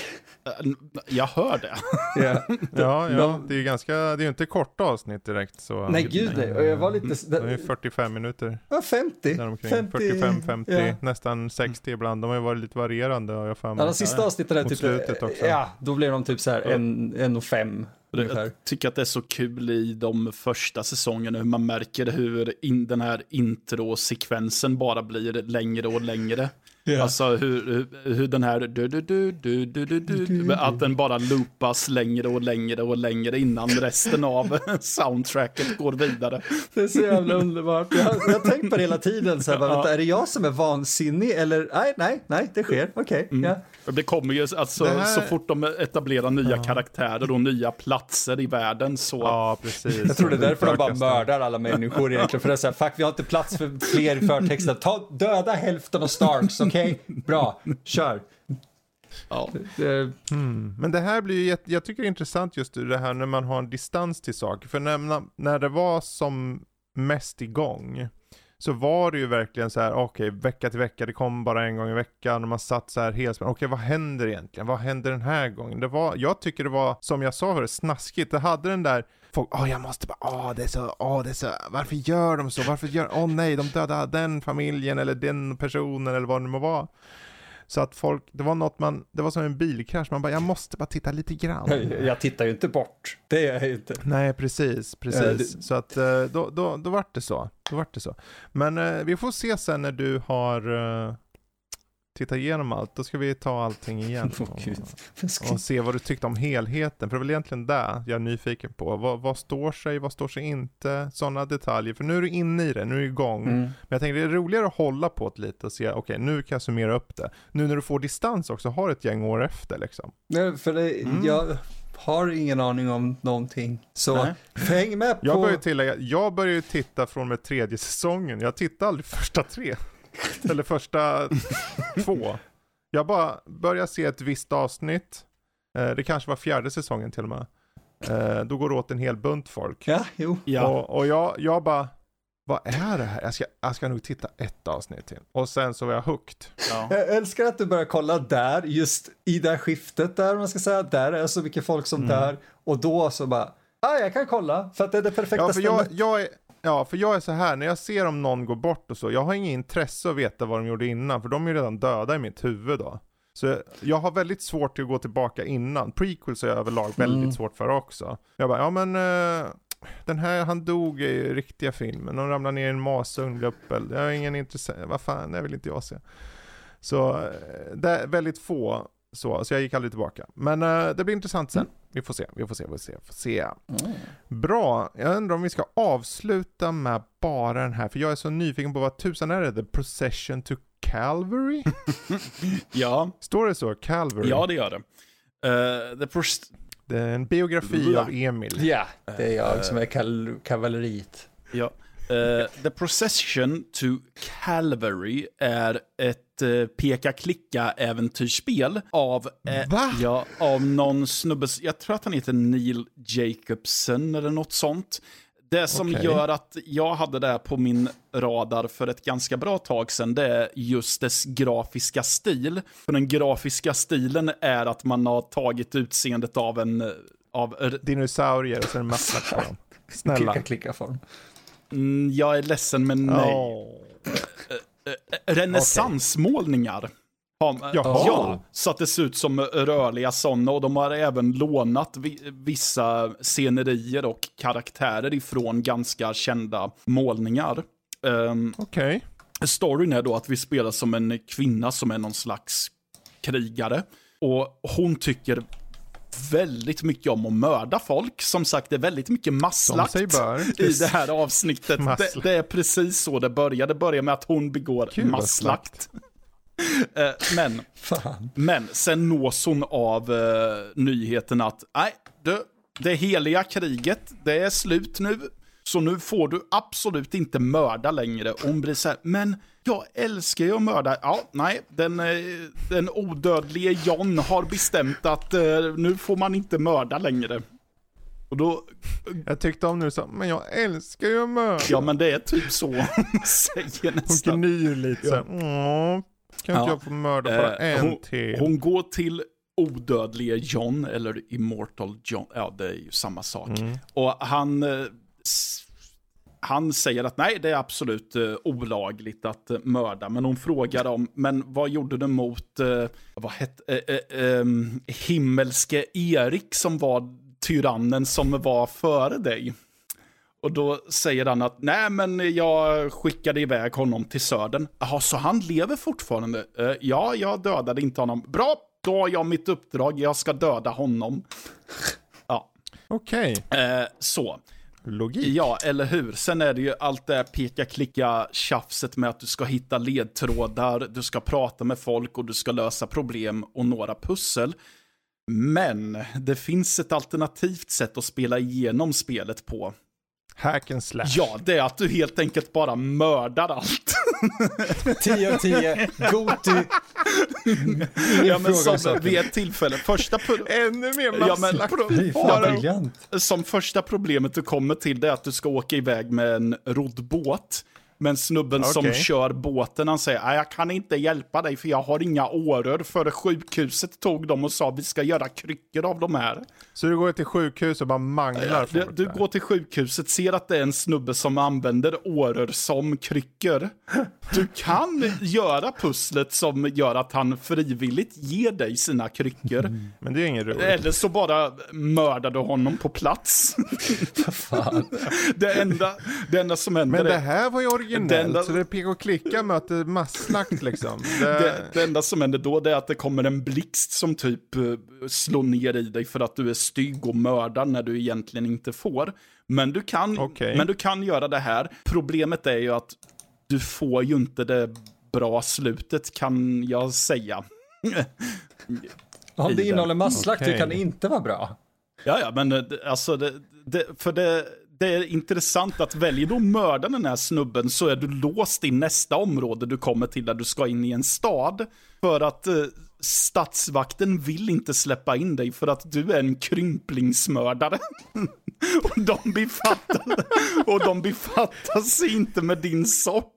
Jag hör det. Ja, ja, ja, det är ju ganska, det är ju inte korta avsnitt direkt. Så. Nej, gud nej. Och jag var lite... Det är fyrtiofem minuter. Ja, femtio. femtio fyrtiofem femtio, ja. Nästan sextio ibland. De har ju varit lite varierande. Och jag ja, de sista avsnitten är typ... slutet också. Ja, då blir de typ så här en, en och fem. Jag tycker att det är så kul i de första säsongerna hur man märker hur in, den här introsekvensen bara blir längre och längre. Yeah. Alltså hur, hur den här du, du, du, du, du, du, du, att den bara loopas längre och längre och längre innan resten av soundtracket går vidare. Det är så jävla underbart. Jag har, jag har tänkt på det hela tiden så här, bara, vänta, är det jag som är vansinnig eller nej, nej, nej, det sker. Okej. Okay. Mm. Yeah. Det kommer ju alltså här... så fort de etablerar nya ja. karaktärer och nya platser i världen så... Ja, precis. Jag tror det är därför de bara mördar alla människor egentligen. För det är så här, fuck, vi har inte plats för fler i förtexten. Ta döda hälften av Starks, okej? Okay? Bra, kör. Ja. Det... Mm. Men det här blir ju, jätt... jag tycker det är intressant just det här när man har en distans till saker. För när, när det var som mest igång så var det ju verkligen så här, okej, okay, vecka till vecka, det kom bara en gång i veckan och man satt så här helt spännande, okej, okay, vad händer egentligen? Vad händer den här gången? Det var, jag tycker det var, som jag sa, var det snaskigt. Det hade den där, folk, åh, oh, jag måste bara, åh, oh, det är så, åh, oh, det är så, varför gör de så? Varför gör, åh oh, nej, de dödar den familjen eller den personen eller vad det må vara. Så att folk, det var något man, det var som en bilkrasch, man bara, jag måste bara titta lite grann. Jag, jag tittar ju inte bort, det är jag inte. Nej, precis, precis. Ja, det... Så att då, då, då var det så, då var det så. Men eh, vi får se sen när du har eh, tittat igenom allt, då ska vi ta allting igen och, och, och se vad du tyckte om helheten. För det är väl egentligen det jag är nyfiken på. Vad, vad står sig, vad står sig inte, sådana detaljer. För nu är du inne i det, nu är du igång. Mm. Men jag tänker det är roligare att hålla på det lite och se, okej, okay, nu kan jag summera upp det. Nu när du får distans också, har ett gäng år efter liksom. Nej, för det, mm. jag har ingen aning om någonting. Så häng med på... Jag börjar tillägga, jag börjar ju titta från med tredje säsongen. Jag tittar aldrig första tre. Eller första två. Jag bara börjar se ett visst avsnitt. Eh, det kanske var fjärde säsongen till och med. Eh, då går det åt en hel bunt folk. Ja, jo. Ja. Och, och jag, jag bara, vad är det här? Jag ska, jag ska nog titta ett avsnitt till. Och sen så var jag hooked. Ja. Jag älskar att du börjar kolla där, just i det här skiftet där, man ska säga. Där är så mycket folk som mm. där. Och då så bara, ah, jag kan kolla. För att det är det perfekta ja, för jag, jag är... Ja, för jag är så här, när jag ser om någon går bort och så, jag har ingen intresse att veta vad de gjorde innan, för de är ju redan döda i mitt huvud då. Så jag, jag har väldigt svårt att gå tillbaka innan. Prequels är jag överlag väldigt mm. svårt för också. Jag bara, ja men uh, den här, han dog i riktiga filmen. De ramlade ner i en masugn, blev uppeld. Jag har ingen intresse, vad fan, det vill inte jag se. Så det är väldigt få så, så jag gick aldrig tillbaka. Men uh, det blir intressant sen. Mm. Vi får se, vi får se, vi får se. Vi får se. Mm. Bra, jag undrar om vi ska avsluta med bara den här. För jag är så nyfiken på vad tusan är det? The Procession to Calvary? Ja. Står det så? Calvary? Ja, det gör det. Uh, the Prost- det är en biografi ja. av Emil. Ja, det är jag uh, som är kal- kavalleriet. Ja. Uh, The Procession to Calvary är ett uh, peka-klicka-äventyrsspel av, uh, ja, av någon snubbe, jag tror att han heter Neil Jacobson eller något sånt. Det som okay. gör att jag hade det på min radar för ett ganska bra tag sedan, det är just dess grafiska stil. För den grafiska stilen är att man har tagit utseendet av en... Av, dinosaurier och så är det massa på dem. Snälla. Peka-klicka-form. Mm, jag är ledsen, men nej. Oh. renässansmålningar. Ja, ja, så att det ser ut som rörliga sådana, och de har även lånat vi, vissa scenerier och karaktärer ifrån ganska kända målningar. Um, Okej. Okay. Storyn är då att vi spelar som en kvinna som är någon slags krigare, och hon tycker väldigt mycket om att mörda folk. Som sagt, det är väldigt mycket masslakt i det här avsnittet. Det, det är precis så det börjar. Det börjar med att hon begår Kul, masslakt. men, men sen nås hon av uh, nyheten att nej, det, det heliga kriget, det är slut nu. Så nu får du absolut inte mörda längre. Och hon blir så här, men jag älskar ju att mörda. Ja, nej, den, den odödlige John har bestämt att uh, nu får man inte mörda längre. Och då... Jag tyckte om nu så, men jag älskar ju att mörda. Ja, men det är typ så hon säger nästan. Hon gnyr lite så här, åh, kan ja. inte jag få mörda bara uh, en hon, till? Hon går till odödlige John, eller Immortal John, ja det är ju samma sak. Mm. Och han... Han säger att nej, det är absolut uh, olagligt att uh, mörda. Men hon frågar om, men vad gjorde du mot uh, vad hette, uh, uh, um, himmelske Erik som var tyrannen som var före dig? Och då säger han att nej, men jag skickade iväg honom till södern. Jaha, så han lever fortfarande? Uh, ja, jag dödade inte honom. Bra, då har jag mitt uppdrag. Jag ska döda honom. Ja. Okej. Okay. Uh, så. Logik. Ja, eller hur? Sen är det ju allt det här peka-klicka tjafset med att du ska hitta ledtrådar, du ska prata med folk och du ska lösa problem och några pussel. Men det finns ett alternativt sätt att spela igenom spelet på. Hack and slash. Ja, det är att du helt enkelt bara mördar allt. tio av tio. Go to... Ja, men som vid ett tillfälle. Första pro- Ännu mer masslakt. Ja, men, som första problemet du kommer till, det är att du ska åka iväg med en roddbåt. Men snubben okay. som kör båten, han säger, jag kan inte hjälpa dig för jag har inga åror. För sjukhuset tog dem och sa, vi ska göra kryckor av de här. Så du går till sjukhus och bara manglar ja, du, du går till sjukhuset, ser att det är en snubbe som använder åror som kryckor. Du kan göra pusslet som gör att han frivilligt ger dig sina kryckor. Mm. Men det är ingen roligt. Eller så bara mördar du honom på plats. Fan. Det enda, det enda som händer. Men det här var ju originellt, enda... så det är peka och klicka möter masslakt liksom. Det... Det, det enda som händer då, det är att det kommer en blixt som typ uh, slår ner i dig för att du är stygg och mördar när du egentligen inte får. Men du kan, okay. men du kan göra det här. Problemet är ju att du får ju inte det bra slutet, kan jag säga. Om det innehåller masslakt, okay. kan det inte vara bra. Ja, ja, men alltså, det, det, för det, det är intressant att välja då mörda den här snubben, så är du låst i nästa område du kommer till där du ska in i en stad. För att eh, stadsvakten vill inte släppa in dig för att du är en krymplingsmördare. och, de befattar, och de befattar sig inte med din sort.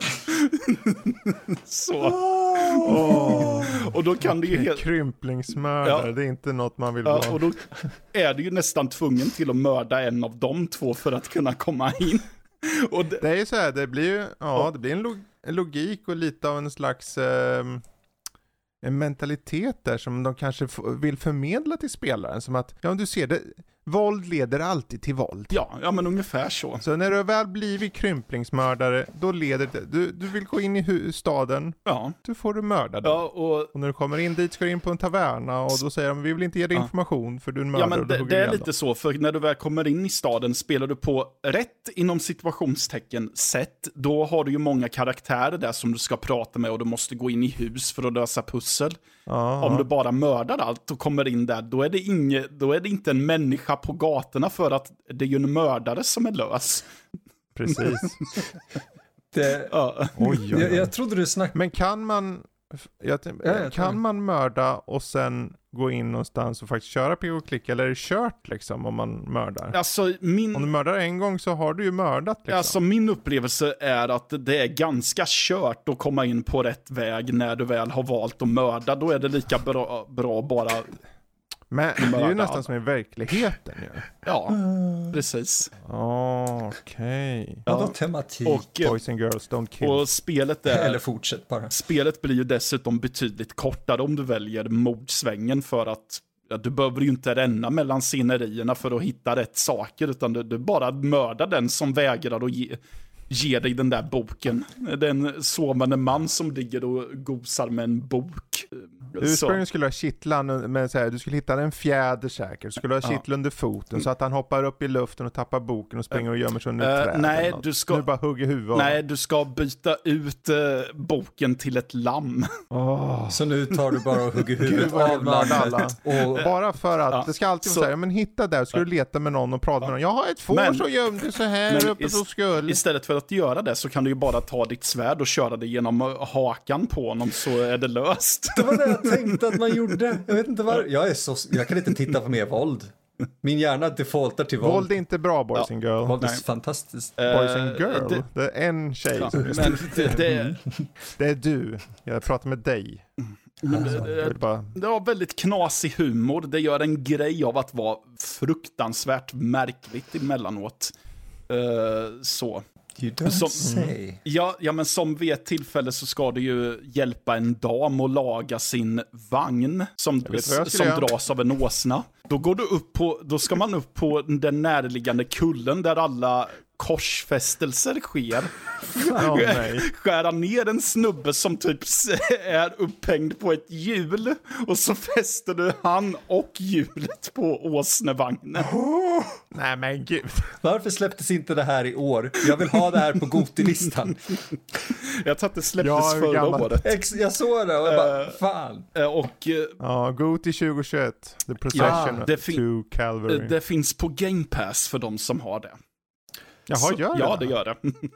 Så. Oh. Och då kan okay, det ju helt... krymplingsmördare, ja. Det är inte något man vill ja, vara. Och då är du ju nästan tvungen till att mörda en av de två för att kunna komma in. Och det... det är ju så här, det blir ju ja, det blir en, log- en logik och lite av en slags eh, en mentalitet där som de kanske f- vill förmedla till spelaren, som att ja, du ser det, våld leder alltid till våld. Ja, ja men ungefär så. Så när du väl blivit krymplingsmördare, då leder det, du, du vill gå in i hu- staden, ja. Du får du mörda dem. Ja, och... och när du kommer in dit ska du in på en taverna och då säger de, vi vill inte ge dig ja. information för du är en mördare. Ja, men det, det är lite dem. Så, för när du väl kommer in i staden spelar du på rätt inom situationstecken sätt, då har du ju många karaktärer där som du ska prata med och du måste gå in i hus för att lösa pussel. Aha. Om du bara mördar allt och kommer in där, då är det, inge, då är det inte en människa på gatorna, för att det är ju en mördare som är lös. Precis. det, ja. oj, oj, oj. Jag, jag trodde du snackade... Men kan man jag, ja, kan man mörda och sen gå in någonstans och faktiskt köra P och klicka, eller är det kört liksom om man mördar? Alltså, min... Om du mördar en gång så har du ju mördat liksom. Alltså min upplevelse är att det är ganska kört att komma in på rätt väg när du väl har valt att mörda. Då är det lika bra, bra bara Men det är ju nästan som i verkligheten ju. Ja, precis. Oh, okej. Okay. Ja, då tematik. Och, Boys and girls don't kill. Och spelet är... Eller fortsätt bara. Spelet blir ju dessutom betydligt kortare om du väljer mordsvängen, för att ja, du behöver ju inte ränna mellan scenerierna för att hitta rätt saker, utan du, du bara mördar den som vägrar att ge, ge dig den där boken. Det är en sovande man som ligger och gosar med en bok. Ursprungligen skulle ha kittlan, men så här, du skulle hitta en fjäder säkert. Du skulle ha kittlan ja. under foten så att han hoppar upp i luften och tappar boken och springer och gömmer sig under uh, träd. Nej, du ska nu bara hugga huvudet. Nej, du ska byta ut uh, boken till ett lamm. Oh. Så nu tar du bara och hugger huvudet av lammet. Och bara för att ja. det ska alltid vara så här, men hitta där, ska du leta med någon och prata ja. med någon. Jag har ett får men, som gömde så här uppe på skull. Istället för att göra det så kan du ju bara ta ditt svärd och köra det genom hakan på honom, så är det löst. Det var det jag tänkte att man gjorde. Jag vet inte var. Jag är så jag kan inte titta på mer våld. Min hjärna defaultar till våld. Våld är inte bra, boys ja. and girl. Våld är Nej. fantastiskt. Boys and girl. Det, det är en tjej ja, som men det, det, är... det är du. Jag pratar med dig. Alltså, det, bara... det har väldigt knasig humor. Det gör en grej av att vara fruktansvärt märkligt emellanåt. Uh, så. You don't som, say. Ja, ja, men som vid ett tillfälle så ska du ju hjälpa en dam att laga sin vagn som, som dras av en åsna. Då går du upp på, då ska man upp på den närliggande kullen där alla korsfästelser sker. Oh, nej. Skära ner en snubbe som typ är upphängd på ett hjul och så fäster du han och hjulet på åsnevagnen. Oh, nej men gud. Varför släpptes inte det här i år? Jag vill ha det här på Gotilistan. Jag tror att det släpptes ja, förra gammal. året. Ex- jag såg det och jag bara, uh, fan. Uh, och, uh, ja, Goti tjugohundratjugoett. The Procession ja, det fin- to Calvary. Det finns på Game Pass för de som har det. Jaha, gör det? Ja, det gör det.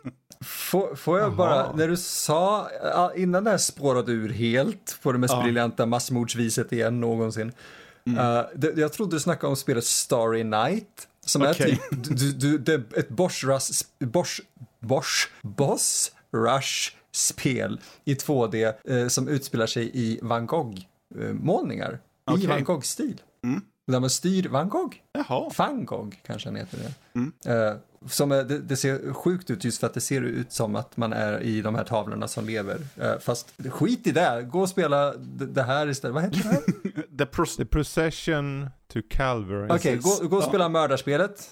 Får, får jag Aha. bara, när du sa, innan det här spårade ur helt på det mest ja. briljanta massmordsviset igen någonsin. Mm. Uh, det, jag trodde du snackade om spelet Starry Night. Som okay. är typ, du, du, det är ett Boss Rush, Boss, Boss, Boss Rush-spel i två D uh, som utspelar sig i Van Gogh-målningar. Uh, okay. I Van Gogh-stil. Mm. Där man styr Van Gogh. Jaha. Van Gogh kanske han heter det. Mm. Uh, som är, det, det ser sjukt ut just för att det ser ut som att man är i de här tavlorna som lever. Uh, fast skit i det. Gå och spela det, det här istället. Vad heter det här? The, pro- The Procession to Calvary. Okej, okay, gå, gå och spela ja. mördarspelet.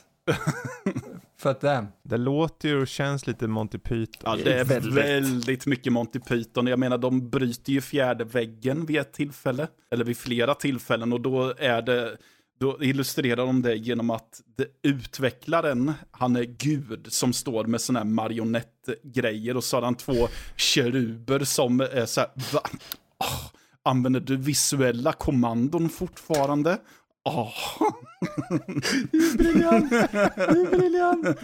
För att det. Det låter ju och känns lite Monty Python. Ja, det är väldigt. väldigt mycket Monty Python. Jag menar, de bryter ju fjärde väggen vid ett tillfälle. Eller vid flera tillfällen. Och då är det... Då illustrerar de det genom att det utvecklaren, han är Gud som står med såna här marionettgrejer, och så har han två keruber som är så här, va? Oh, använder du visuella kommandon fortfarande? Oh. Det är briljant, det är briljant.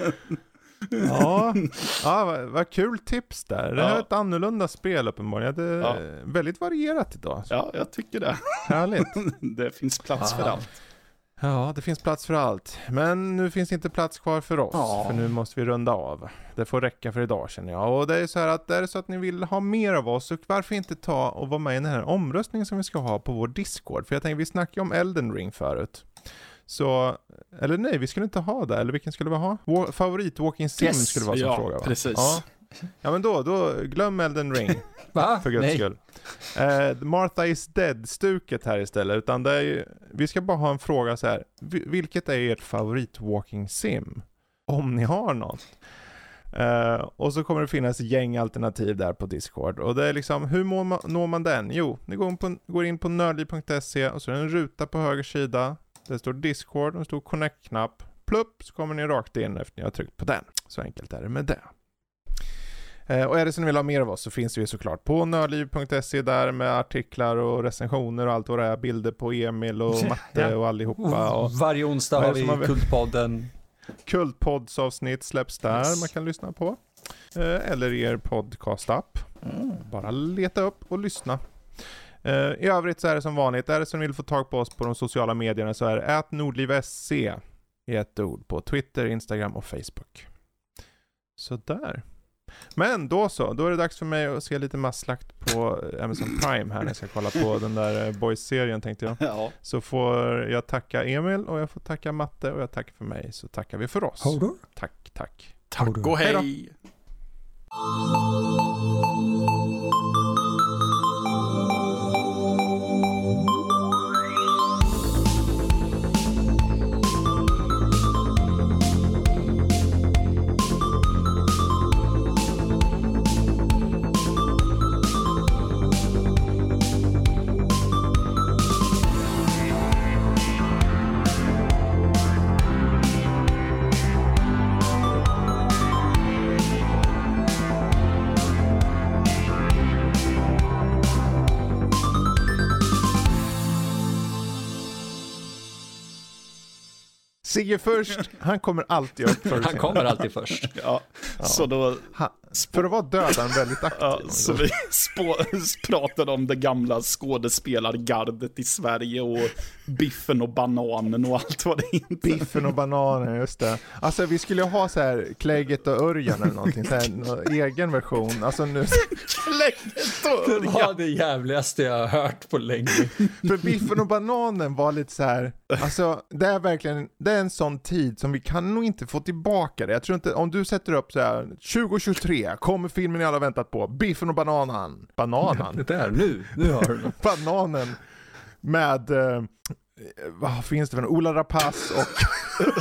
Ja, ja vad, vad kul tips där. Det här ja. är ett annorlunda spel uppenbarligen. Det är ja. väldigt varierat idag. Så. Ja, jag tycker det. Härligt. Det finns plats Aha. för allt. Ja, det finns plats för allt. Men nu finns det inte plats kvar för oss. Ja. För nu måste vi runda av. Det får räcka för idag, känner jag. Och det är så här att det är så att ni vill ha mer av oss, så varför inte ta och vara med i den här omröstningen som vi ska ha på vår Discord. För jag tänker, vi snackade om Elden Ring förut. Så, eller nej, vi skulle inte ha det. Eller vilken skulle vi ha? Wa- favorit Walking Sim yes. skulle vara som ja, fråga. Va? Precis. Ja, precis. Ja, men då, då glöm Elden Ring. Va? För guds nej. skull. Uh, Martha is dead-stuket här istället. Utan det är ju, vi ska bara ha en fråga så här. Vilket är ert favorit Walking Sim? Om ni har något. Uh, och så kommer det finnas gäng alternativ där på Discord. Och det är liksom, hur når man, når man den? Jo, ni går in på, går in på nördliv punkt se och så är det en ruta på höger sida. Det står Discord och det står Connect-knapp. Plupp, så kommer ni rakt in efter ni har tryckt på den. Så enkelt är det med det. Eh, och är det så ni vill ha mer av oss, så finns det ju såklart på nördliv punkt se där med artiklar och recensioner och allt vad det är. Bilder på Emil och Matte ja. och allihopa. Och varje onsdag har vi Kultpodden. Kultpoddsavsnitt släpps där yes. man kan lyssna på. Eh, eller i er podcast-app. Mm. Bara leta upp och lyssna. Uh, I övrigt så är det som vanligt. Är det som vill få tag på oss på de sociala medierna, så är det at nordliv.sc i ett ord på Twitter, Instagram och Facebook. Så där. Men då så, då är det dags för mig att se lite masslakt på Amazon Prime här när jag ska kolla på den där Boys-serien, tänkte jag. Ja. Så får jag tacka Emil och jag får tacka Matte och jag tackar för mig, så tackar vi för oss. Hodor. Tack, tack. Tack och hej. Hej Sigge först, han kommer alltid upp först. Han kommer alltid först. Ja, ja. Så då... Ha, för att vara död är han väldigt aktiv. Ja, så vi spå- pratade om det gamla skådespelargardet i Sverige och Biffen och Bananen och allt vad det inte. Biffen och Bananen, just det. Alltså vi skulle ju ha så här Klägget och Örjan eller någonting, så här, någon egen version. Alltså nu... Klägget och Örjan. Det var det jävligaste jag har hört på länge. För Biffen och Bananen var lite så här, alltså det är verkligen, det är en sån tid som vi kan nog inte få tillbaka det. Jag tror inte, om du sätter upp så här tjugo tjugotre kommer filmen ni alla väntat på, Biffen och Bananen. Bananen? Det där, nu, nu har du Bananen med eh, vad finns det för en? Ola Rapace och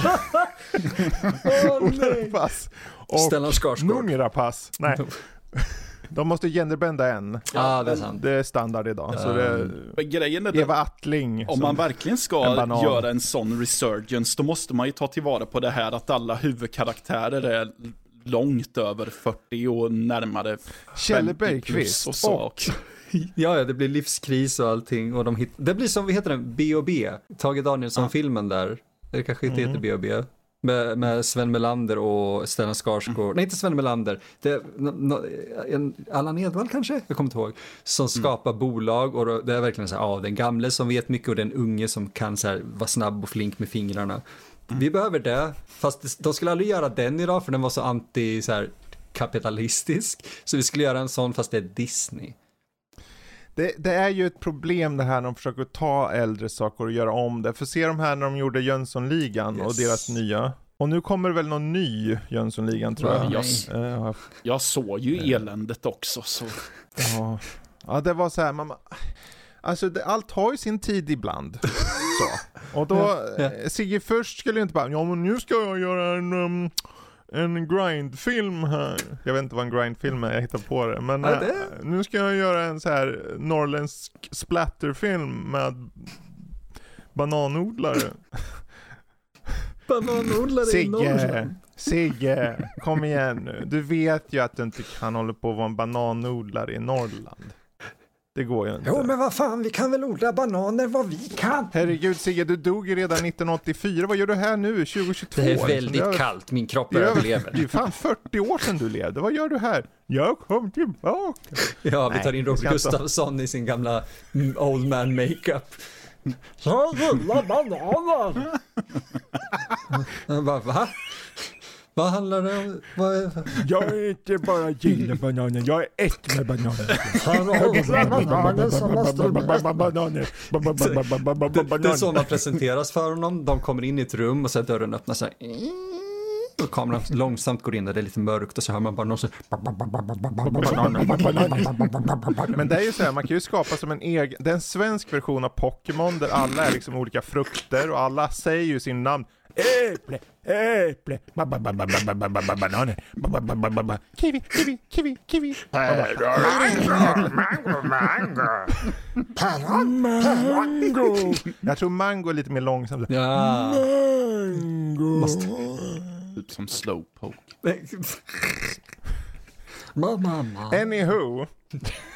Åh, Ola nej. Rapace och Stellan Skarsgård. Noomi Rapace. Nej. De måste genderbända en. Ja, det är sant. Det är standard idag. Så det, Men grejen är det, Eva Attling. om som- man verkligen en ska banan. göra en sån resurgence, då måste man ju ta tillvara på det här att alla huvudkaraktärer är långt över fyrtio och närmare Kjell femtio plus Bergqvist och sak. Ja, ja, det blir livskris och allting. Och de hit... Det blir som, vad heter den? B och B. Tage Danielsson-filmen där. Det kanske inte Mm. heter B och B. Med, med Sven Melander och Stellan Skarsgård. Mm. Nej, inte Sven Melander. Det är no, no, en, Allan Edwall kanske? Jag kommer inte ihåg. Som skapar mm. bolag. Och då, det är verkligen så här, ja, den gamle som vet mycket och den unge som kan så här, vara snabb och flink med fingrarna. Mm. Vi behöver det. Fast det, de skulle aldrig göra den idag för den var så anti så här, kapitalistisk. Så vi skulle göra en sån fast det är Disney. Det, det är ju ett problem det här när de försöker ta äldre saker och göra om det. För se de här när de gjorde Jönssonligan Yes. och deras nya. Och nu kommer det väl någon ny Jönssonligan tror jag. Jag, Uh, jag såg ju eländet också. Så. ja. ja, det var så här. Man, alltså det, allt har ju sin tid ibland. Så. Och då, Ja. Sigge först skulle ju inte bara, ja men nu ska jag göra en... Um, en grindfilm här. Jag vet inte vad en grindfilm är, jag hittar på det. Men Ja, det? äh, nu ska jag göra en så här norrländsk splatterfilm med bananodlare. Bananodlare Sigge, Sigge, kom igen nu. Du vet ju att du inte kan hålla på att vara en bananodlare i Norrland. Det går ju inte. Jo, men vad fan, vi kan väl odla bananer vad vi kan. Herregud Sigge, du dog ju redan nittonhundraåttiofyra. Vad gör du här nu, tjugo tjugotvå? Det är Liksom, väldigt det är- kallt, min kropp Det är, överlever. det är fan fyrtio år sedan du levde. Vad gör du här? Jag kom tillbaka. Ja, vi tar in Nej, Robert vi ska inte- Gustafsson i sin gamla mm, old man makeup. Jag gillar bananer. Jag bara, va? Vad handlar det om? Vad är... Jag är inte bara gillar bananer, jag är ett med bananer. Han odlar bananer som måste Bananer. Det, det är så man presenteras för honom. De kommer in i ett rum och så här dörren öppnar sig. Och kameran långsamt går in och det är lite mörkt och så hör man bara någon så... Men det är ju så här, man kan ju skapa som en egen, det är en svensk version av Pokémon där alla är liksom olika frukter och alla säger ju sin namn. Äpple, äpple, bananer, kiwi, kiwi, kiwi, kiwi. Mango. Jag tror mango är lite mer långsamt. Ja. Typ som slowpoke. Mamma. Anywho,